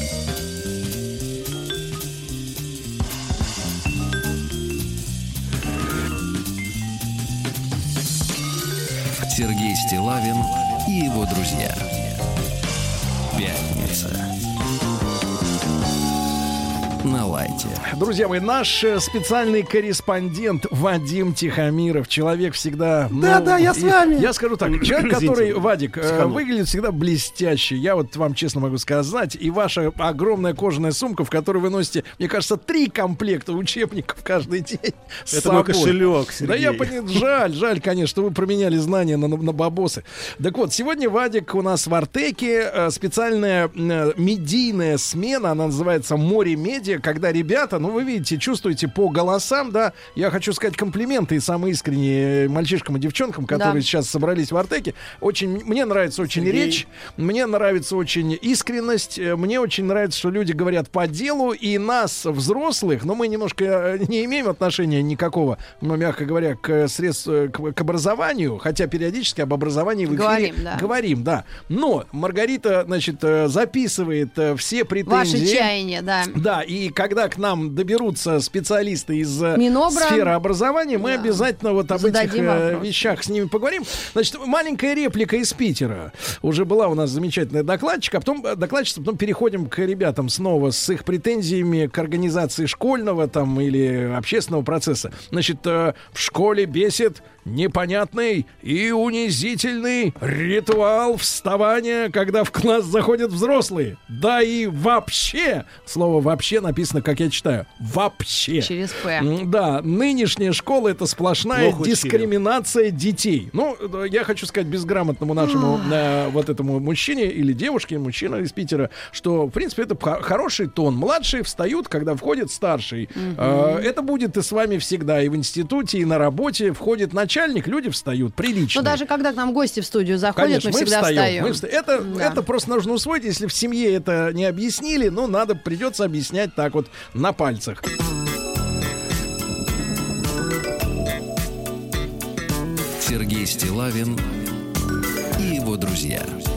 Сергей Стиллавин и его друзья. Пятница. На лайте. Друзья мои, наш специальный корреспондент Вадим Тихомиров. Человек всегда... Да, я с вами. Я скажу так, человек, который, Вадик, выглядит всегда блестяще. Я вот вам честно могу сказать. И ваша огромная кожаная сумка, в которой вы носите, мне кажется, 3 комплекта учебников каждый день. Это мой кошелек, Сергей. Да я понимаю, жаль, конечно, что вы променяли знания на бабосы. Так вот, сегодня Вадик у нас в Артеке. Специальная медийная смена, она называется «Море медиа», когда ребята, ну вы видите, чувствуете по голосам, да, я хочу сказать комплименты и самые искренние мальчишкам и девчонкам, которые сейчас собрались в Артеке. Мне нравится очень речь, мне нравится очень искренность, мне очень нравится, что люди говорят по делу, и нас, взрослых, но мы немножко не имеем отношения никакого, ну, мягко говоря, к образованию, хотя периодически об образовании в эфире говорим, да. Но Маргарита, значит, записывает все претензии. Ваши чаяния, да. Да, и когда к нам доберутся специалисты из сферы образования, мы обязательно вот об этих вещах с ними поговорим. Значит, маленькая реплика из Питера. Уже была у нас замечательная докладчица, потом переходим к ребятам снова с их претензиями к организации школьного там или общественного процесса. Значит, в школе бесит непонятный и унизительный ритуал вставания, когда в класс заходят взрослые. Да и вообще, слово «вообще» написано, как я читаю, вообще. Через «п». Да, нынешняя школа — это сплошная дискриминация детей. Ну, я хочу сказать безграмотному нашему вот этому мужчине или девушке, мужчина из Питера, что, в принципе, это хороший тон. Младшие встают, когда входит старший. Это будет и с вами всегда. И в институте, и на работе входит начальник, люди встают прилично. Ну, даже когда к нам гости в студию заходят, конечно, мы всегда встаем. Это просто нужно усвоить. Если в семье это не объяснили, ну, придется объяснять так вот на пальцах. Сергей Стиллавин и его друзья.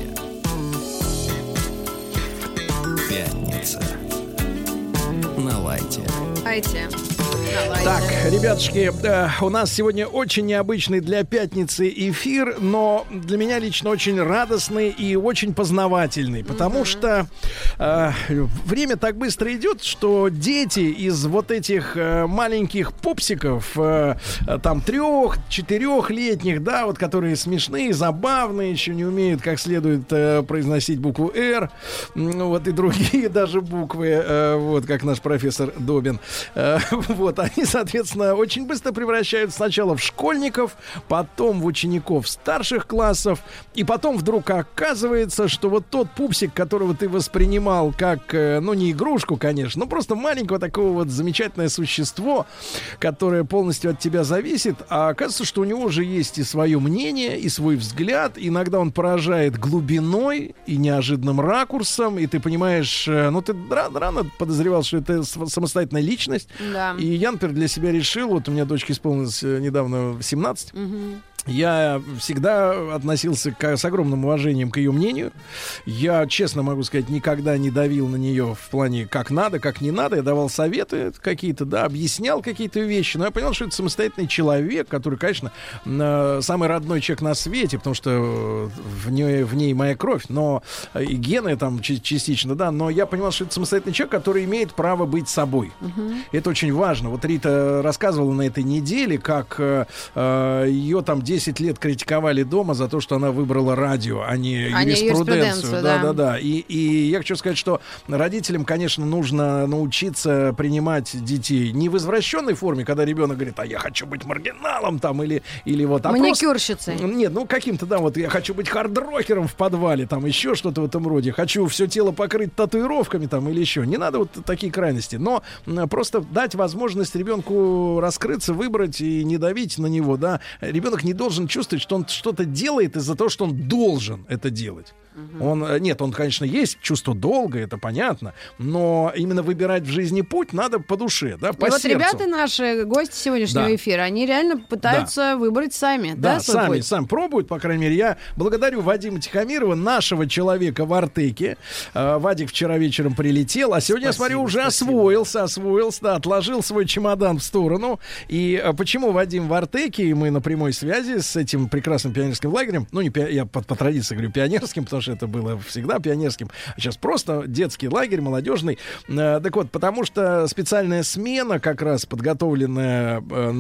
Пятница. На лайте. Так, ребятушки, у нас сегодня очень необычный для пятницы эфир, но для меня лично очень радостный и очень познавательный, потому что время так быстро идет, что дети из вот этих маленьких пупсиков, там 3-4-летних, да, вот которые смешные, забавные, еще не умеют как следует произносить букву «Р», вот и другие даже буквы, вот как наш профессор Добин. Вот, они, соответственно, очень быстро превращаются сначала в школьников, потом в учеников старших классов, и потом вдруг оказывается, что вот тот пупсик, которого ты воспринимал как, ну, не игрушку, конечно, но просто маленького такого вот замечательное существо, которое полностью от тебя зависит, а оказывается, что у него уже есть и свое мнение, и свой взгляд, иногда он поражает глубиной и неожиданным ракурсом, и ты понимаешь, ну, ты рано подозревал, что это самостоятельная личность. Да. И я, например, для себя решил, вот у меня дочке исполнилось недавно 17, я всегда относился с огромным уважением к ее мнению. Я, честно могу сказать, никогда не давил на нее в плане как надо, как не надо. Я давал советы какие-то, да, объяснял какие-то вещи. Но я понял, что это самостоятельный человек, который, конечно, самый родной человек на свете, потому что в ней моя кровь, но и гены там частично, да. Но я понимал, что это самостоятельный человек, который имеет право быть собой. Это очень важно. Вот Рита рассказывала на этой неделе, как ее там 10 лет критиковали дома за то, что она выбрала радио, а не юриспруденцию. Да. И я хочу сказать, что родителям, конечно, нужно научиться принимать детей не в извращенной форме, когда ребенок говорит, а я хочу быть маргиналом там, или вот... Маникюрщицей. Нет, ну каким-то, да, вот я хочу быть хард-рокером в подвале, там еще что-то в этом роде. Хочу все тело покрыть татуировками там или еще. Не надо вот такие крайности. Но просто дать возможность ребенку раскрыться, выбрать и не давить на него, да. Ребенок не должен чувствовать, что он что-то делает из-за того, что он должен это делать. Он, конечно, есть чувство долга, это понятно, но именно выбирать в жизни путь надо по душе, да, по сердцу. Вот ребята, наши гости сегодняшнего эфира, они реально пытаются выбрать сами, да, свой путь? Сами пробуют, по крайней мере. Я благодарю Вадима Тихомирова, нашего человека в Артеке. Вадик вчера вечером прилетел, а сегодня, я смотрю, уже освоился, да, отложил свой чемодан в сторону. И почему Вадим в Артеке, и мы на прямой связи с этим прекрасным пионерским лагерем, ну, я по традиции говорю пионерским, потому что это было всегда пионерским, а сейчас просто детский лагерь, молодежный. Так вот, потому что специальная смена, как раз подготовленная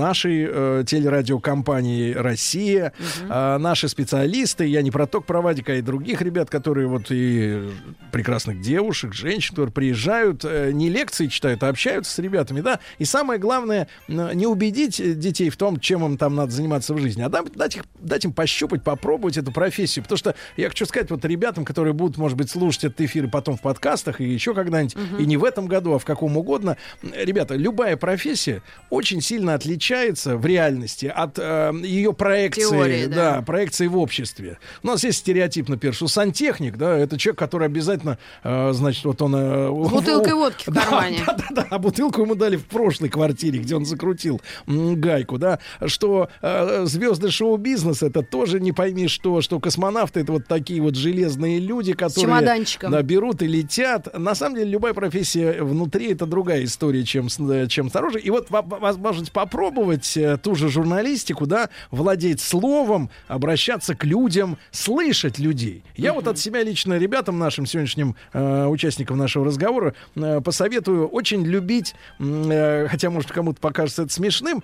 нашей телерадиокомпанией «Россия», наши специалисты, я не только про Вадика, а и других ребят, которые вот и прекрасных девушек, женщин, которые приезжают, не лекции читают, а общаются с ребятами, да, и самое главное, не убедить детей в том, чем им там надо заниматься в жизни, а дать им пощупать, попробовать эту профессию, потому что я хочу сказать вот ребятам, которые будут, может быть, слушать этот эфир потом в подкастах и еще когда-нибудь, и не в этом году, а в каком угодно. Ребята, любая профессия очень сильно отличается в реальности от ее проекции, теории, да, проекции в обществе. У нас есть стереотип, например, что сантехник, да, это человек, который обязательно, значит, вот он... С бутылкой водки в кармане. Да, а бутылку ему дали в прошлой квартире, где он закрутил гайку, да, что звезды шоу-бизнеса, это тоже не пойми что космонавты, это вот такие вот железные люди, которые берут и летят. На самом деле любая профессия внутри — это другая история, чем снаружи. И вот возможность попробовать ту же журналистику, да, владеть словом, обращаться к людям, слышать людей. Я вот от себя лично ребятам, нашим сегодняшним участникам нашего разговора, посоветую очень любить, хотя, может, кому-то покажется это смешным,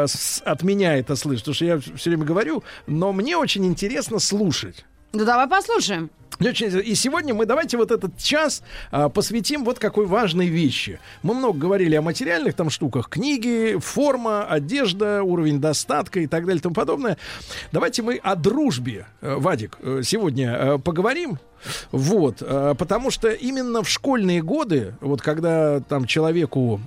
от меня это слышать, потому что я все время говорю, но мне очень интересно слушать. Ну, давай послушаем. И сегодня мы давайте вот этот час посвятим вот какой важной вещи. Мы много говорили о материальных там штуках: книги, форма, одежда, уровень достатка и так далее и тому подобное. Давайте мы о дружбе, Вадик, сегодня поговорим. Вот, потому что именно в школьные годы, вот когда там человеку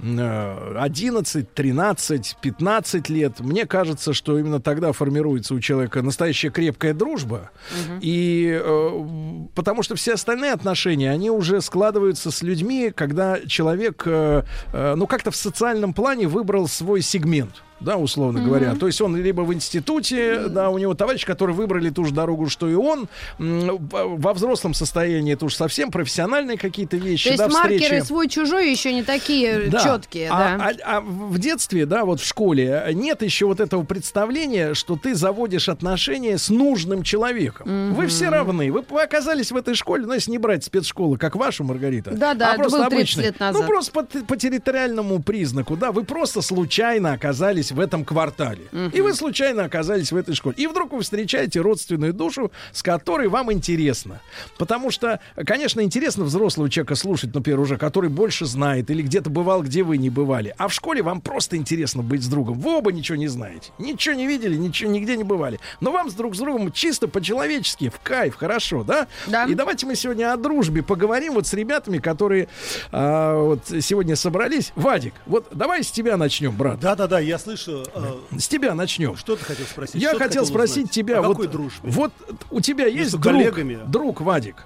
11, 13, 15 лет, мне кажется, что именно тогда формируется у человека настоящая крепкая дружба. И потому что все остальные отношения, они уже складываются с людьми, когда человек, ну, как-то в социальном плане выбрал свой сегмент. Да, условно говоря. То есть он либо в институте, да, у него товарищи, которые выбрали ту же дорогу, что и он. Во взрослом состоянии это уж совсем профессиональные какие-то вещи. То есть маркеры свой-чужой еще не такие четкие. А в детстве, да, вот в школе нет еще вот этого представления, что ты заводишь отношения с нужным человеком. Вы все равны. Вы оказались в этой школе, ну, если не брать спецшколу, как вашу, Маргарита. Да, это было 30 лет назад. Ну, просто по территориальному признаку, да, вы просто случайно оказались в этом квартале. И вы случайно оказались в этой школе. И вдруг вы встречаете родственную душу, с которой вам интересно. Потому что, конечно, интересно взрослого человека слушать, например, уже, который больше знает или где-то бывал, где вы не бывали. А в школе вам просто интересно быть с другом. Вы оба ничего не знаете. Ничего не видели, ничего нигде не бывали. Но вам с другом чисто по-человечески, в кайф, хорошо, да? Да. И давайте мы сегодня о дружбе поговорим вот с ребятами, которые вот сегодня собрались. Вадик, вот давай с тебя начнем, брат. Да, я слышу. С тебя начнем. Что ты хотел спросить? Я хотел спросить тебя, о какой дружбе? Вот у тебя есть друг, Вадик?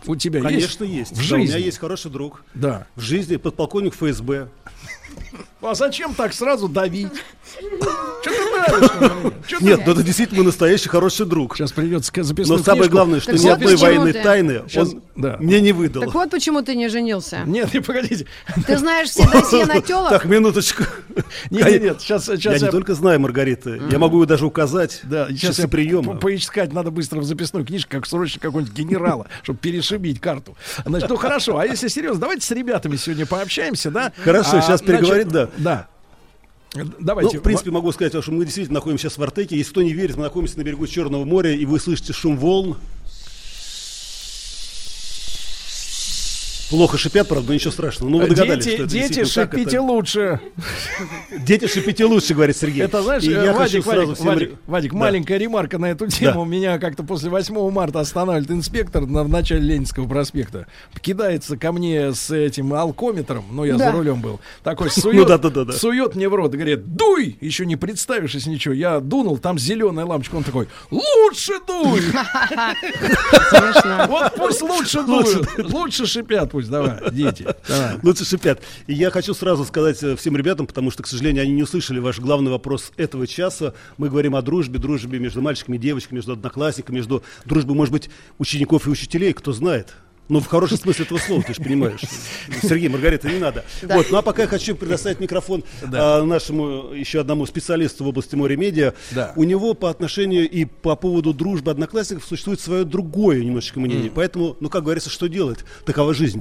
У тебя есть? Конечно, есть. В жизни? У меня есть хороший друг. Да. В жизни подполковник ФСБ. А зачем так сразу давить? Что ты нравишься? Нет, это действительно настоящий хороший друг. Сейчас придется записную Но самое главное, что ни одной военной тайны он мне не выдал. Так вот почему ты не женился. Нет, не погодите. Ты знаешь все досье на тёлок? Так, минуточку. Нет, сейчас я не только знаю, Маргарита, я могу ее даже указать. Да, сейчас я поискать надо быстро в записной книжке, как срочно какого-нибудь генерала, чтобы перешибить карту. Значит, ну хорошо, а если серьезно, давайте с ребятами сегодня пообщаемся, да? Хорошо, сейчас переговорить, да. Да. Давайте. Ну, в принципе, могу сказать, что мы действительно находимся сейчас в Артеке. Если кто не верит, мы находимся на берегу Черного моря, и вы слышите шум волн. Плохо шипят, правда, но ничего страшного. Ну, вы догадались, что это дети, шипите лучше. Дети, шипите лучше, говорит Сергей. Это, знаешь, Вадик, маленькая ремарка на эту тему. Да. Меня как-то после 8 марта останавливает инспектор в начале Ленинского проспекта. Кидается ко мне с этим алкометром, ну, я за рулем был. Такой сует мне в рот и говорит: дуй! Еще не представившись ничего. Я дунул, там зеленая лампочка. Он такой: лучше дуй! Вот пусть лучше дуют, лучше шипят. Пусть, давай, дети. Давай. Лучше шипят. И я хочу сразу сказать всем ребятам, потому что, к сожалению, они не услышали ваш главный вопрос этого часа. Мы говорим о дружбе между мальчиками и девочками, между одноклассниками, между дружбой, может быть, учеников и учителей, кто знает. Ну, в хорошем смысле этого слова, ты же понимаешь. Сергей, Маргарита, не надо. Да. Вот, ну а пока я хочу предоставить микрофон нашему еще одному специалисту в области море-медиа. Да. У него по отношению и по поводу дружбы одноклассников существует свое другое немножечко мнение. Поэтому, ну, как говорится, что делать? Такова жизнь.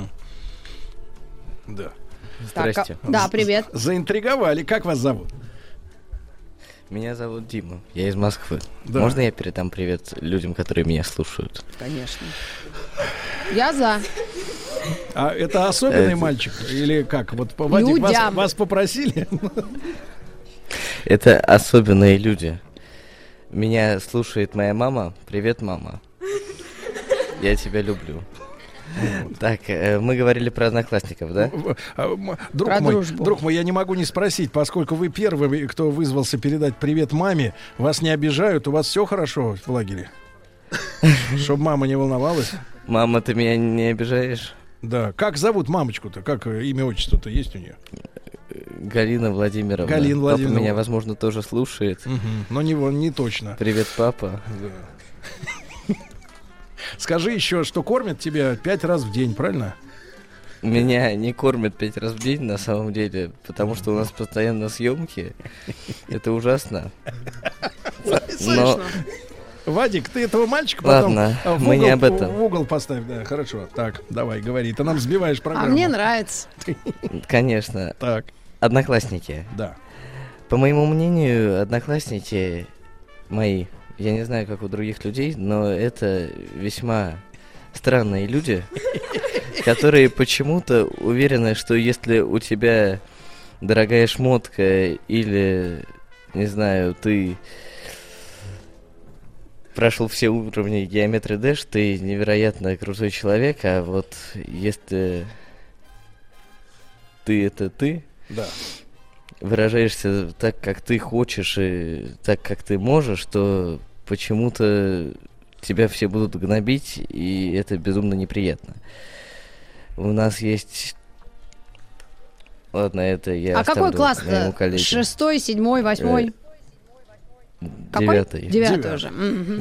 Да. Здрасте. Да, привет. Заинтриговали. Как вас зовут? Меня зовут Дима, я из Москвы. Да. Можно я передам привет людям, которые меня слушают? Конечно. Я за. А это особенный мальчик? Или как? Вот, Вадик, вас попросили? Это особенные люди. Меня слушает моя мама. Привет, мама. Я тебя люблю. Так, мы говорили про одноклассников, да? Друг мой, я не могу не спросить, поскольку вы первый, кто вызвался передать привет маме, вас не обижают, у вас все хорошо в лагере? Чтобы мама не волновалась? Мама, ты меня не обижаешь? Да. Как зовут мамочку-то? Как имя, отчество-то есть у нее? Галина Владимировна. Галина Владимировна. Папа меня, возможно, тоже слушает. Но не точно. Привет, папа. Да. Скажи еще, что кормят тебя 5 раз в день, правильно? Меня не кормят 5 раз в день, на самом деле, потому что у нас постоянно съемки. Это ужасно. Но... Вадик, ты этого мальчика потом мы не об этом. В угол поставь, да, хорошо. Так, давай, говори, ты нам сбиваешь программу. А мне нравится. Конечно. Так. Одноклассники. Да. По моему мнению, одноклассники мои, я не знаю, как у других людей, но это весьма странные люди, которые почему-то уверены, что если у тебя дорогая шмотка или, не знаю, ты прошел все уровни Geometry Dash, ты невероятно крутой человек, а вот если ты это ты, да, выражаешься так, как ты хочешь и так, как ты можешь, то почему-то тебя все будут гнобить, и это безумно неприятно. У нас есть... Ладно, это я оставлю какой класс-то? 6-й, 7-й, 8-й? 9-й. 9-й уже.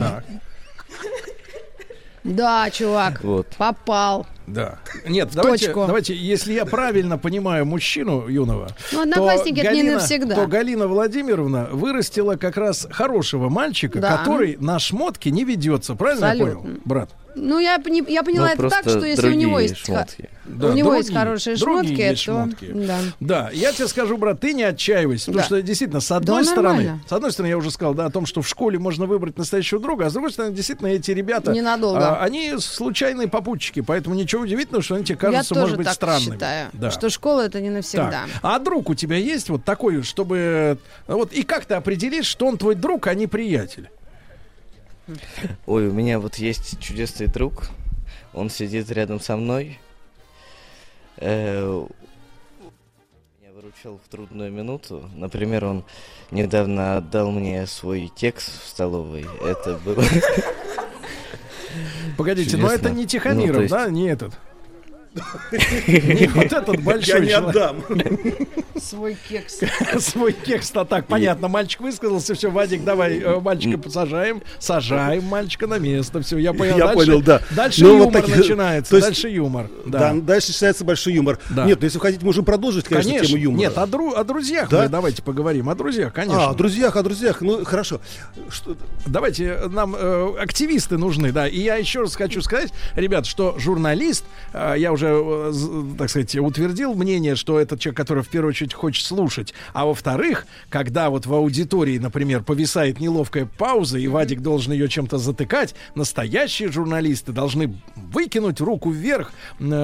Да, чувак, вот. Попал. Да. Нет, давайте, если я правильно понимаю мужчину юного, одноклассники это не навсегда. То Галина Владимировна вырастила как раз хорошего мальчика, который на шмотки не ведется. Правильно я понял, брат? Ну, я поняла это так, что если у него есть шмотки, у него есть хорошие шмотки, то... Да, я тебе скажу, брат, ты не отчаивайся, потому что действительно, с одной стороны, я уже сказал, да, о том, что в школе можно выбрать настоящего друга, а с другой стороны, действительно, эти ребята, они случайные попутчики, поэтому ничего удивительного, что они тебе кажутся, может быть, странными. Я тоже так считаю, что школа это не навсегда. А друг у тебя есть вот такой, чтобы... Вот и как ты определишь, что он твой друг, а не приятель? Ой, у меня вот есть чудесный друг. Он сидит рядом со мной. Меня выручал в трудную минуту. Например, он недавно отдал мне свой текст в столовой. Это было... Погодите, но это не Тихомиров, да? Не этот. Не вот этот большой. Я не отдам. Свой кекс. Свой кекс-то так, понятно. Мальчик высказался, все, Вадик, давай мальчика посажаем. Сажаем мальчика на место. Все, я понял. Я понял, да. Дальше юмор начинается. Дальше юмор. Да, дальше начинается большой юмор. Нет, ну если вы хотите, можем продолжить, конечно, тему юмора. Нет, о друзьях мы давайте поговорим. О друзьях, конечно. О друзьях. Ну, хорошо. Давайте, нам активисты нужны, да. И я еще раз хочу сказать, ребят, что журналист, я уже, так сказать, утвердил мнение, что это человек, который в первую очередь хочет слушать. А во-вторых, когда вот в аудитории, например, повисает неловкая пауза, и Вадик должен ее чем-то затыкать, настоящие журналисты должны выкинуть руку вверх,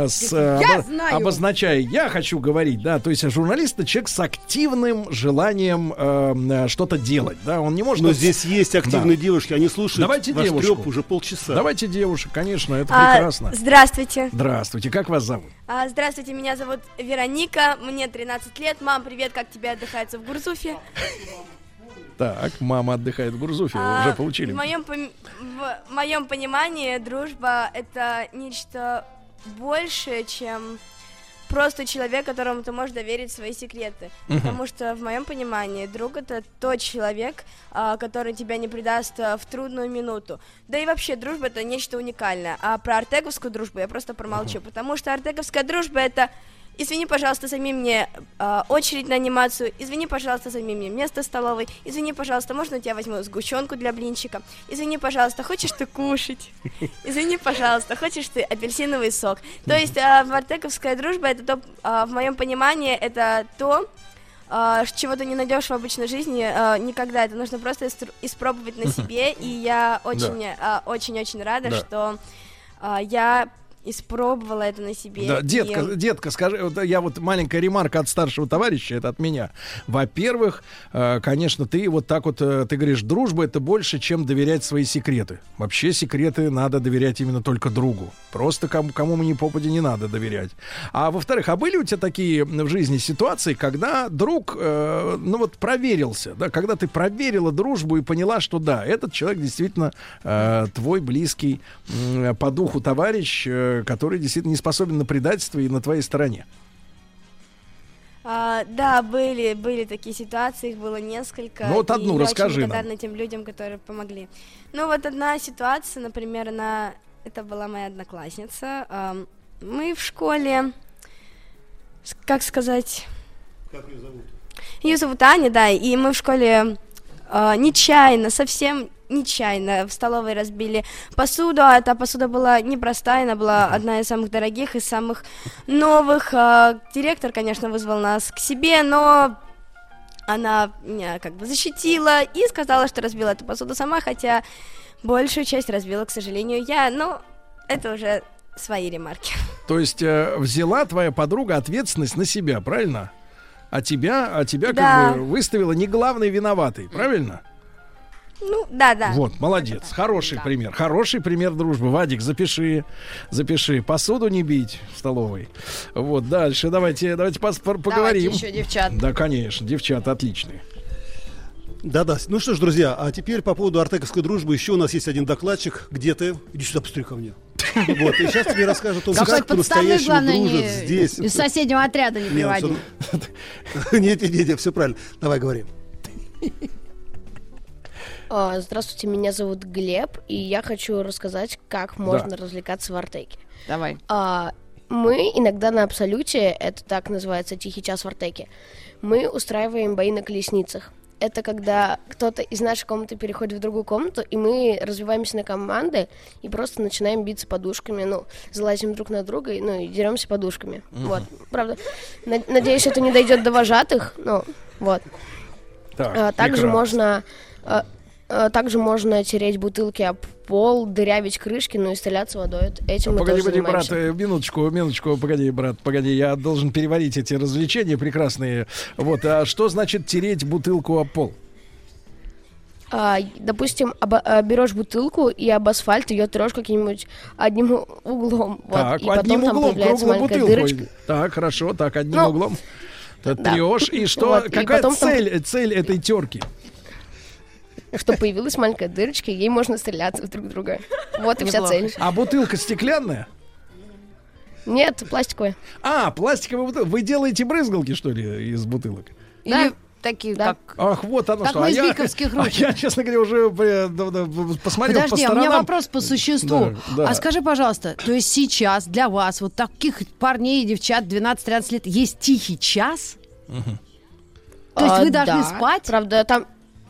обозначая «я хочу говорить», да, то есть журналист — это человек с активным желанием что-то делать, да, он не может... Но здесь есть активные девушки, они слушают. Давайте ваш девушку. трёп уже полчаса. Давайте девушек, конечно, это прекрасно. Здравствуйте. Здравствуйте, как вас зовут? Здравствуйте, меня зовут Вероника, мне 13 лет. Мам, привет, как тебе отдыхается в Гурзуфе? Так, мама отдыхает в Гурзуфе, уже получили. В моем понимании дружба — это нечто большее, чем просто человек, которому ты можешь доверить свои секреты. Потому что в моем понимании друг — это тот человек, который тебя не предаст в трудную минуту. Да и вообще дружба — это нечто уникальное. А про артеговскую дружбу я просто промолчу, потому что артеговская дружба — это: извини, пожалуйста, займи мне очередь на анимацию, извини, пожалуйста, займи мне место в столовой, извини, пожалуйста, можно я тебя возьму сгущенку для блинчика, извини, пожалуйста, хочешь ты кушать, извини, пожалуйста, хочешь ты апельсиновый сок. То есть артеговская дружба — это то, в моем понимании, это то, чего ты не найдешь в обычной жизни никогда. Это нужно просто испробовать на себе, и я очень-очень рада, что я испробовала это на себе. Да, детка, скажи, я вот маленькая ремарка от старшего товарища, это от меня. Во-первых, конечно, ты вот так вот, ты говоришь, дружба — это больше, чем доверять свои секреты. Вообще секреты надо доверять именно только другу. Просто кому ни попади не надо доверять. А во-вторых, были у тебя такие в жизни ситуации, когда друг, проверился, да, когда ты проверила дружбу и поняла, что да, этот человек действительно твой близкий по духу товарищ, который действительно не способен на предательство и на твоей стороне? Да, были такие ситуации, их было несколько. Ну вот одну расскажи нам. Я очень благодарна тем людям, которые помогли. Ну вот одна ситуация, например, это была моя одноклассница. Мы в школе, как сказать... Как ее зовут? Ее зовут Аня, да, и мы в школе совсем нечаянно в столовой разбили посуду, а эта посуда была непростая, она была одна из самых дорогих и самых новых. Директор, конечно, вызвал нас к себе, но она меня как бы защитила и сказала, что разбила эту посуду сама, хотя большую часть разбила, к сожалению, я, но это уже свои ремарки. То есть взяла твоя подруга ответственность на себя, правильно? А тебя да, как бы выставила не главный виноватый, правильно? Ну, да. Вот, молодец, хороший пример. Хороший пример дружбы. Вадик, запиши. Посуду не бить в столовой. Вот, дальше давайте поговорим. Давайте еще девчат. Да, конечно, девчата отличные. Да. Ну что ж, друзья, а теперь по поводу артековской дружбы еще у нас есть один докладчик. Где ты? Иди сюда, посмотри ко мне. Вот, и сейчас тебе расскажут о том, как по-настоящему дружат здесь. Из соседнего отряда не приводи. Нет, все правильно. Давай, говори. Здравствуйте, меня зовут Глеб, и я хочу рассказать, как можно развлекаться в Артеке. Давай. Мы иногда на Абсолюте, это так называется тихий час в Артеке, мы устраиваем бои на колесницах. Это когда кто-то из нашей комнаты переходит в другую комнату, и мы развиваемся на команды и просто начинаем биться подушками, залазим друг на друга и деремся подушками. Вот, правда. Надеюсь, это не дойдет до вожатых, вот. Также можно тереть бутылки об пол, дырявить крышки, и стреляться водой. Этим мы тоже занимаемся. Брат, минуточку, погоди, я должен переварить эти развлечения прекрасные. Вот, а что значит тереть бутылку об пол? Допустим, берешь бутылку и об асфальт ее трешь каким-нибудь одним углом. Так, и одним потом углом, там появляется маленькая дырочка. Так, хорошо, одним углом. Ты трешь, и что? Какая цель этой терки? Чтобы появилась маленькая дырочка, и ей можно стреляться друг в друга. Вот и вся цель. А бутылка стеклянная? Нет, пластиковая. Пластиковая бутылка. Вы делаете брызгалки, что ли, из бутылок? Или такие, как... Ах, вот оно как что. мы из биковских ручек. Я, честно говоря, уже посмотрел по сторонам. Подожди, у меня вопрос по существу. Да. А скажи, пожалуйста, то есть сейчас для вас, вот таких парней и девчат 12-13 лет, есть тихий час? То есть вы должны спать? Правда, там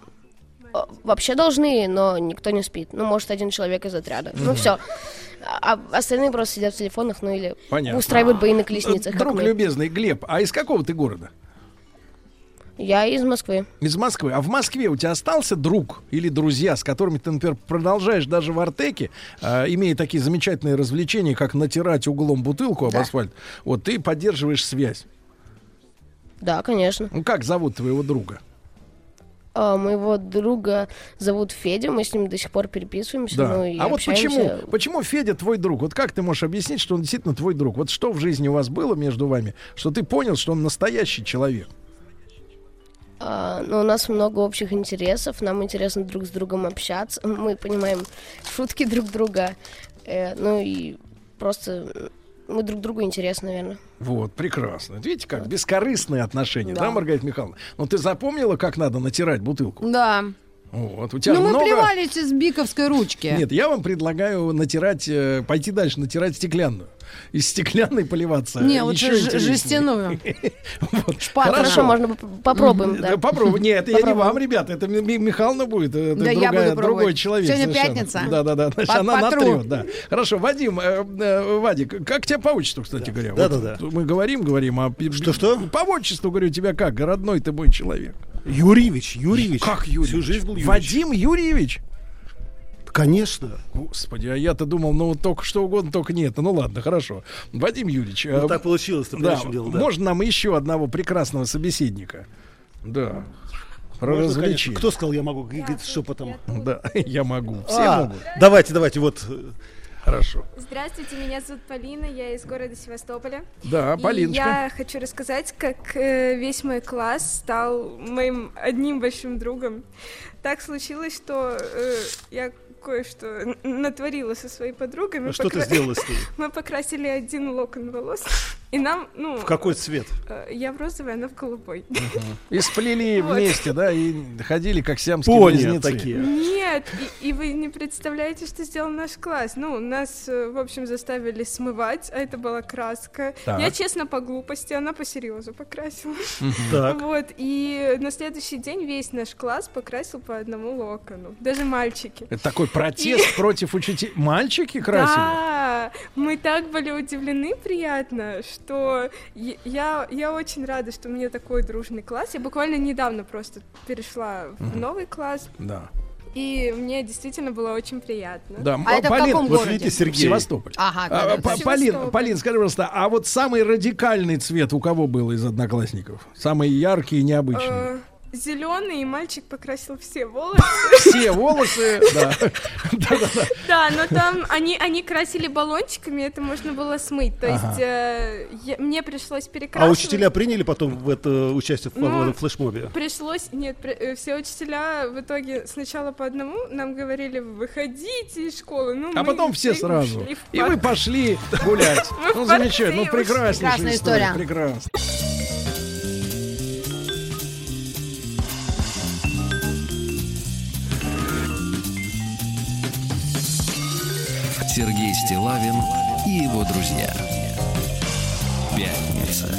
вообще должны, но никто не спит. Ну, может, один человек из отряда. Ну, все. А остальные просто сидят в телефонах, ну или устраивают бои на колесницах. Друг любезный, Глеб, а из какого ты города? Я из Москвы. Из Москвы. А в Москве у тебя остался друг или друзья, с которыми ты, например, продолжаешь даже в Артеке, имея такие замечательные развлечения, как натирать углом бутылку об асфальт, вот ты поддерживаешь связь? Да, конечно. Ну, как зовут твоего друга? Моего друга зовут Федя, мы с ним до сих пор переписываемся. Да. Ну, и вот общаемся. почему Федя твой друг? Вот как ты можешь объяснить, что он действительно твой друг? Вот что в жизни у вас было между вами, что ты понял, что он настоящий человек? Ну, у нас много общих интересов, нам интересно друг с другом общаться, мы понимаем шутки друг друга, ну и просто мы друг другу интересны, наверное. Вот, прекрасно. Видите, как бескорыстные отношения, да, Маргарита Михайловна? Ну, ты запомнила, как надо натирать бутылку? Да. Вот, у тебя мы много... плевались из биковской ручки. Нет, я вам предлагаю натирать, пойти дальше, натирать стеклянную. Из стеклянной поливаться. Не, лучше жестяную. Хорошо, можно попробуем. Попробуем. Нет, это я не вам, ребята, это Михайловна будет. Это другой человек. Сегодня пятница. Да. Она натрет, да. Хорошо, Вадим, Вадик, как тебя по отчеству, кстати говоря? Да. Мы говорим, а... Что? По отчеству, говорю, тебя как? Родной ты мой человек. Юрьевич. Как Юрьевич? Всю жизнь был Юрьевич. Вадим Юрьевич? Конечно. Господи, а я-то думал, ну только что угодно, только не это. Ну ладно, хорошо. Вадим Юрьевич. Ну так получилось, ты понимаешь, дело, да. Можно нам еще одного прекрасного собеседника? Да. Развлечи. Кто сказал, я могу? Говорит, шепотом. Да, я могу. Все могут. Давайте, вот... Хорошо. Здравствуйте, меня зовут Полина, я из города Севастополя. Да, Полиночка. И я хочу рассказать, как весь мой класс стал моим одним большим другом. Так случилось, что я кое-что натворила со своей подругой. Что ты сделала с ней? Мы покрасили один локон волос, и нам, В какой цвет? Я в розовый, она в голубой. И сплели вместе, да, и ходили как сиамские близнецы. Такие. Нет, и вы не представляете, что сделал наш класс. Ну, нас, в общем, заставили смывать, а это была краска. Так. Я, честно, по глупости, она по серьезу покрасила. Так. Вот, и на следующий день весь наш класс покрасил по одному локону. Даже мальчики. Это такой протест против учителей. Мальчики красили? Да, мы так были удивлены приятно, что я очень рада, что у меня такой дружный класс. Я буквально недавно просто перешла в новый класс. Да. И мне действительно было очень приятно. Да. А это в каком городе? Вот видите, Сергей. Севастополь. Ага, Полин, скажи, пожалуйста, а вот самый радикальный цвет у кого был из одноклассников? Самый яркий и необычный? Зеленый, и мальчик покрасил все волосы. Все волосы, да. Да, но там они красили баллончиками, это можно было смыть. То есть мне пришлось перекрасить. А учителя приняли потом в это участие в флешмобе? Пришлось, нет, все учителя в итоге сначала по одному нам говорили, выходите из школы. А потом все сразу. И вы пошли гулять. Ну, замечательно, ну, прекраснейшая история. Прекрасно. Сергей Стиллавин и его друзья. Пятница.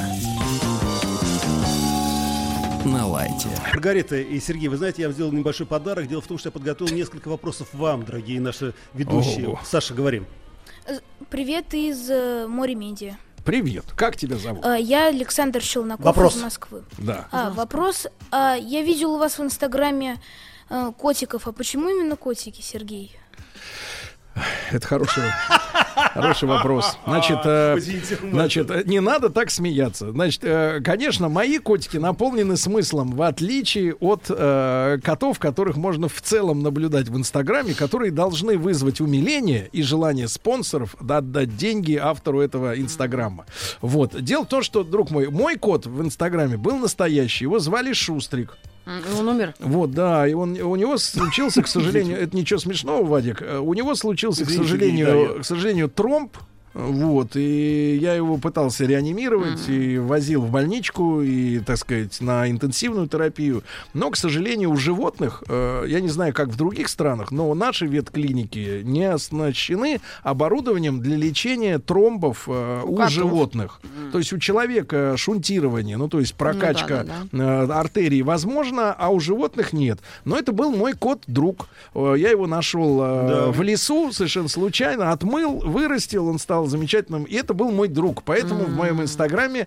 На лайте. Маргарита и Сергей, вы знаете, я вам сделал небольшой подарок. Дело в том, что я подготовил несколько вопросов вам, дорогие наши ведущие. Ого. Саша, говорим. Привет из Море Медиа. Привет. Как тебя зовут? Я Александр Челноков Вопрос. из Москвы. Да. Вопрос. Я видел у вас в Инстаграме котиков. А почему именно котики, Сергей? Это хороший вопрос. Значит, не надо так смеяться. Значит, конечно, мои котики наполнены смыслом, в отличие от котов, которых можно в целом наблюдать в Инстаграме, которые должны вызвать умиление и желание спонсоров отдать деньги автору этого Инстаграма. Вот. Дело в том, что, друг мой кот в Инстаграме был настоящий. Его звали Шустрик. Он умер. Вот, да, и у него случился, к сожалению, это ничего смешного, Вадик, у него случился, к сожалению, тромб. Вот, и я его пытался реанимировать и возил в больничку и, так сказать, на интенсивную терапию. Но, к сожалению, у животных, я не знаю, как в других странах, но наши ветклиники не оснащены оборудованием для лечения тромбов у животных. То есть у человека шунтирование, ну, то есть прокачка артерий возможно, а у животных нет. Но это был мой кот-друг. Я его нашел в лесу совершенно случайно, отмыл, вырастил, он стал замечательным. И это был мой друг. Поэтому в моем инстаграме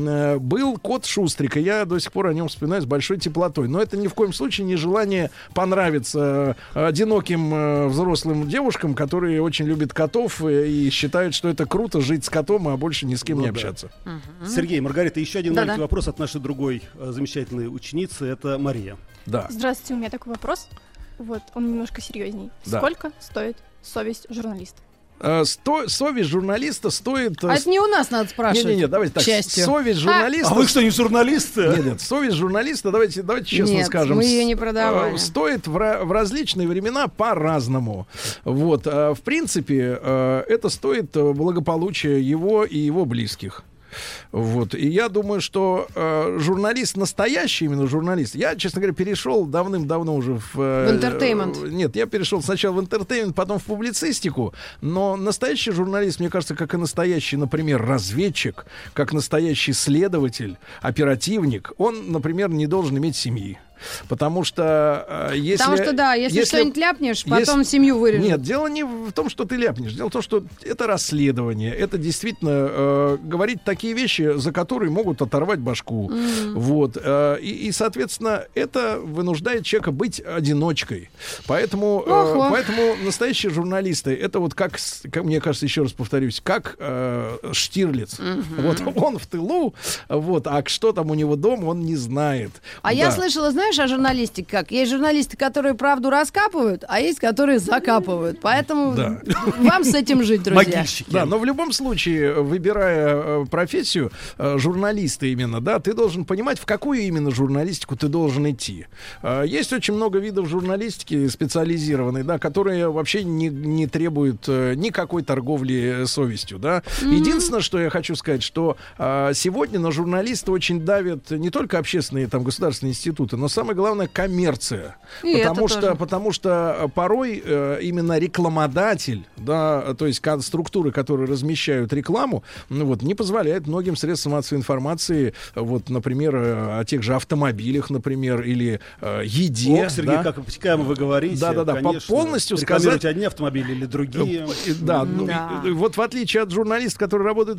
был кот Шустрика. Я до сих пор о нем вспоминаю с большой теплотой. Но это ни в коем случае не желание понравиться одиноким взрослым девушкам, которые очень любят котов и считают, что это круто жить с котом, а больше ни с кем не общаться. Сергей, Маргарита, еще один маленький вопрос от нашей другой замечательной ученицы. Это Мария. Да. Здравствуйте, у меня такой вопрос. Вот, он немножко серьезней. Сколько стоит совесть журналиста? Совесть журналиста стоит... А это не у нас надо спрашивать. Нет, давайте так. Совесть журналиста... А вы что, не журналисты? Нет, совесть журналиста, давайте честно скажем. Мы ее не продавали. Стоит в различные времена по-разному. Вот, в принципе, это стоит благополучия его и его близких. Вот. И я думаю, что журналист, настоящий именно журналист, я, честно говоря, перешел давным-давно уже в интертеймент. Нет, я перешел сначала в интертеймент, потом в публицистику, но настоящий журналист, мне кажется, как и настоящий, например, разведчик, как настоящий следователь, оперативник, он, например, не должен иметь семьи. Потому что если что-нибудь ляпнешь, потом семью вырежут. Нет, дело не в том, что ты ляпнешь. Дело в том, что это расследование. Это действительно говорить такие вещи, за которые могут оторвать башку. Вот. И, соответственно, это вынуждает человека быть одиночкой. Поэтому настоящие журналисты, это вот как мне кажется, еще раз повторюсь, как Штирлиц. Вот он в тылу, вот, а что там у него дома, он не знает. Я слышала, знаешь, о журналистике как? Есть журналисты, которые правду раскапывают, а есть, которые закапывают. Поэтому вам с этим жить, друзья. Могильщики. Да, но в любом случае, выбирая профессию журналиста именно, да, ты должен понимать, в какую именно журналистику ты должен идти. Есть очень много видов журналистики специализированной, да, которые вообще не требуют никакой торговли совестью, да. Единственное, что я хочу сказать, что сегодня на журналиста очень давят не только общественные, там, государственные институты, но самое главное коммерция, потому что порой именно рекламодатель, да, то есть структуры, которые размещают рекламу, не позволяют многим средствам массовой информации, вот, например, о тех же автомобилях, например, или еде. Сергей, как обтекаемо вы говорите, конечно, полностью сказать одни автомобили или другие. Вот в отличие от журналистов, которые работают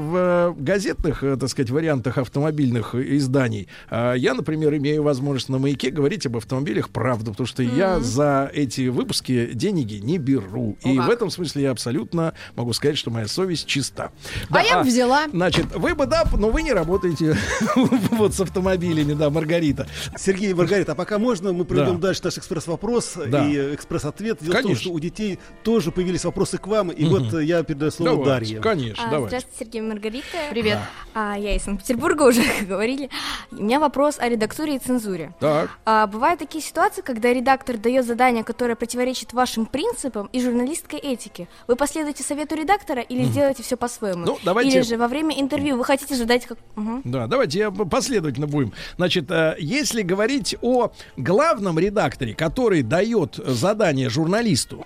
в газетных, так сказать, вариантах автомобильных изданий, я, например, имею возможность на «Маяке» говорить об автомобилях правду, потому что я за эти выпуски деньги не беру. И в этом смысле я абсолютно могу сказать, что моя совесть чиста. Я бы взяла. Значит, вы бы, но вы не работаете вот с автомобилями, Маргарита. Сергей и Маргарита, а пока можно, мы проведем дальше наш экспресс-вопрос и экспресс-ответ. Дело в том, что у детей тоже появились вопросы к вам, и вот я передаю слово Дарье. Конечно, давай. Здравствуйте, Сергей и Маргарита. Привет. Я из Санкт-Петербурга, уже говорили. У меня вопрос о редактуре и цензуре. Так. Бывают такие ситуации, когда редактор дает задание, которое противоречит вашим принципам и журналистской этике. Вы последуете совету редактора или сделаете все по-своему? Или же во время интервью вы хотите задать как... Да, давайте последовательно будем. Значит, если говорить о главном редакторе, который дает задание журналисту,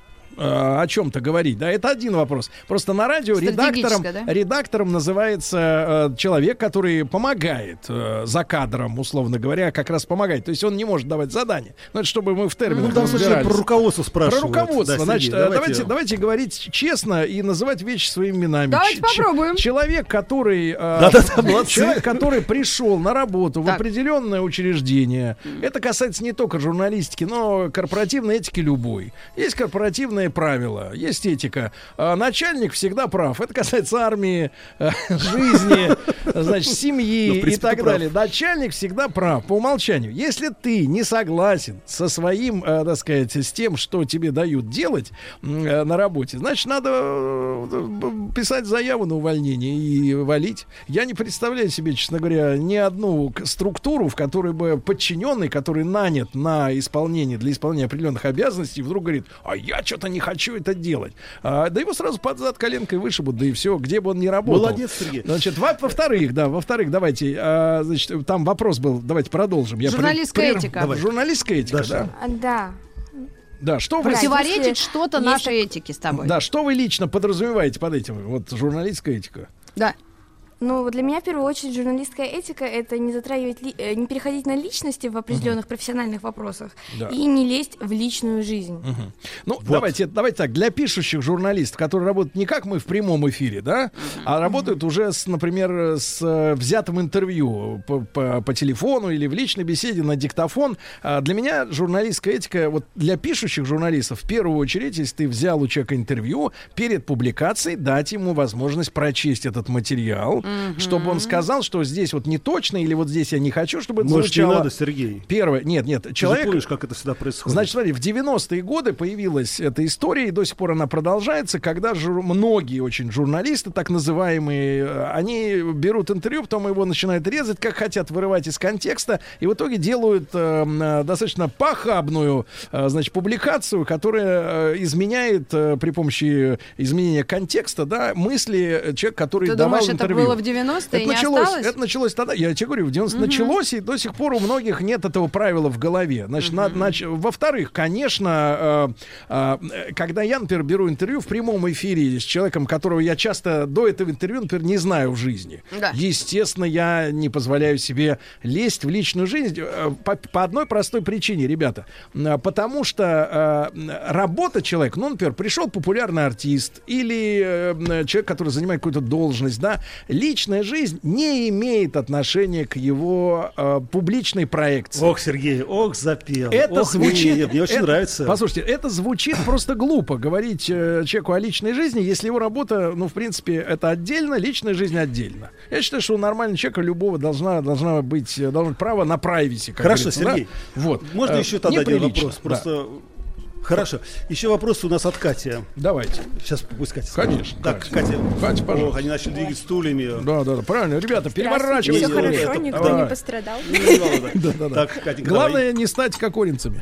о чем-то говорить, да, это один вопрос. Просто на радио редактором называется человек, который помогает за кадром, условно говоря, как раз помогает. То есть он не может давать задания. Но это чтобы мы в терминах разбирались. Про руководство спрашивают. Про руководство. Да, значит, давайте говорить честно и называть вещи своими именами. Давайте попробуем. Человек, который пришел на работу в определенное учреждение. Это касается не только журналистики, но корпоративной этики любой. Есть корпоративная единое правило, есть этика. Начальник всегда прав. Это касается армии, жизни, значит, семьи и так далее. Начальник всегда прав по умолчанию. Если ты не согласен со своим, так сказать, с тем, что тебе дают делать на работе, значит, надо писать заяву на увольнение и валить. Я не представляю себе, честно говоря, ни одну структуру, в которой бы подчиненный, который нанят на исполнение, для исполнения определенных обязанностей, вдруг говорит: а я что-то не хочу это делать. Да его сразу под зад коленкой вышибут, да и все, где бы он ни работал. Молодец, Сергей. Значит, во-вторых, давайте, значит, там вопрос был, давайте продолжим. Журналистская этика. Давай. Журналистская этика, да? Да. Да, что вы... Противоречит что-то нашей этике с тобой. Да, что вы лично подразумеваете под этим? Вот журналистская этика. Да. Ну, для меня, в первую очередь, журналистская этика — это не затрагивать, не переходить на личности в определенных профессиональных вопросах и не лезть в личную жизнь. Ну, вот. давайте так, для пишущих журналистов, которые работают не как мы в прямом эфире, да, а работают уже, например, с взятым интервью по телефону или в личной беседе на диктофон, для меня журналистская этика, вот для пишущих журналистов, в первую очередь, если ты взял у человека интервью, перед публикацией дать ему возможность прочесть этот материал, чтобы он сказал, что здесь вот не точно, или вот здесь я не хочу, чтобы это звучало. Не надо, Сергей. Первое, нет, человек... Ты же помнишь, как это всегда происходит. Значит, смотри, в 90-е годы появилась эта история, и до сих пор она продолжается, когда многие очень журналисты, так называемые, они берут интервью, потом его начинают резать, как хотят, вырывать из контекста, и в итоге делают достаточно похабную, значит, публикацию, которая изменяет при помощи изменения контекста, да, мысли человека, который давал интервью. Это было в 90-е и не осталось? Это началось тогда, я тебе говорю, в 90-е началось, и до сих пор у многих нет этого правила в голове. Значит, во-вторых, конечно, когда я, например, беру интервью в прямом эфире с человеком, которого я часто до этого интервью, например, не знаю в жизни, естественно, я не позволяю себе лезть в личную жизнь по одной простой причине, ребята. Потому что работа человека, ну, например, пришел популярный артист или человек, который занимает какую-то должность, да, личная жизнь не имеет отношения к его публичной проекции. Ох, Сергей, запел. Это звучит... Мне очень нравится. Послушайте, это звучит просто глупо, говорить человеку о личной жизни, если его работа, ну, в принципе, это отдельно, личная жизнь отдельно. Я считаю, что у нормального человека любого должно быть право на privacy. Хорошо, Сергей. Да? Вот. Можно еще тогда один вопрос? Просто... Хорошо. Еще вопрос у нас от Кати. Давайте. Сейчас пусть Катя. Конечно. Так, Катя, пожалуйста. Они начали двигать стульями. Да, правильно. Ребята, переворачивайте. Все хорошо, никто не пострадал. Так, Катя, главное не стать кокоринцами.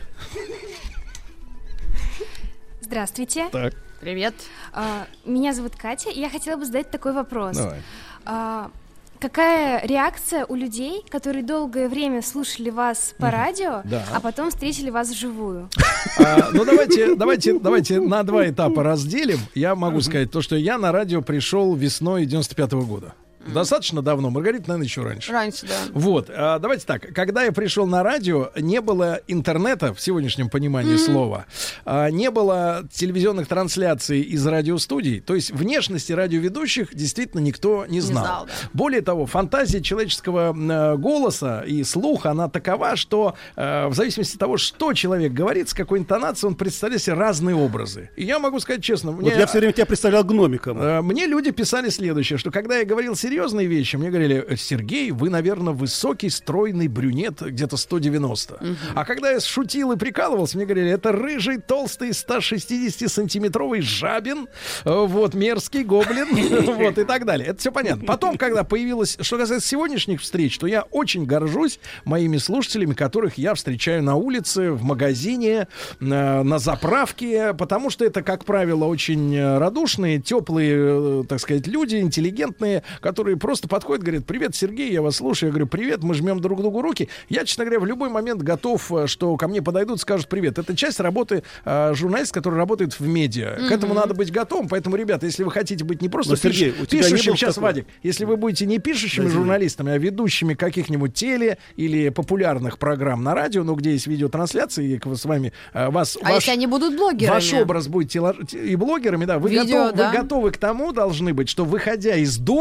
Здравствуйте. Так. Привет. Меня зовут Катя, и я хотела бы задать такой вопрос. Давай. Какая реакция у людей, которые долгое время слушали вас по радио, а потом встретили вас вживую? Ну, давайте на два этапа разделим. Я могу сказать то, что я на радио пришел весной 95-го года. Достаточно давно. Маргарита, наверное, еще раньше. Раньше, да. Вот. Давайте так. Когда я пришел на радио, не было интернета в сегодняшнем понимании слова. Не было телевизионных трансляций из радиостудий. То есть внешности радиоведущих действительно никто не знал. Да. Более того, фантазия человеческого голоса и слуха, она такова, что в зависимости от того, что человек говорит, с какой интонацией, он представляет себе разные образы. И я могу сказать честно. Я все время тебя представлял гномиком. Мне люди писали следующее, что когда я говорил серьезные вещи, мне говорили: Сергей, вы, наверное, высокий, стройный брюнет, где-то 190. А когда я шутил и прикалывался, мне говорили: это рыжий, толстый, 160-сантиметровый жабин, вот, мерзкий гоблин, вот, и так далее. Это все понятно. Потом, когда появилось, что касается сегодняшних встреч, то я очень горжусь моими слушателями, которых я встречаю на улице, в магазине, на заправке, потому что это, как правило, очень радушные, теплые, так сказать, люди, интеллигентные, которые просто подходят, говорят: привет, Сергей, я вас слушаю. Я говорю: привет, мы жмем друг другу руки. Я, честно говоря, в любой момент готов, что ко мне подойдут, скажут привет. Это часть работы журналиста, который работает в медиа. К этому надо быть готовым. Поэтому, ребята, если вы хотите быть не просто Сергей, пишущим, сейчас, Вадик, если вы будете не пишущими журналистами, а ведущими каких-нибудь теле- или популярных программ на радио, ну, где есть видеотрансляции, и с вами если они будут блогерами? Ваш образ будет и блогерами, да, вы готовы к тому, должны быть, что, выходя из дома,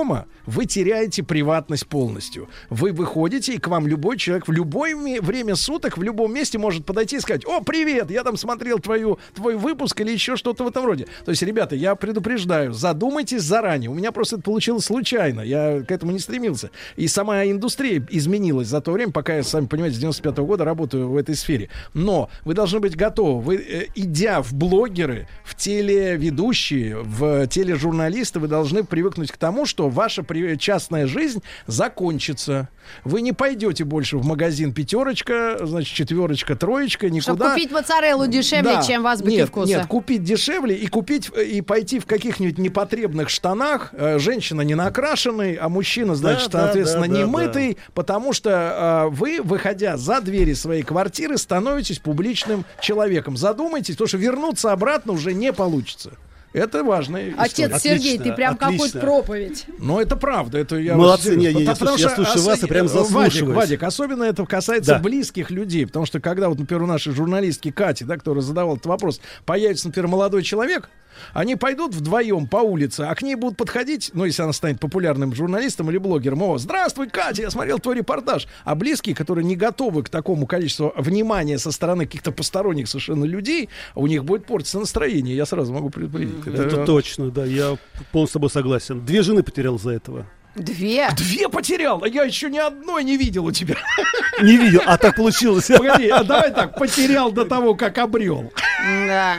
вы теряете приватность полностью. Вы выходите, и к вам любой человек в любое время суток, в любом месте может подойти и сказать: о, привет, я там смотрел твой выпуск или еще что-то в этом роде. То есть, ребята, я предупреждаю, задумайтесь заранее. У меня просто это получилось случайно, я к этому не стремился. И сама индустрия изменилась за то время, пока я, сами понимаете, с 95-го года работаю в этой сфере. Но вы должны быть готовы. Вы, идя в блогеры, в телеведущие, в тележурналисты, вы должны привыкнуть к тому, что ваша частная жизнь закончится. Вы не пойдете больше в магазин «Пятерочка», значит, «Четверочка», «Троечка», никуда. Чтобы купить моцареллу дешевле, чем в «Азбуке вкуса». Нет, купить дешевле и пойти в каких-нибудь непотребных штанах. Женщина не накрашенной, а мужчина, значит, соответственно, не мытый, потому что вы, выходя за двери своей квартиры, становитесь публичным человеком. Задумайтесь, потому что вернуться обратно уже не получится. Это важная история. Отец Сергей, ты прям какую-то проповедь. Но это правда. Это я молодцы, я слушаю вас и прям заслушиваюсь. Вадик, особенно это касается близких людей, потому что когда, вот, например, у нашей журналистки Кати, да, которая задавала этот вопрос, появится, например, молодой человек, они пойдут вдвоем по улице, а к ней будут подходить, ну, если она станет популярным журналистом или блогером: о, здравствуй, Катя, я смотрел твой репортаж. А близкие, которые не готовы к такому количеству внимания со стороны каких-то посторонних совершенно людей, у них будет портиться настроение, я сразу могу предупредить. Это точно, да, я полностью с тобой согласен. 2 жены потерял за этого. 2 потерял, а я еще ни одной не видел у тебя. Не видел, а так получилось. Погоди, а давай так, потерял до того, как обрел. Да.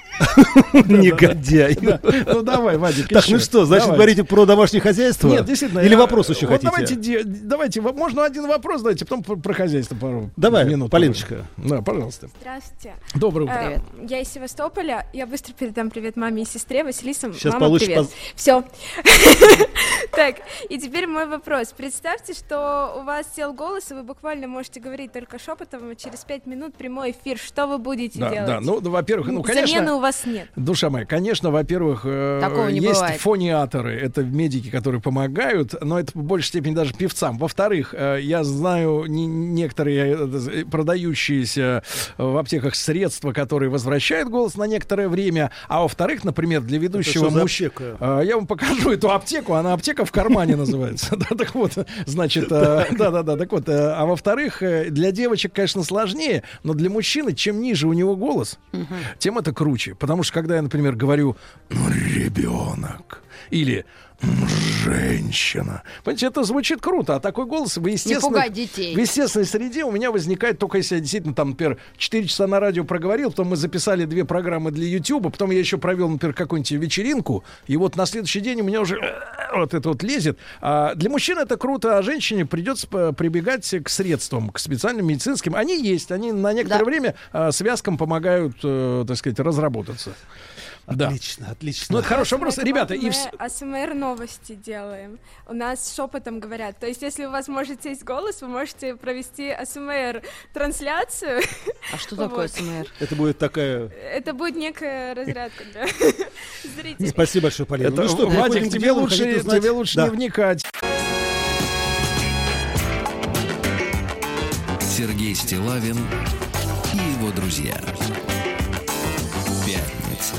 Негодяй. Ну давай, Вадик. Так, ну что, значит, говорите про домашнее хозяйство? Нет, действительно. Или вопрос еще хотите? Давайте, можно один вопрос, давайте, потом про хозяйство пару минут. Полиночка. Да, пожалуйста. Здравствуйте. Доброе утро. Я из Севастополя. Я быстро передам привет маме и сестре. Василиса, мама, привет. Все. Так, и теперь мой вопрос. Представьте, что у вас сел голос, и вы буквально можете говорить только шепотом, и через 5 минут прямой эфир. Что вы будете делать? Да, ну, во-первых, конечно... Замены у вас нет. Душа моя, конечно, во-первых, есть фониаторы, это медики, которые помогают, но это в большей степени даже певцам. Во-вторых, я знаю некоторые продающиеся в аптеках средства, которые возвращают голос на некоторое время, а во-вторых, например, для ведущего мужчины... Я вам покажу эту аптеку, она аптека в кармане называется. Да, так вот, значит, так вот. А во-вторых, для девочек, конечно, сложнее, но для мужчины, чем ниже у него голос, тем это круче. Потому что, когда я, например, говорю «ребенок» или «женщина», понимаете, это звучит круто, а такой голос в естественной среде у меня возникает только если я действительно, там, например, 4 часа на радио проговорил, потом мы записали 2 программы для YouTube, потом я еще провел, например, какую-нибудь вечеринку, и вот на следующий день у меня уже вот это вот лезет. А для мужчин это круто, а женщине придется прибегать к средствам, к специальным медицинским. Они есть, они на некоторое время связкам помогают, так сказать, разработаться. Отлично, отлично. Ну, это хороший вопрос. Ребята, мы АСМР новости делаем. У нас шепотом говорят. То есть, если у вас может сесть голос, вы можете провести АСМР трансляцию. А что такое АСМР? Это будет такая... Это будет некая разрядка для зрителей. Спасибо большое, Полина. Ну что, Вадик, тебе лучше не вникать. Сергей Стиллавин и его друзья. Пятница.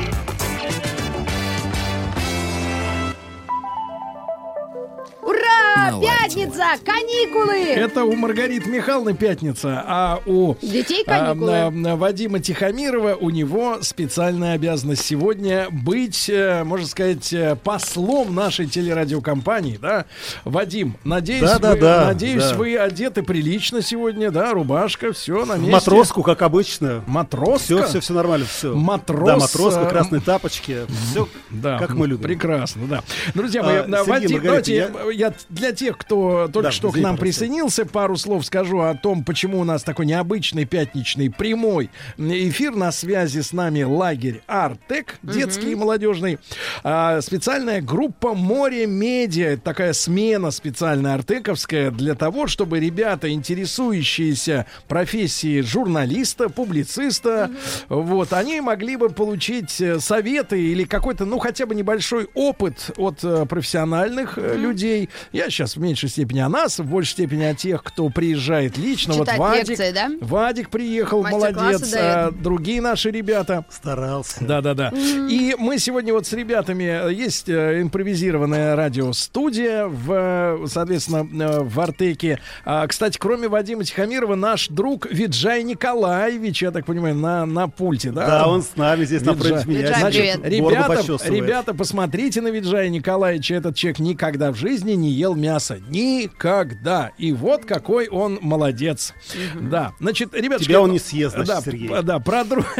Ура! Пятница! Каникулы! Это у Маргариты Михайловны пятница, а у детей каникулы. Вадима Тихомирова у него специальная обязанность сегодня быть, можно сказать, послом нашей телерадиокомпании, да? Вадим, надеюсь, вы одеты прилично сегодня, да? Рубашка, все на месте. Матроску, как обычно. Матроска? Все нормально, все. Матроска, красные тапочки, все как мы любим. Прекрасно, да. Друзья мои, Вадим, давайте я для тех, кто только что к нам присоединился, пару слов скажу о том, почему у нас такой необычный пятничный прямой эфир. На связи с нами лагерь Артек, детский и молодежный. Специальная группа Море Медиа. Это такая смена специальная артековская для того, чтобы ребята, интересующиеся профессией журналиста, публициста, вот, они могли бы получить советы или какой-то, ну, хотя бы небольшой опыт от профессиональных людей. Я сейчас сейчас в меньшей степени о нас, в большей степени о тех, кто приезжает лично. Читать вот Вадик, лекции, да? Вадик приехал, молодец. Другие наши ребята. Старался. Да. И мы сегодня вот с ребятами, есть импровизированная радиостудия, соответственно, в Артеке. Кстати, кроме Вадима Тихомирова, наш друг Виджай Николаевич, я так понимаю, на пульте, да? Да, он с нами здесь напротив меня. Значит, ребята, посмотрите на Виджая Николаевича. Этот человек никогда в жизни не ел мясо. Никогда. И вот какой он молодец. Да, значит, ребятушки... Тебя он не съест, значит, Сергей. Да, про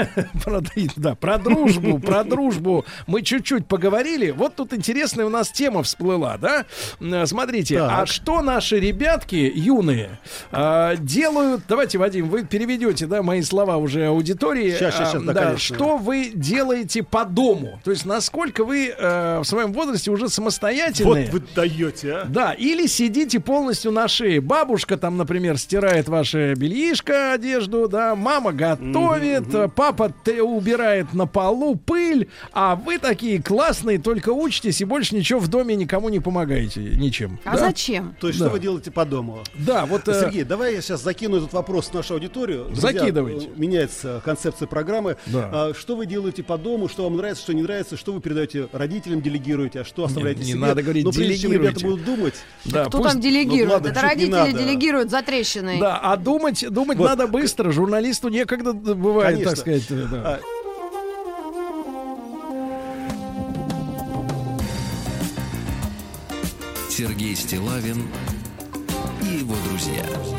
дружбу мы чуть-чуть поговорили. Вот тут интересная у нас тема всплыла, да? Смотрите, а что наши ребятки юные делают? Давайте, Вадим, вы переведете, да, мои слова уже аудитории. Сейчас, да, что вы делаете по дому? То есть насколько вы в своем возрасте уже самостоятельные? Вот вы даете, а? Да, или сидите полностью на шее. Бабушка там, например, стирает ваше бельишко, одежду, да, мама готовит, папа убирает на полу пыль, а вы такие классные, только учитесь и больше ничего в доме никому не помогаете, ничем. А зачем? То есть что вы делаете по дому? Да, вот... Сергей, давай я сейчас закину этот вопрос в нашу аудиторию. Друзья, закидывайте. Меняется концепция программы. Да. Что вы делаете по дому, что вам нравится, что не нравится, что вы передаете родителям, делегируете, а что оставляете себе? Не надо говорить, делегируйте. Ребята будут думать. Да, кто там делегирует? Ладно, это родители делегируют за трещиной. Да, а думать вот. Надо быстро. Журналисту некогда бывает, конечно. Так сказать. Да. Сергей Стиллавин и его друзья.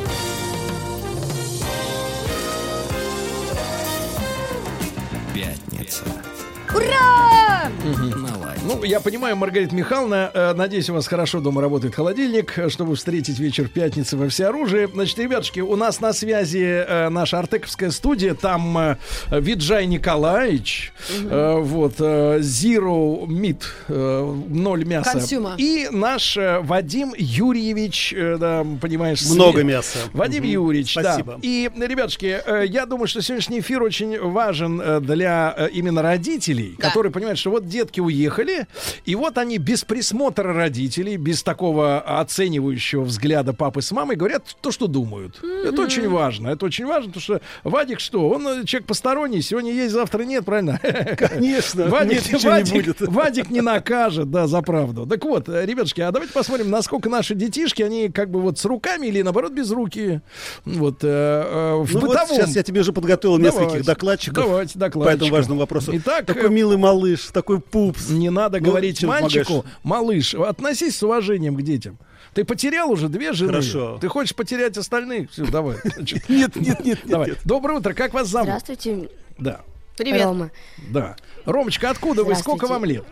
Пятница. Ура! Ну, я понимаю, Маргарита Михайловна, надеюсь, у вас хорошо дома работает холодильник, чтобы встретить вечер пятницы во всеоружии. Значит, ребятушки, у нас на связи наша артековская студия, там Виджай Николаевич, вот, Zero Meat, 0 мяса. Консюма. И наш Вадим Юрьевич, да, понимаешь... Много мяса. Вадим Юрьевич, спасибо. Да. И, ребятушки, я думаю, что сегодняшний эфир очень важен для именно родителей, которые понимают, что вот детки уехали, и вот они без присмотра родителей, без такого оценивающего взгляда папы с мамой говорят то, что думают. Это очень важно. Это очень важно, потому что Вадик что? Он человек посторонний, сегодня есть, завтра нет, правильно? Конечно, Вадик не накажет, да, за правду. Так вот, ребятушки, а давайте посмотрим, насколько наши детишки, они как бы вот с руками или наоборот без руки. Вот, в бытовом... Вот сейчас я тебе уже подготовил нескольких докладчиков по этому важному вопросу. Итак, такой милый малыш, такой пупс. Не надо говорить мальчику, малыш, относись с уважением к детям. Ты потерял уже 2 жены. Хорошо. Ты хочешь потерять остальных? Все, давай. Нет. Давай. Доброе утро, как вас зовут? Здравствуйте. Да. Привет. Рома. Да. Ромочка, откуда вы? Сколько вам лет?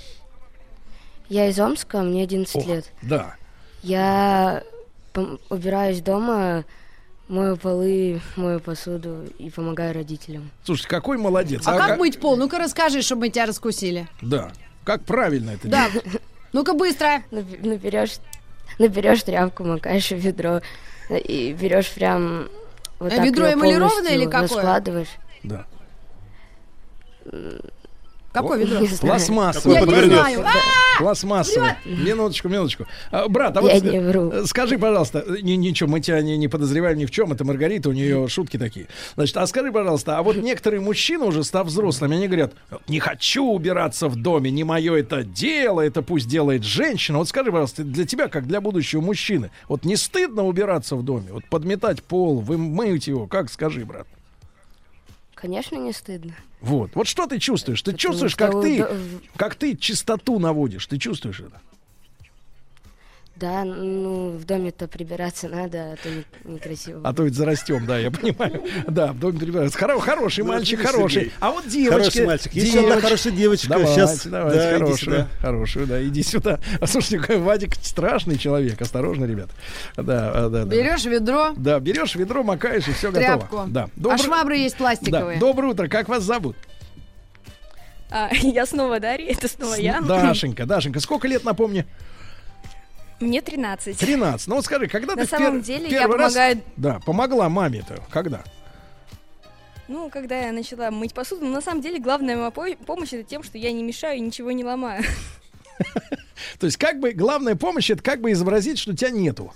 Я из Омска, мне 11 лет. Да. Я убираюсь дома, мою полы, мою посуду и помогаю родителям. Слушай, какой молодец. А как мыть пол? Ну-ка расскажи, чтобы мы тебя раскусили. Да. Как правильно это делать? Да. Ну-ка быстро. Наберешь тряпку, макаешь в ведро и берешь прям вот так ведро эмалированное или какое? Раскладываешь. Да. Какое ведро? Пластмассовое. Я не знаю. Пластмассовое. Минуточку. Брат, а вот скажи, пожалуйста, ничего, мы тебя не подозреваем ни в чем, это Маргарита, у нее шутки такие. Значит, а скажи, пожалуйста, а вот некоторые мужчины, уже став взрослыми, они говорят, не хочу убираться в доме, не мое это дело, это пусть делает женщина. Вот скажи, пожалуйста, для тебя, как для будущего мужчины, вот не стыдно убираться в доме, вот подметать пол, мыть его, как, скажи, брат? Конечно, не стыдно. Вот что ты чувствуешь? Ты чувствуешь, как ты чистоту наводишь? Ты чувствуешь это? Да, ну, в доме-то прибираться надо, а то некрасиво. А то ведь зарастем, да, я понимаю. Да, в доме прибираться. Хороший мальчик, хороший. А вот девочка. Хороший мальчик. Есть одна хорошая девочка. Давайте, хорошую, да, иди сюда. Слушайте, Вадик страшный человек. Осторожно, ребят. Да. Берешь ведро. Да, берешь ведро, макаешь, и все готово. Да. А швабры есть пластиковые. Доброе утро, как вас зовут? Я снова Дарья, это снова я. Дашенька, сколько лет, напомни? Мне 13. 13. Ну вот скажи, когда на ты самом деле я помогаю... Да, помогла маме-то. Когда? Ну, когда я начала мыть посуду. Но на самом деле главная моя помощь это тем, что я не мешаю и ничего не ломаю. То есть как бы главная помощь — это как бы изобразить, что тебя нету.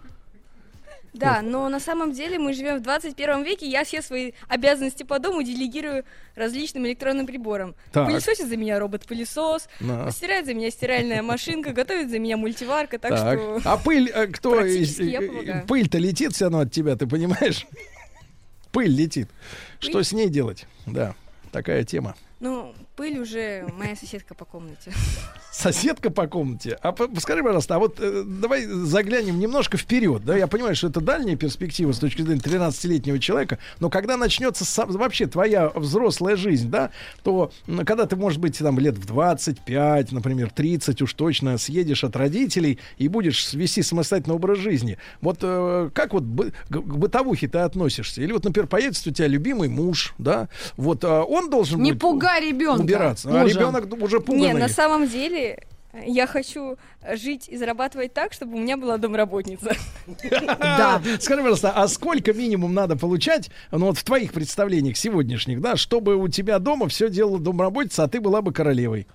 Да, но на самом деле мы живем в 21 веке, я все свои обязанности по дому делегирую различным электронным приборам. Пылесосит за меня робот-пылесос, постирает за меня стиральная машинка, готовит за меня мультиварка, так что... А пыль, кто... Пыль-то летит все равно от тебя, ты понимаешь? Пыль летит. Что с ней делать? Да, такая тема. Ну, пыль уже моя соседка по комнате. Соседка по комнате. А скажи, пожалуйста, а вот давай заглянем немножко вперед. Да? Я понимаю, что это дальняя перспектива с точки зрения 13-летнего человека, но когда начнется вообще твоя взрослая жизнь, да, то когда ты, может быть, там лет в 25, например, 30 уж точно съедешь от родителей и будешь вести самостоятельный образ жизни. Вот как вот к бытовухе ты относишься? Или вот, например, появится у тебя любимый муж, да, вот он должен не пугай ребенка. Убираться. А ребенок уже пуганный. Не, на самом деле я хочу жить и зарабатывать так, чтобы у меня была домработница. Да. Скажи, пожалуйста, а сколько минимум надо получать, ну вот в твоих представлениях сегодняшних, да, чтобы у тебя дома все делала домработница, а ты была бы королевой?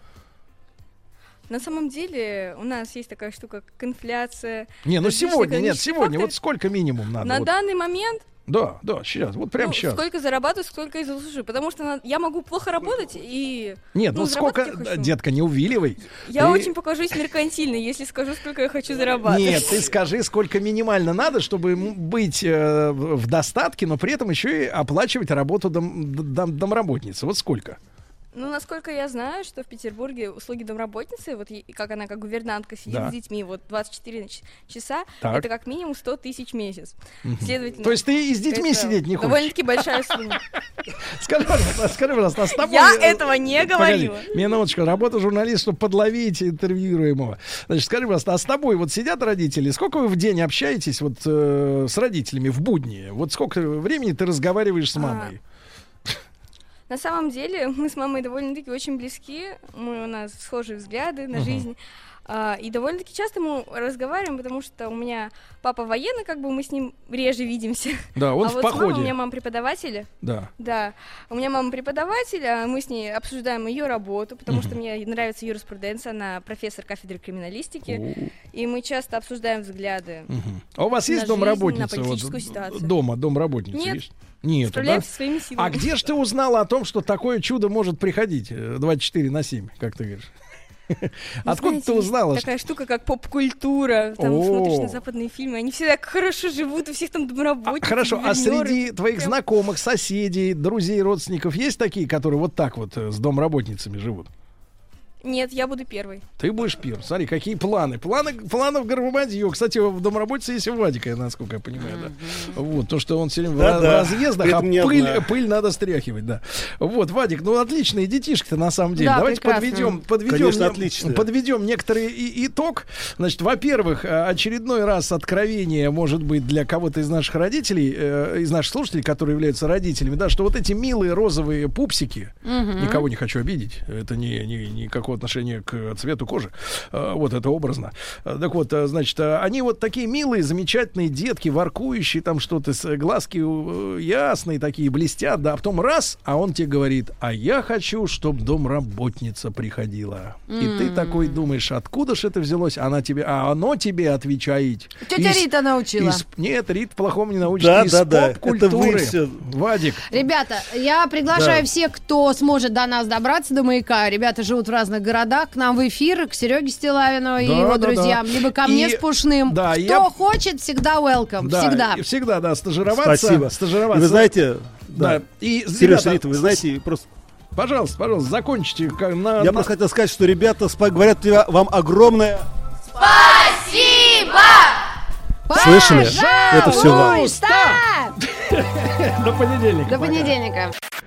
На самом деле у нас есть такая штука, как инфляция. Не, ну сегодня, нет, сегодня вот сколько минимум надо? На данный момент Да, сейчас, вот прямо сейчас. Сколько зарабатываю, сколько и заслужу. Потому что я могу плохо работать и... Нет, ну сколько... Детка, не увиливай. Я очень покажусь меркантильной, если скажу, сколько я хочу зарабатывать. Нет, ты скажи, сколько минимально надо, чтобы быть в достатке, но при этом еще и оплачивать работу домработницы. Вот сколько? Ну, насколько я знаю, что в Петербурге услуги домработницы, вот как она как гувернантка сидит с детьми вот 24 часа, это как минимум 100 тысяч в месяц. Следовательно, то есть ты и с детьми сидеть не хочешь? Довольно-таки большая сумма. Скажи, пожалуйста, а с тобой... Я этого не говорила. Минуточку, работа журналиста, чтобы подловить интервьюируемого. Значит, скажи, пожалуйста, а с тобой вот сидят родители? Сколько вы в день общаетесь вот с родителями в будни? Вот сколько времени ты разговариваешь с мамой? На самом деле мы с мамой довольно-таки очень близки, у нас схожие взгляды на жизнь, и довольно-таки часто мы разговариваем, потому что у меня папа военный, как бы мы с ним реже видимся. Да, он в походе. С мамой, у меня мама преподаватель. Да. Да, у меня мама преподаватель, а мы с ней обсуждаем ее работу, потому что мне нравится юриспруденция, она профессор кафедры криминалистики, и мы часто обсуждаем взгляды. А у вас есть домработница? На политическую ситуацию. Дома домработница есть? Нет, справляемся своими силами. А где же ты узнала о том, что такое чудо может приходить 24/7, как ты говоришь? Откуда ты узнала? Такая штука, как поп-культура. Там смотришь на западные фильмы, они все так хорошо живут, у всех там домработницы. Хорошо, а среди твоих знакомых, соседей, друзей, родственников есть такие, которые вот так вот с домработницами живут? Нет, я буду первой. Ты будешь первой. Смотри, какие планы. Планов громадье. Кстати, в домработнице есть у Вадика, насколько я понимаю, да. Вот, то, что он все время в разъездах, а пыль надо стряхивать, да. Вот, Вадик, ну отличные детишки-то на самом деле. Да, давайте подведем некоторый итог. Значит, во-первых, очередной раз откровение может быть для кого-то из наших родителей, из наших слушателей, которые являются родителями, да, что вот эти милые розовые пупсики, никого не хочу обидеть, это никакого отношения к цвету кожи. Вот это образно. Так вот, значит, они вот такие милые, замечательные детки, воркующие, там что-то, глазки ясные такие, блестят, да, а потом раз, а он тебе говорит, а я хочу, чтобы домработница приходила. И ты такой думаешь, откуда же это взялось? Оно тебе отвечает. Тетя Рита научила. Нет, Рита плохому не научит. Из поп-культуры. Вадик. Ребята, я приглашаю всех, кто сможет до нас добраться, до Маяка. Ребята живут в разных городах, к нам в эфир, к Сереге Стилавину и его друзьям, либо ко мне с Пушным. Да, кто хочет, всегда welcome. Да, всегда, да, стажироваться. Спасибо. Стажироваться. И вы знаете, Сереж, Рита, вы знаете, просто... Пожалуйста, закончите. Я просто хотел сказать, что ребята говорят вам огромное... Спасибо! Слышали? Это все вам. До понедельника. До понедельника.